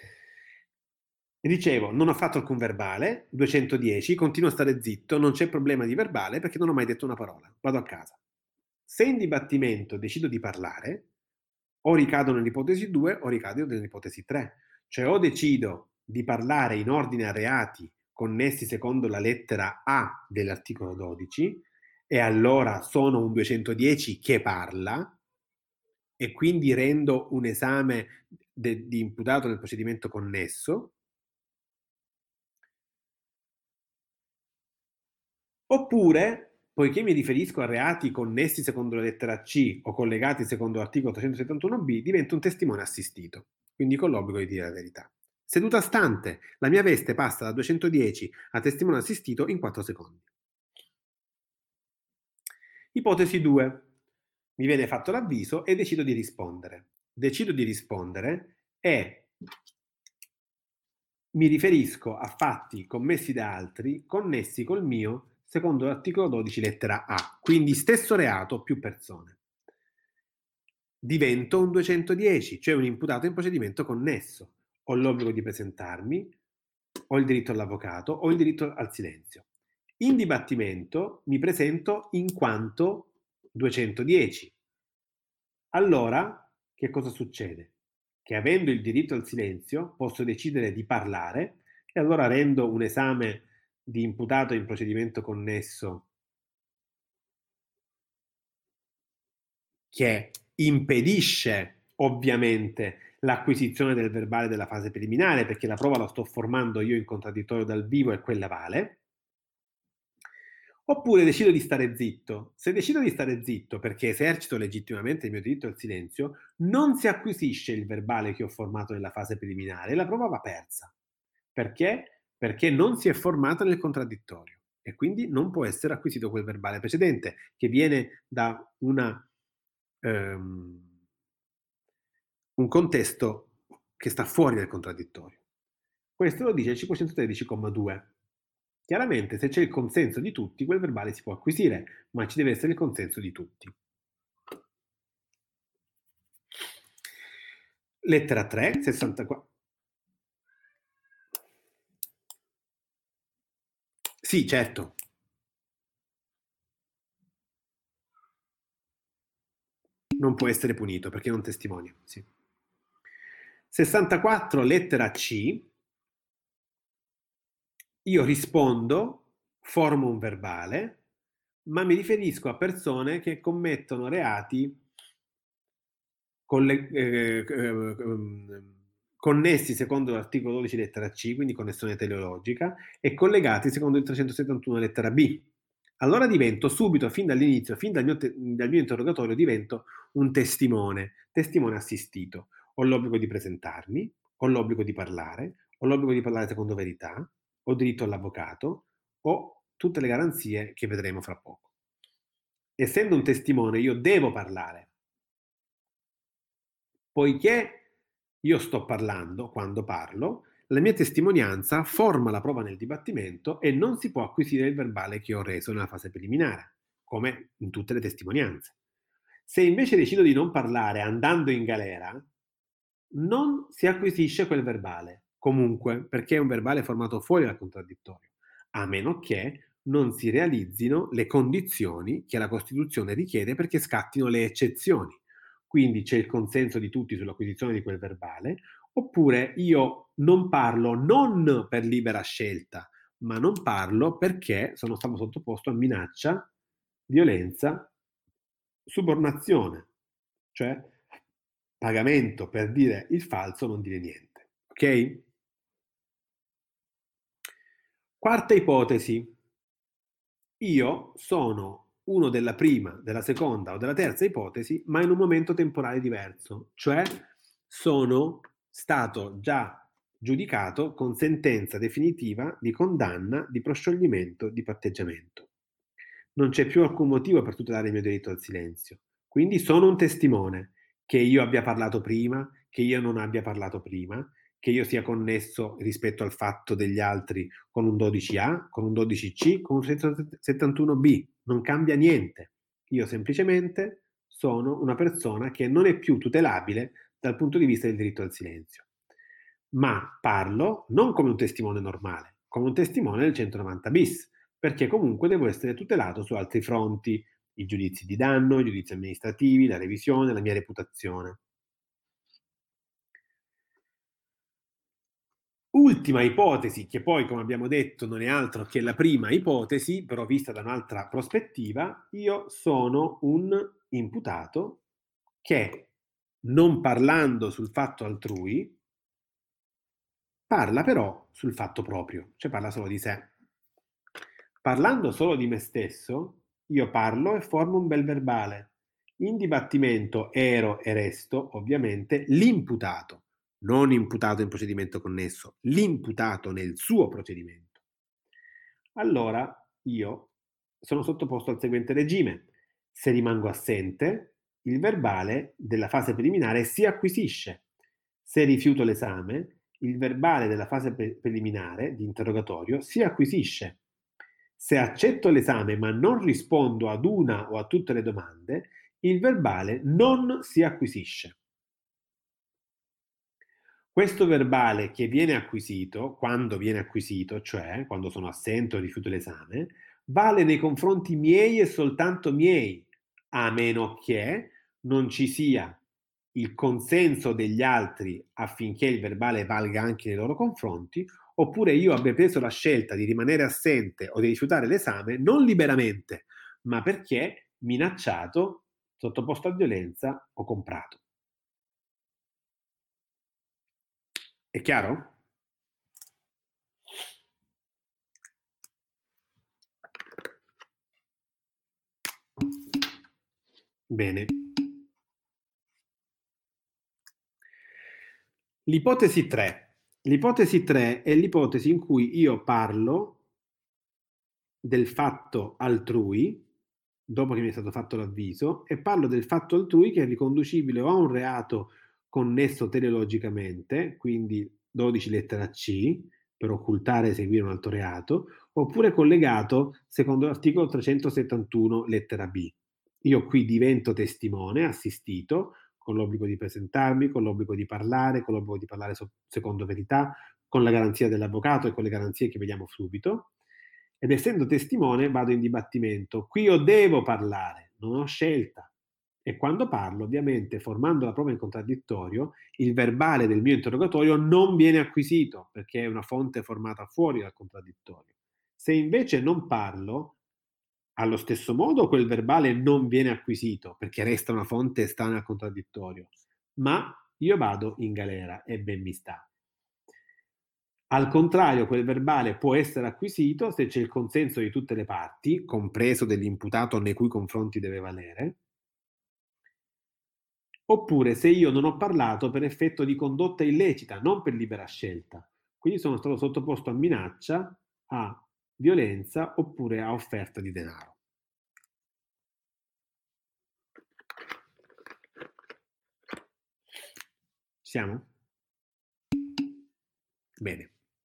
Dicevo, non ho fatto alcun verbale, duecentodieci, continuo a stare zitto, non c'è problema di verbale perché non ho mai detto una parola, vado a casa. Se in dibattimento decido di parlare, o ricado nell'ipotesi due o ricado nell'ipotesi tre. Cioè o decido di parlare in ordine a reati connessi secondo la lettera A dell'articolo dodici e allora sono un duecentodieci che parla e quindi rendo un esame de- di imputato nel procedimento connesso, oppure, poiché mi riferisco a reati connessi secondo la lettera C o collegati secondo l'articolo trecentosettantuno B, divento un testimone assistito, quindi con l'obbligo di dire la verità. Seduta stante, la mia veste passa da duecentodieci a testimone assistito in quattro secondi. Ipotesi due. Mi viene fatto l'avviso e decido di rispondere. Decido di rispondere e mi riferisco a fatti commessi da altri connessi col mio secondo l'articolo dodici lettera A, quindi stesso reato più persone. Divento un duecentodieci, cioè un imputato in procedimento connesso. Ho l'obbligo di presentarmi, ho il diritto all'avvocato, ho il diritto al silenzio. In dibattimento mi presento in quanto duecentodieci. Allora, che cosa succede? Che avendo il diritto al silenzio posso decidere di parlare e allora rendo un esame di imputato in procedimento connesso che impedisce ovviamente l'acquisizione del verbale della fase preliminare, perché la prova la sto formando io in contraddittorio dal vivo e quella vale. Oppure decido di stare zitto. Se decido di stare zitto perché esercito legittimamente il mio diritto al silenzio, non si acquisisce il verbale che ho formato nella fase preliminare e la prova va persa. Perché? Perché non si è formata nel contraddittorio e quindi non può essere acquisito quel verbale precedente che viene da una, um, un contesto che sta fuori dal contraddittorio. Questo lo dice il cinquecentotredici comma due. Chiaramente, se c'è il consenso di tutti, quel verbale si può acquisire, ma ci deve essere il consenso di tutti. Lettera tre, sessantaquattro. Sì, certo. Non può essere punito perché non testimonia. Sì. sessantaquattro, lettera C. Io rispondo, formo un verbale, ma mi riferisco a persone che commettono reati con le, eh, eh, connessi secondo l'articolo dodici lettera C, quindi connessione teleologica, e collegati secondo il trecentosettantuno lettera B. Allora divento subito, fin dall'inizio, fin dal mio, te- dal mio interrogatorio, divento un testimone, testimone assistito. Ho l'obbligo di presentarmi, ho l'obbligo di parlare, ho l'obbligo di parlare secondo verità, ho diritto all'avvocato, ho tutte le garanzie che vedremo fra poco. Essendo un testimone, io devo parlare. Poiché io sto parlando, quando parlo, la mia testimonianza forma la prova nel dibattimento e non si può acquisire il verbale che ho reso nella fase preliminare, come in tutte le testimonianze. Se invece decido di non parlare andando in galera, non si acquisisce quel verbale, comunque, perché è un verbale formato fuori dal contraddittorio, a meno che non si realizzino le condizioni che la Costituzione richiede perché scattino le eccezioni. Quindi c'è il consenso di tutti sull'acquisizione di quel verbale, oppure io non parlo non per libera scelta, ma non parlo perché sono stato sottoposto a minaccia, violenza, subornazione, cioè pagamento per dire il falso, non dire niente. Ok? Quarta ipotesi. Io sono uno della prima, della seconda o della terza ipotesi, ma in un momento temporale diverso, cioè sono stato già giudicato con sentenza definitiva di condanna, di proscioglimento, di patteggiamento. Non c'è più alcun motivo per tutelare il mio diritto al silenzio. Quindi sono un testimone, che io abbia parlato prima, che io non abbia parlato prima, che io sia connesso rispetto al fatto degli altri con un dodici A, con un dodici C, con un settantuno B. Non cambia niente. Io semplicemente sono una persona che non è più tutelabile dal punto di vista del diritto al silenzio. Ma parlo non come un testimone normale, come un testimone del centonovanta bis, perché comunque devo essere tutelato su altri fronti, i giudizi di danno, i giudizi amministrativi, la revisione, la mia reputazione. Ultima ipotesi, che poi, come abbiamo detto, non è altro che la prima ipotesi, però vista da un'altra prospettiva, io sono un imputato che, non parlando sul fatto altrui, parla però sul fatto proprio, cioè parla solo di sé. Parlando solo di me stesso, io parlo e formo un bel verbale. In dibattimento ero e resto, ovviamente, l'imputato, non imputato in procedimento connesso, l'imputato nel suo procedimento. Allora io sono sottoposto al seguente regime. Se rimango assente, il verbale della fase preliminare si acquisisce. Se rifiuto l'esame, il verbale della fase pre- preliminare di interrogatorio si acquisisce. Se accetto l'esame ma non rispondo ad una o a tutte le domande, il verbale non si acquisisce. Questo verbale che viene acquisito, quando viene acquisito, cioè quando sono assente o rifiuto l'esame, vale nei confronti miei e soltanto miei, a meno che non ci sia il consenso degli altri affinché il verbale valga anche nei loro confronti, oppure io abbia preso la scelta di rimanere assente o di rifiutare l'esame non liberamente, ma perché minacciato, sottoposto a violenza o comprato. È chiaro? Bene. L'ipotesi tre. L'ipotesi tre è l'ipotesi in cui io parlo del fatto altrui, dopo che mi è stato fatto l'avviso, e parlo del fatto altrui che è riconducibile o a un reato connesso teleologicamente, quindi dodici lettera C, per occultare e eseguire un altro reato, oppure collegato secondo l'articolo trecentosettantuno lettera B. Io qui divento testimone assistito, con l'obbligo di presentarmi, con l'obbligo di parlare, con l'obbligo di parlare so- secondo verità, con la garanzia dell'avvocato e con le garanzie che vediamo subito. Ed essendo testimone vado in dibattimento. Qui io devo parlare, non ho scelta. E quando parlo, ovviamente, formando la prova in contraddittorio, il verbale del mio interrogatorio non viene acquisito, perché è una fonte formata fuori dal contraddittorio. Se invece non parlo, allo stesso modo quel verbale non viene acquisito, perché resta una fonte estranea al contraddittorio, ma io vado in galera e ben mi sta. Al contrario, quel verbale può essere acquisito se c'è il consenso di tutte le parti, compreso dell'imputato nei cui confronti deve valere, oppure se io non ho parlato per effetto di condotta illecita, non per libera scelta. Quindi sono stato sottoposto a minaccia, a violenza oppure a offerta di denaro. Siamo? Bene.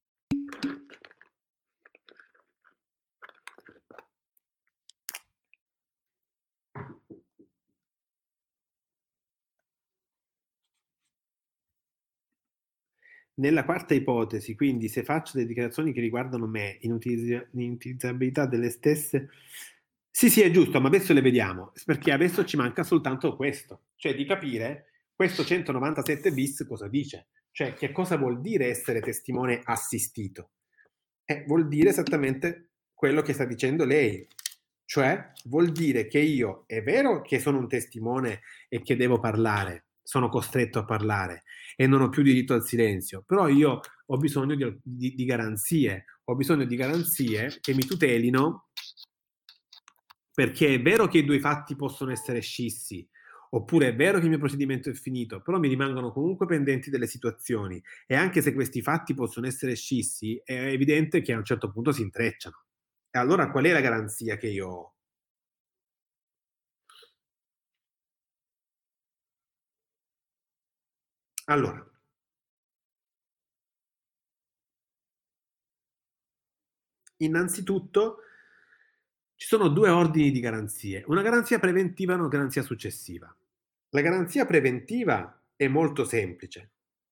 Nella quarta ipotesi, quindi, se faccio delle dichiarazioni che riguardano me, inutilizz- inutilizzabilità delle stesse, sì, sì, è giusto, ma adesso le vediamo, perché adesso ci manca soltanto questo, cioè di capire questo centonovantasette bis cosa dice, cioè che cosa vuol dire essere testimone assistito. Eh, vuol dire esattamente quello che sta dicendo lei, cioè vuol dire che io, è vero che sono un testimone e che devo parlare, sono costretto a parlare e non ho più diritto al silenzio, però io ho bisogno di, di, di garanzie, ho bisogno di garanzie che mi tutelino, perché è vero che i due fatti possono essere scissi, oppure è vero che il mio procedimento è finito, però mi rimangono comunque pendenti delle situazioni e anche se questi fatti possono essere scissi, è evidente che a un certo punto si intrecciano. E allora qual è la garanzia che io ho? Allora, innanzitutto ci sono due ordini di garanzie, una garanzia preventiva e una garanzia successiva. La garanzia preventiva è molto semplice.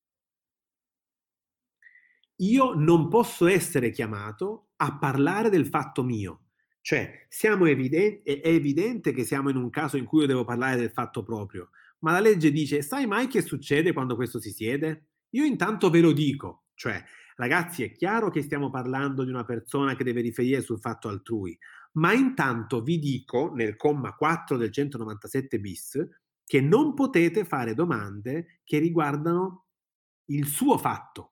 Io non posso essere chiamato a parlare del fatto mio, cioè siamo eviden- è evidente che siamo in un caso in cui io devo parlare del fatto proprio, ma la legge dice, sai mai che succede quando questo si siede? Io intanto ve lo dico, cioè ragazzi è chiaro che stiamo parlando di una persona che deve riferire sul fatto altrui, ma intanto vi dico nel comma quattro del centonovantasette bis che non potete fare domande che riguardano il suo fatto.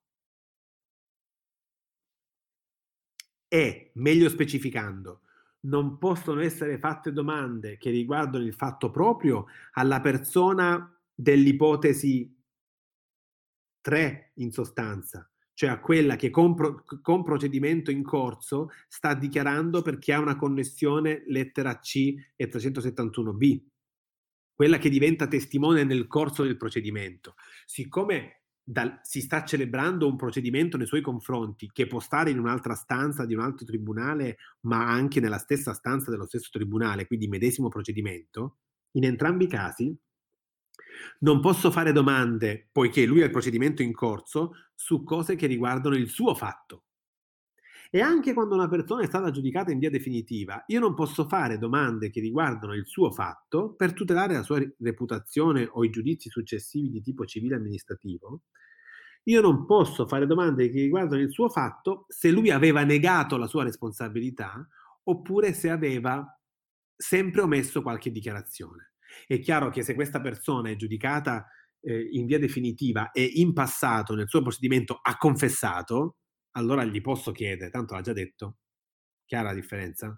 E, meglio specificando, non possono essere fatte domande che riguardano il fatto proprio alla persona dell'ipotesi tre in sostanza, cioè a quella che con, pro- con procedimento in corso sta dichiarando perché ha una connessione lettera C e trecentosettantuno B, quella che diventa testimone nel corso del procedimento. Siccome dal, si sta celebrando un procedimento nei suoi confronti che può stare in un'altra stanza di un altro tribunale, ma anche nella stessa stanza dello stesso tribunale, quindi medesimo procedimento, in entrambi i casi non posso fare domande, poiché lui ha il procedimento in corso, su cose che riguardano il suo fatto. E anche quando una persona è stata giudicata in via definitiva, io non posso fare domande che riguardano il suo fatto per tutelare la sua reputazione o i giudizi successivi di tipo civile amministrativo. Io non posso fare domande che riguardano il suo fatto se lui aveva negato la sua responsabilità oppure se aveva sempre omesso qualche dichiarazione. È chiaro che se questa persona è giudicata eh, in via definitiva e in passato nel suo procedimento ha confessato, allora gli posso chiedere, tanto l'ha già detto. Chiara la differenza?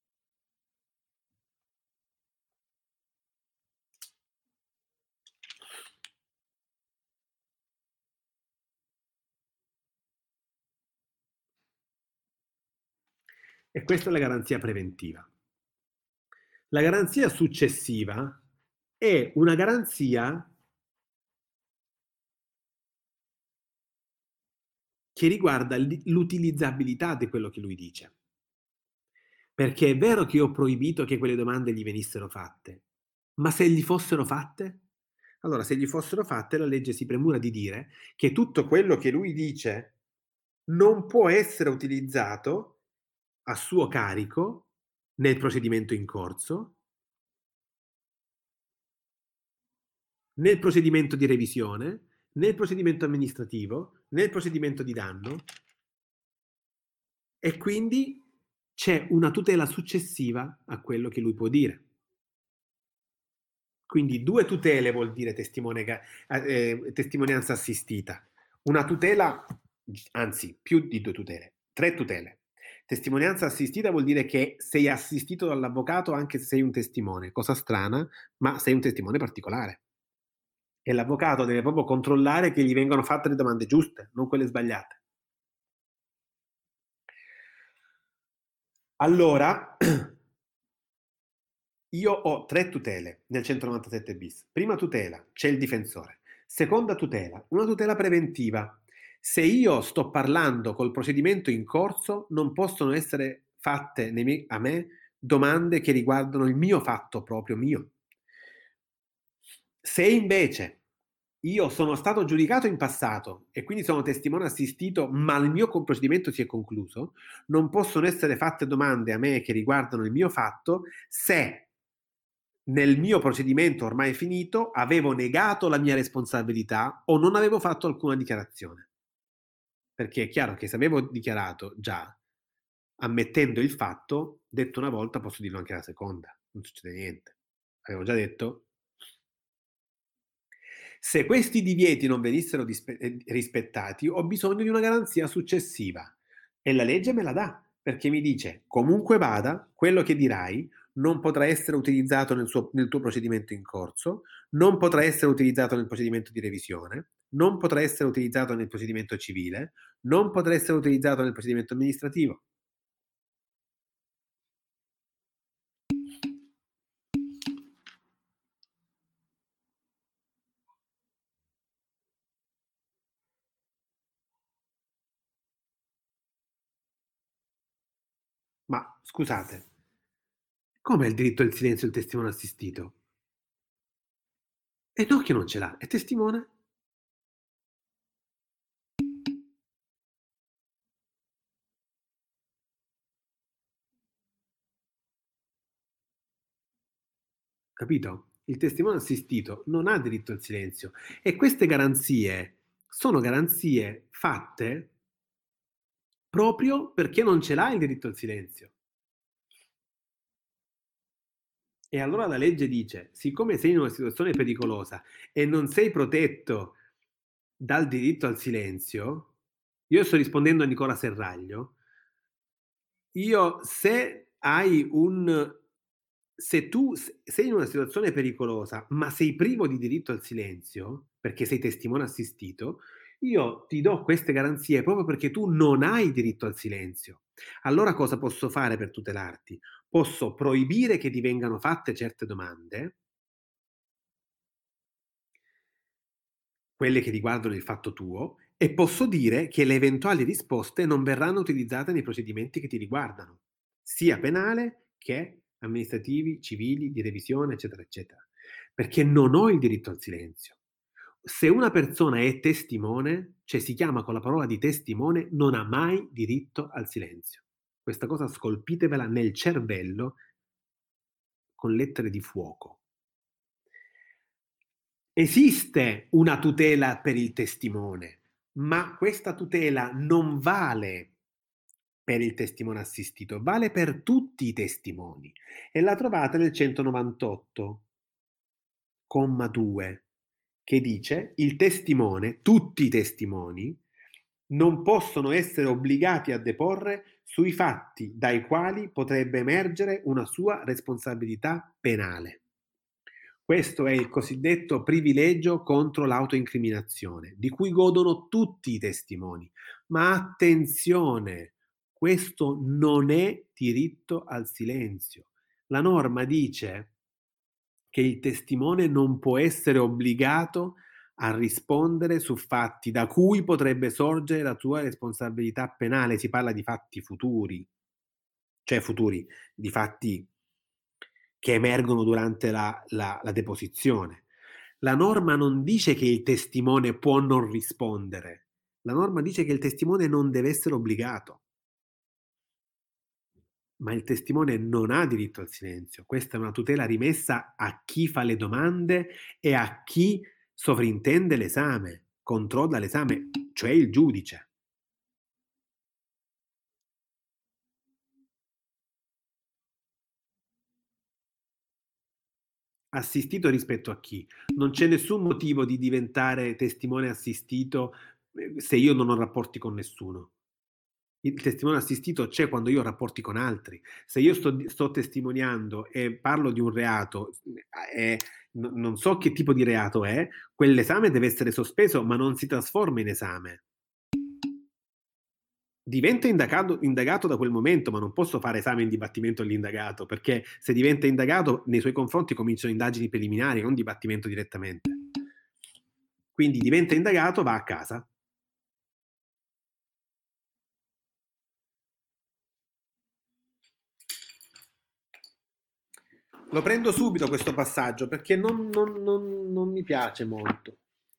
E questa è la garanzia preventiva. La garanzia successiva è una garanzia che riguarda l'utilizzabilità di quello che lui dice. Perché è vero che io ho proibito che quelle domande gli venissero fatte, ma se gli fossero fatte? Allora, se gli fossero fatte, la legge si premura di dire che tutto quello che lui dice non può essere utilizzato a suo carico nel procedimento in corso, nel procedimento di revisione, nel procedimento amministrativo, nel procedimento di danno, e quindi c'è una tutela successiva a quello che lui può dire. Quindi due tutele vuol dire testimone, eh, testimonianza assistita. Una tutela, anzi più di due tutele, tre tutele. Testimonianza assistita vuol dire che sei assistito dall'avvocato anche se sei un testimone, cosa strana, ma sei un testimone particolare. E l'avvocato deve proprio controllare che gli vengano fatte le domande giuste, non quelle sbagliate. Allora, io ho tre tutele nel centonovantasette bis. Prima tutela, c'è il difensore. Seconda tutela, una tutela preventiva. Se io sto parlando col procedimento in corso, non possono essere fatte a me domande che riguardano il mio fatto proprio mio. Se invece io sono stato giudicato in passato e quindi sono testimone assistito, ma il mio procedimento si è concluso, non possono essere fatte domande a me che riguardano il mio fatto se nel mio procedimento ormai finito avevo negato la mia responsabilità o non avevo fatto alcuna dichiarazione. Perché è chiaro che se avevo dichiarato già, ammettendo il fatto, detto una volta, posso dirlo anche la seconda, non succede niente. Avevo già detto. Se questi divieti non venissero dispe- rispettati, ho bisogno di una garanzia successiva e la legge me la dà, perché mi dice, comunque vada, quello che dirai non potrà essere utilizzato nel, suo, nel tuo procedimento in corso, non potrà essere utilizzato nel procedimento di revisione, non potrà essere utilizzato nel procedimento civile, non potrà essere utilizzato nel procedimento amministrativo. Ma scusate, come il diritto al silenzio del testimone assistito? E no che non ce l'ha, è testimone. Capito? Il testimone assistito non ha diritto al silenzio e queste garanzie sono garanzie fatte proprio perché non ce l'ha il diritto al silenzio. E allora la legge dice, siccome sei in una situazione pericolosa e non sei protetto dal diritto al silenzio, io sto rispondendo a Nicola Serraglio, io se hai un se tu sei in una situazione pericolosa, ma sei privo di diritto al silenzio, perché sei testimone assistito, io ti do queste garanzie proprio perché tu non hai diritto al silenzio. Allora cosa posso fare per tutelarti? Posso proibire che ti vengano fatte certe domande, quelle che riguardano il fatto tuo, e posso dire che le eventuali risposte non verranno utilizzate nei procedimenti che ti riguardano, sia penale che amministrativi, civili, di revisione, eccetera, eccetera, perché non ho il diritto al silenzio. Se una persona è testimone, cioè si chiama con la parola di testimone, non ha mai diritto al silenzio. Questa cosa scolpitevela nel cervello con lettere di fuoco. Esiste una tutela per il testimone, ma questa tutela non vale per il testimone assistito, vale per tutti i testimoni e la trovate nel centonovantotto, comma due, che dice: il testimone, tutti i testimoni, non possono essere obbligati a deporre sui fatti dai quali potrebbe emergere una sua responsabilità penale. Questo è il cosiddetto privilegio contro l'autoincriminazione, di cui godono tutti i testimoni. Ma attenzione, questo non è diritto al silenzio. La norma dice che il testimone non può essere obbligato a rispondere su fatti da cui potrebbe sorgere la sua responsabilità penale. Si parla di fatti futuri, cioè futuri, di fatti che emergono durante la, la, la deposizione. La norma non dice che il testimone può non rispondere, la norma dice che il testimone non deve essere obbligato. Ma il testimone non ha diritto al silenzio. Questa è una tutela rimessa a chi fa le domande e a chi sovrintende l'esame, controlla l'esame, cioè il giudice. Assistito rispetto a chi? Non c'è nessun motivo di diventare testimone assistito se io non ho rapporti con nessuno. Il testimone assistito c'è quando io ho rapporti con altri. Se io sto, sto testimoniando e parlo di un reato e n- non so che tipo di reato è, quell'esame deve essere sospeso, ma non si trasforma in esame. Diventa indagato, indagato da quel momento, ma non posso fare esame in dibattimento all'indagato, perché se diventa indagato nei suoi confronti cominciano indagini preliminari, non dibattimento direttamente. Quindi diventa indagato, va a casa. Lo prendo subito questo passaggio perché non, non, non, non mi piace molto.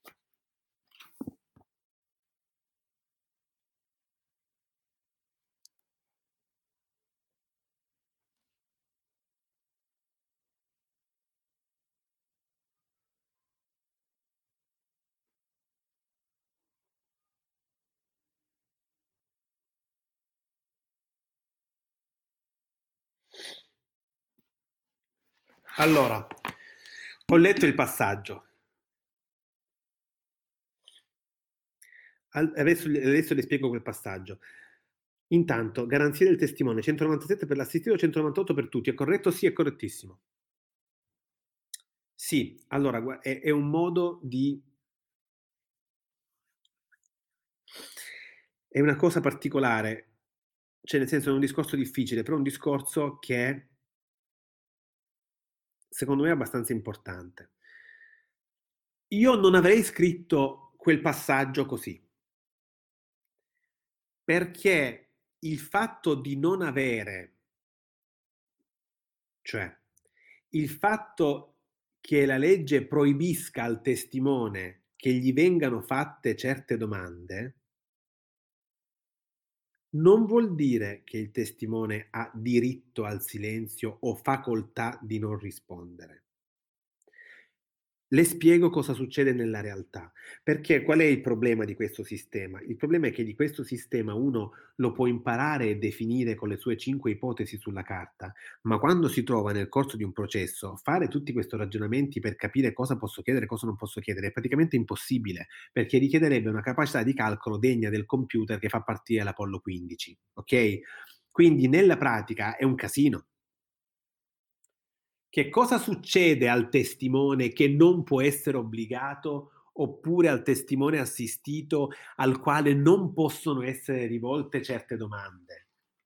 Allora, ho letto il passaggio. Adesso, adesso le spiego quel passaggio. Intanto, garanzia del testimone, centonovantasette per l'assistito, centonovantotto per tutti. È corretto? Sì, è correttissimo. Sì, allora è, è un modo di... È una cosa particolare, cioè nel senso è un discorso difficile, però è un discorso che secondo me è abbastanza importante. Io non avrei scritto quel passaggio così, perché il fatto di non avere, cioè il fatto che la legge proibisca al testimone che gli vengano fatte certe domande, non vuol dire che il testimone ha diritto al silenzio o facoltà di non rispondere. Le spiego cosa succede nella realtà, perché qual è il problema di questo sistema? Il problema è che di questo sistema uno lo può imparare e definire con le sue cinque ipotesi sulla carta, ma quando si trova nel corso di un processo, fare tutti questi ragionamenti per capire cosa posso chiedere e cosa non posso chiedere è praticamente impossibile, perché richiederebbe una capacità di calcolo degna del computer che fa partire l'Apollo quindici, ok? Quindi nella pratica è un casino. Che cosa succede al testimone che non può essere obbligato oppure al testimone assistito al quale non possono essere rivolte certe domande?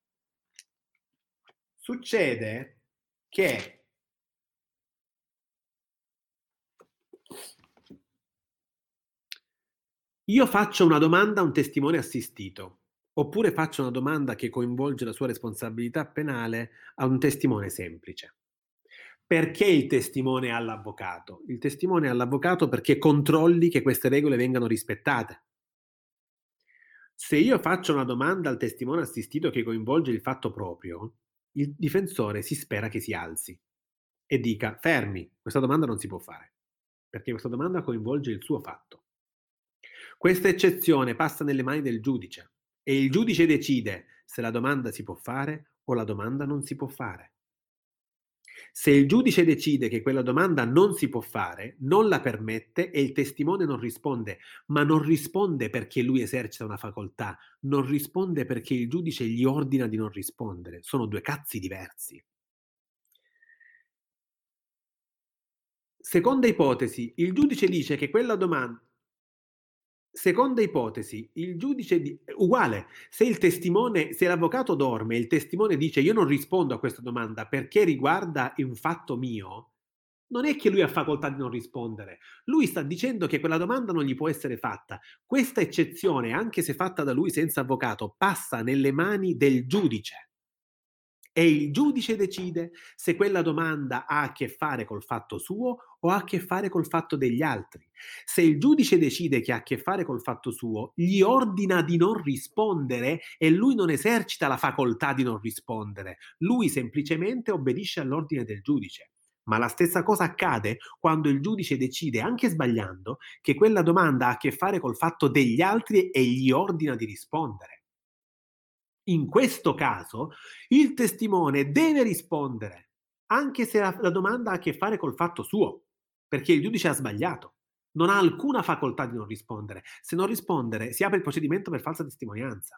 Succede che io faccio una domanda a un testimone assistito, oppure faccio una domanda che coinvolge la sua responsabilità penale a un testimone semplice. Perché il testimone ha l'avvocato? Il testimone ha l'avvocato perché controlli che queste regole vengano rispettate. Se io faccio una domanda al testimone assistito che coinvolge il fatto proprio, il difensore si spera che si alzi e dica: fermi, questa domanda non si può fare, perché questa domanda coinvolge il suo fatto. Questa eccezione passa nelle mani del giudice e il giudice decide se la domanda si può fare o la domanda non si può fare. Se il giudice decide che quella domanda non si può fare, non la permette e il testimone non risponde, ma non risponde perché lui esercita una facoltà, non risponde perché il giudice gli ordina di non rispondere. Sono due cazzi diversi. Seconda ipotesi, il giudice dice che quella domanda... Seconda ipotesi, il giudice di... uguale, se il testimone, se l'avvocato dorme e il testimone dice io non rispondo a questa domanda perché riguarda un fatto mio, non è che lui ha facoltà di non rispondere, lui sta dicendo che quella domanda non gli può essere fatta. Questa eccezione, anche se fatta da lui senza avvocato, passa nelle mani del giudice. E il giudice decide se quella domanda ha a che fare col fatto suo o ha a che fare col fatto degli altri. Se il giudice decide che ha a che fare col fatto suo, gli ordina di non rispondere e lui non esercita la facoltà di non rispondere. Lui semplicemente obbedisce all'ordine del giudice. Ma la stessa cosa accade quando il giudice decide, anche sbagliando, che quella domanda ha a che fare col fatto degli altri e gli ordina di rispondere. In questo caso il testimone deve rispondere, anche se la, la domanda ha a che fare col fatto suo, perché il giudice ha sbagliato. Non ha alcuna facoltà di non rispondere. Se non rispondere, si apre il procedimento per falsa testimonianza.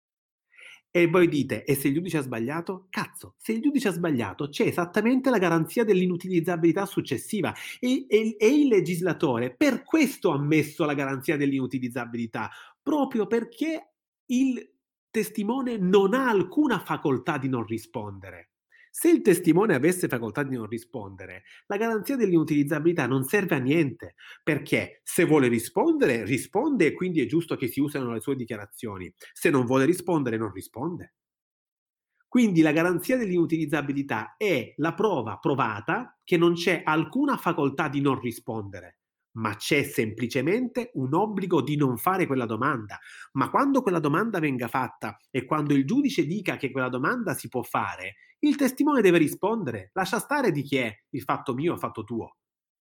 E voi dite, e se il giudice ha sbagliato? Cazzo, se il giudice ha sbagliato c'è esattamente la garanzia dell'inutilizzabilità successiva e, e, e il legislatore per questo ha messo la garanzia dell'inutilizzabilità, proprio perché il testimone non ha alcuna facoltà di non rispondere. Se il testimone avesse facoltà di non rispondere, la garanzia dell'inutilizzabilità non serve a niente, perché se vuole rispondere, risponde e quindi è giusto che si usino le sue dichiarazioni. Se non vuole rispondere, non risponde. Quindi la garanzia dell'inutilizzabilità è la prova provata che non c'è alcuna facoltà di non rispondere, ma c'è semplicemente un obbligo di non fare quella domanda. Ma quando quella domanda venga fatta e quando il giudice dica che quella domanda si può fare, il testimone deve rispondere. Lascia stare di chi è il fatto mio o il fatto tuo.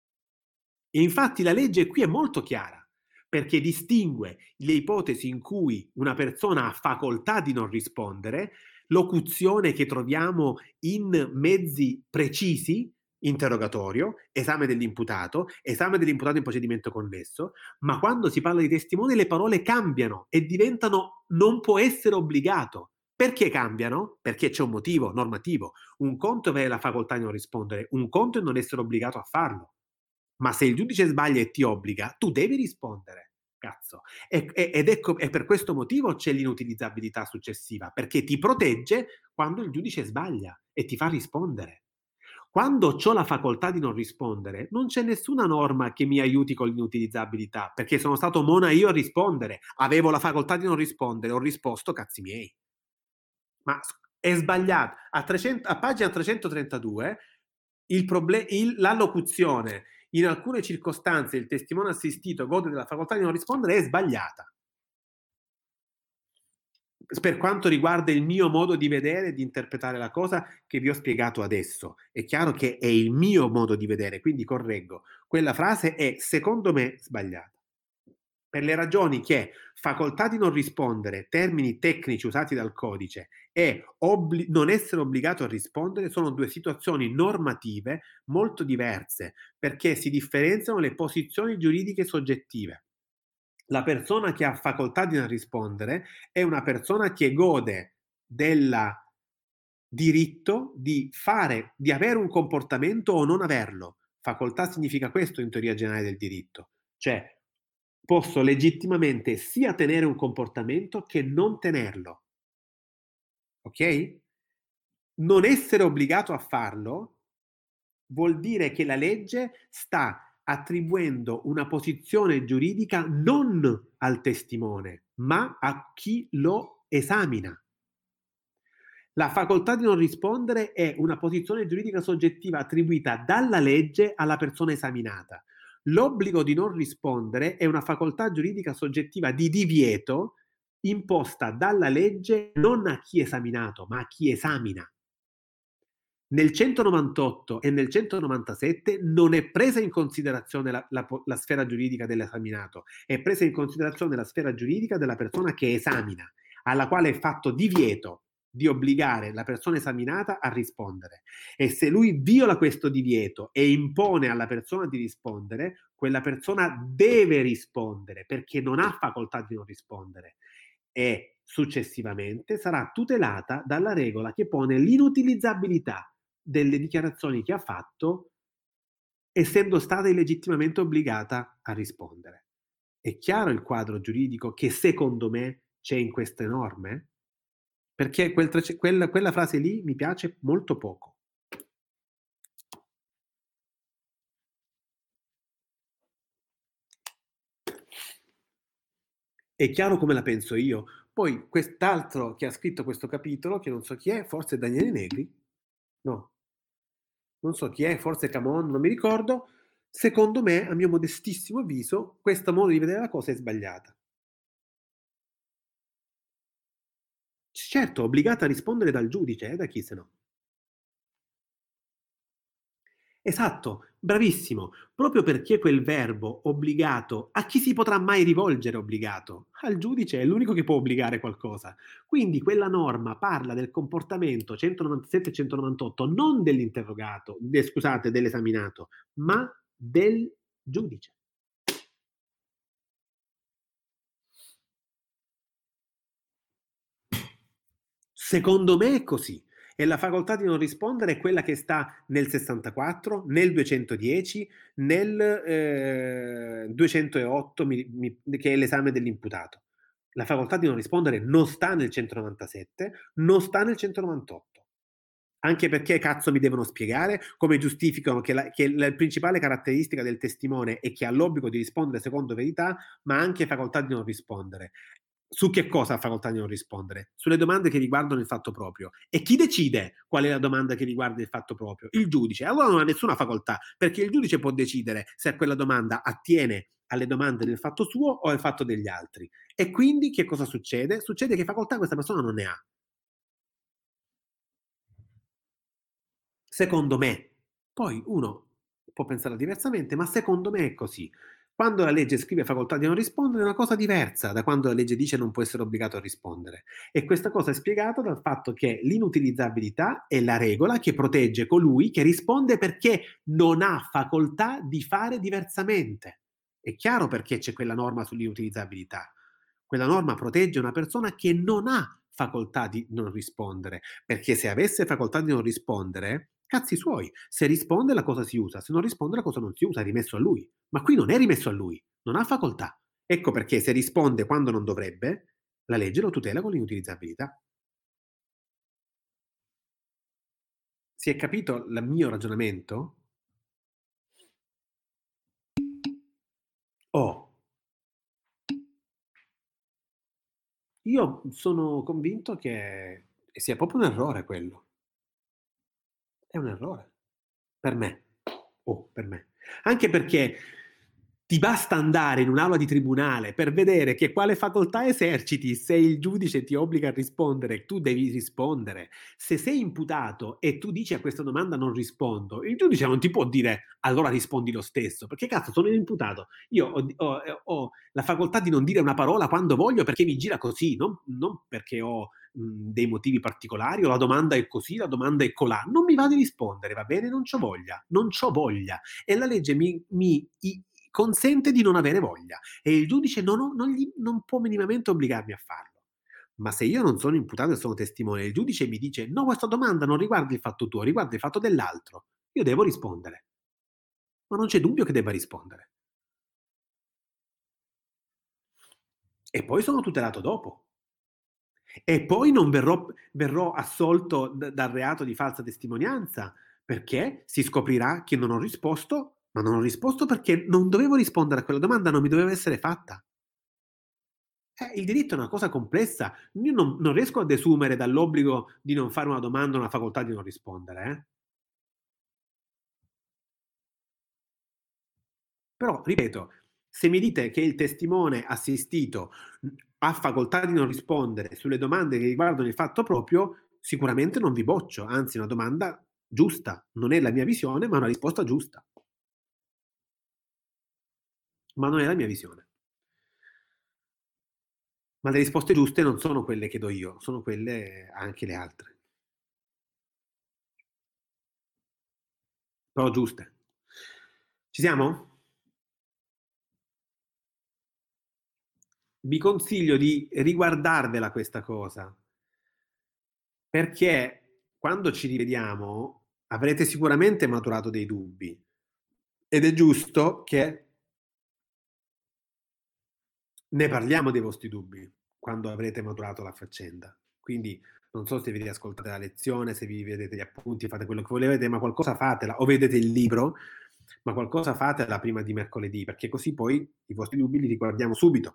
E infatti la legge qui è molto chiara, perché distingue le ipotesi in cui una persona ha facoltà di non rispondere, locuzione che troviamo in mezzi precisi, interrogatorio, esame dell'imputato, esame dell'imputato in procedimento connesso, ma quando si parla di testimone le parole cambiano e diventano non può essere obbligato. Perché cambiano? Perché c'è un motivo normativo. Un conto è avere la facoltà di non rispondere, un conto è non essere obbligato a farlo. Ma se il giudice sbaglia e ti obbliga, tu devi rispondere. Cazzo. E, e, ed ecco, e per questo motivo c'è l'inutilizzabilità successiva, perché ti protegge quando il giudice sbaglia e ti fa rispondere. Quando ho la facoltà di non rispondere, non c'è nessuna norma che mi aiuti con l'inutilizzabilità, perché sono stato mona io a rispondere. Avevo la facoltà di non rispondere, ho risposto cazzi miei. Ma è sbagliato. A, trecento, a pagina trecentotrentadue il proble- il, la locuzione in alcune circostanze il testimone assistito gode della facoltà di non rispondere è sbagliata. Per quanto riguarda il mio modo di vedere e di interpretare la cosa che vi ho spiegato adesso, è chiaro che è il mio modo di vedere, quindi correggo. Quella frase è, secondo me, sbagliata. Per le ragioni che facoltà di non rispondere, termini tecnici usati dal codice, e obbli- non essere obbligato a rispondere sono due situazioni normative molto diverse, perché si differenziano le posizioni giuridiche soggettive. La persona che ha facoltà di non rispondere è una persona che gode del diritto di fare, di avere un comportamento o non averlo. Facoltà significa questo in teoria generale del diritto, cioè posso legittimamente sia tenere un comportamento che non tenerlo. Ok? Non essere obbligato a farlo vuol dire che la legge sta attribuendo una posizione giuridica non al testimone, ma a chi lo esamina. La facoltà di non rispondere è una posizione giuridica soggettiva attribuita dalla legge alla persona esaminata. L'obbligo di non rispondere è una facoltà giuridica soggettiva di divieto imposta dalla legge non a chi è esaminato, ma a chi esamina. Nel centonovantotto e nel centonovantasette non è presa in considerazione la, la, la sfera giuridica dell'esaminato, è presa in considerazione la sfera giuridica della persona che esamina, alla quale è fatto divieto di obbligare la persona esaminata a rispondere. E se lui viola questo divieto e impone alla persona di rispondere, quella persona deve rispondere perché non ha facoltà di non rispondere e successivamente sarà tutelata dalla regola che pone l'inutilizzabilità delle dichiarazioni che ha fatto, essendo stata illegittimamente obbligata a rispondere. È chiaro il quadro giuridico che secondo me c'è in queste norme? Perché quel, quella, quella frase lì mi piace molto poco. È chiaro come la penso io. Poi quest'altro che ha scritto questo capitolo, che non so chi è, forse Daniele Negri? No, non so chi è, forse Camon, non mi ricordo. Secondo me, a mio modestissimo avviso, questo modo di vedere la cosa è sbagliata. Certo, obbligata a rispondere dal giudice, eh, da chi se no. Esatto, bravissimo, proprio perché quel verbo obbligato, a chi si potrà mai rivolgere obbligato? Al giudice, è l'unico che può obbligare qualcosa. Quindi quella norma parla del comportamento centonovantasette e centonovantotto, non dell'interrogato, de, scusate, dell'esaminato, ma del giudice. Secondo me è così. E la facoltà di non rispondere è quella che sta nel sessantaquattro, nel duecentodieci, nel eh, duecentootto, mi, mi, che è l'esame dell'imputato. La facoltà di non rispondere non sta nel centonovantasette, non sta nel centonovantotto. Anche perché cazzo mi devono spiegare come giustificano che la, che la principale caratteristica del testimone è che ha l'obbligo di rispondere secondo verità, ma anche facoltà di non rispondere. Su che cosa ha facoltà di non rispondere? Sulle domande che riguardano il fatto proprio. E chi decide qual è la domanda che riguarda il fatto proprio? Il giudice. Allora non ha nessuna facoltà, perché il giudice può decidere se quella domanda attiene alle domande del fatto suo o al fatto degli altri. E quindi che cosa succede? Succede che facoltà questa persona non ne ha. Secondo me. Poi uno può pensare diversamente, ma secondo me è così. Quando la legge scrive facoltà di non rispondere è una cosa diversa da quando la legge dice non può essere obbligato a rispondere. E questa cosa è spiegata dal fatto che l'inutilizzabilità è la regola che protegge colui che risponde perché non ha facoltà di fare diversamente. È chiaro perché c'è quella norma sull'inutilizzabilità. Quella norma protegge una persona che non ha facoltà di non rispondere, perché se avesse facoltà di non rispondere, cazzi suoi, se risponde la cosa si usa, se non risponde la cosa non si usa, è rimesso a lui. Ma qui non è rimesso a lui, non ha facoltà. Ecco perché se risponde quando non dovrebbe, la legge lo tutela con l'inutilizzabilità. Si è capito il mio ragionamento? Oh, io sono convinto che sia proprio un errore quello. È un errore. Per me. Oh, per me. Anche perché ti basta andare in un'aula di tribunale per vedere che quale facoltà eserciti se il giudice ti obbliga a rispondere, tu devi rispondere. Se sei imputato e tu dici a questa domanda non rispondo, il giudice non ti può dire allora rispondi lo stesso, perché cazzo sono imputato. Io ho, ho, ho la facoltà di non dire una parola quando voglio perché mi gira così, non, non perché ho dei motivi particolari o la domanda è così, la domanda è colà, non mi va di rispondere, va bene? Non c'ho voglia, non c'ho voglia e la legge mi, mi i, consente di non avere voglia e il giudice non, ho, non, gli, non può minimamente obbligarmi a farlo. Ma se io non sono imputato e sono testimone, il giudice mi dice no, questa domanda non riguarda il fatto tuo, riguarda il fatto dell'altro, io devo rispondere. Ma non c'è dubbio che debba rispondere. E poi sono tutelato dopo. E poi non verrò, verrò assolto d- dal reato di falsa testimonianza perché si scoprirà che non ho risposto, ma non ho risposto perché non dovevo rispondere a quella domanda, non mi doveva essere fatta. Eh, il diritto è una cosa complessa. Io non, non riesco a desumere dall'obbligo di non fare una domanda una facoltà di non rispondere. Eh? Però, ripeto, se mi dite che il testimone assistito ha facoltà di non rispondere sulle domande che riguardano il fatto proprio, sicuramente non vi boccio, anzi è una domanda giusta. Non è la mia visione, ma è una risposta giusta. Ma non è la mia visione. Ma le risposte giuste non sono quelle che do io, sono quelle anche le altre. Però giuste. Ci siamo? Vi consiglio di riguardarvela questa cosa, perché quando ci rivediamo avrete sicuramente maturato dei dubbi ed è giusto che ne parliamo dei vostri dubbi quando avrete maturato la faccenda. Quindi non so se vi riascoltate la lezione, se vi vedete gli appunti, fate quello che volete, ma qualcosa fatela, o vedete il libro, ma qualcosa fatela prima di mercoledì, perché così poi i vostri dubbi li riguardiamo subito.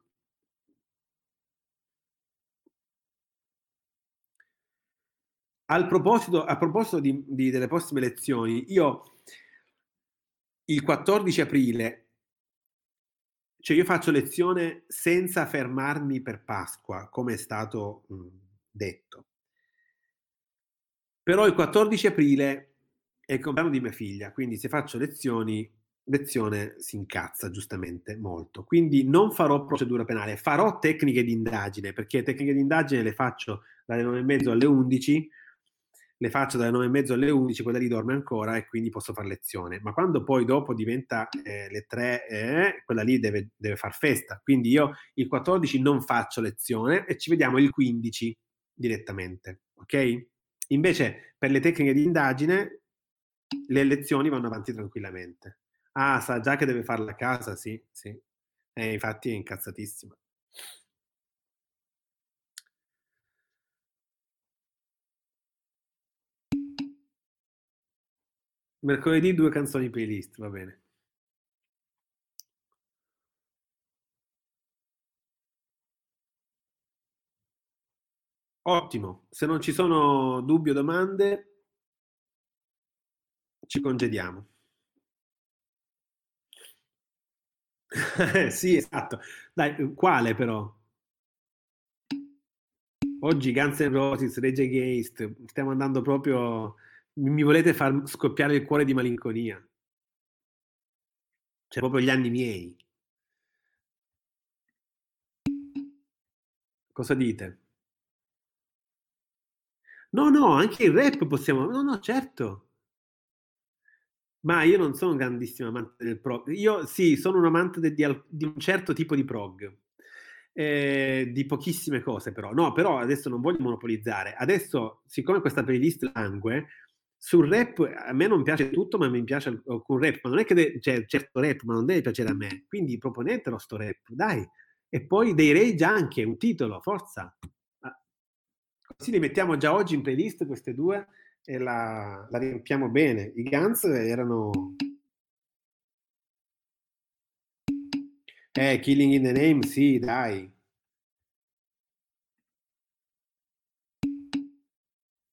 Al proposito, a proposito di, di, delle prossime lezioni, io il quattordici aprile, cioè io faccio lezione senza fermarmi per Pasqua, come è stato mh, detto. Però il quattordici aprile è il compleanno di mia figlia, quindi se faccio lezioni, lezione si incazza giustamente molto. Quindi non farò procedura penale, farò tecniche di indagine, perché tecniche di indagine le faccio dalle nove e mezzo alle undici, le faccio dalle nove e mezzo alle undici, quella lì dorme ancora e quindi posso fare lezione. Ma quando poi dopo diventa eh, le tre, eh, quella lì deve, deve far festa. Quindi io il quattordici non faccio lezione e ci vediamo il quindici direttamente, ok? Invece per le tecniche di indagine le lezioni vanno avanti tranquillamente. Ah, sa già che deve farla a casa, sì, sì. E infatti è incazzatissima. Mercoledì due canzoni playlist, va bene. Ottimo, se non ci sono dubbi o domande, ci congediamo. Sì, esatto. Dai, quale però? Oggi Guns N' Roses, Rage Against, stiamo andando proprio... Mi volete far scoppiare il cuore di malinconia? Cioè, proprio gli anni miei. Cosa dite? No, no, anche il rap possiamo... No, no, certo. Ma io non sono un grandissimo amante del prog. Io sì, sono un amante de- di, al- di un certo tipo di prog. Eh, di pochissime cose però. No, però adesso non voglio monopolizzare. Adesso, siccome questa playlist langue, sul rap a me non piace tutto, ma mi piace alcun rap. Ma non è che de- c'è certo rap, ma non deve piacere a me. Quindi proponetelo sto rap, dai. E poi dei Rage anche, un titolo, forza. Ah, così li mettiamo già oggi in playlist queste due e la, la riempiamo bene. I Guns erano... Eh, Killing in the Name, sì, dai.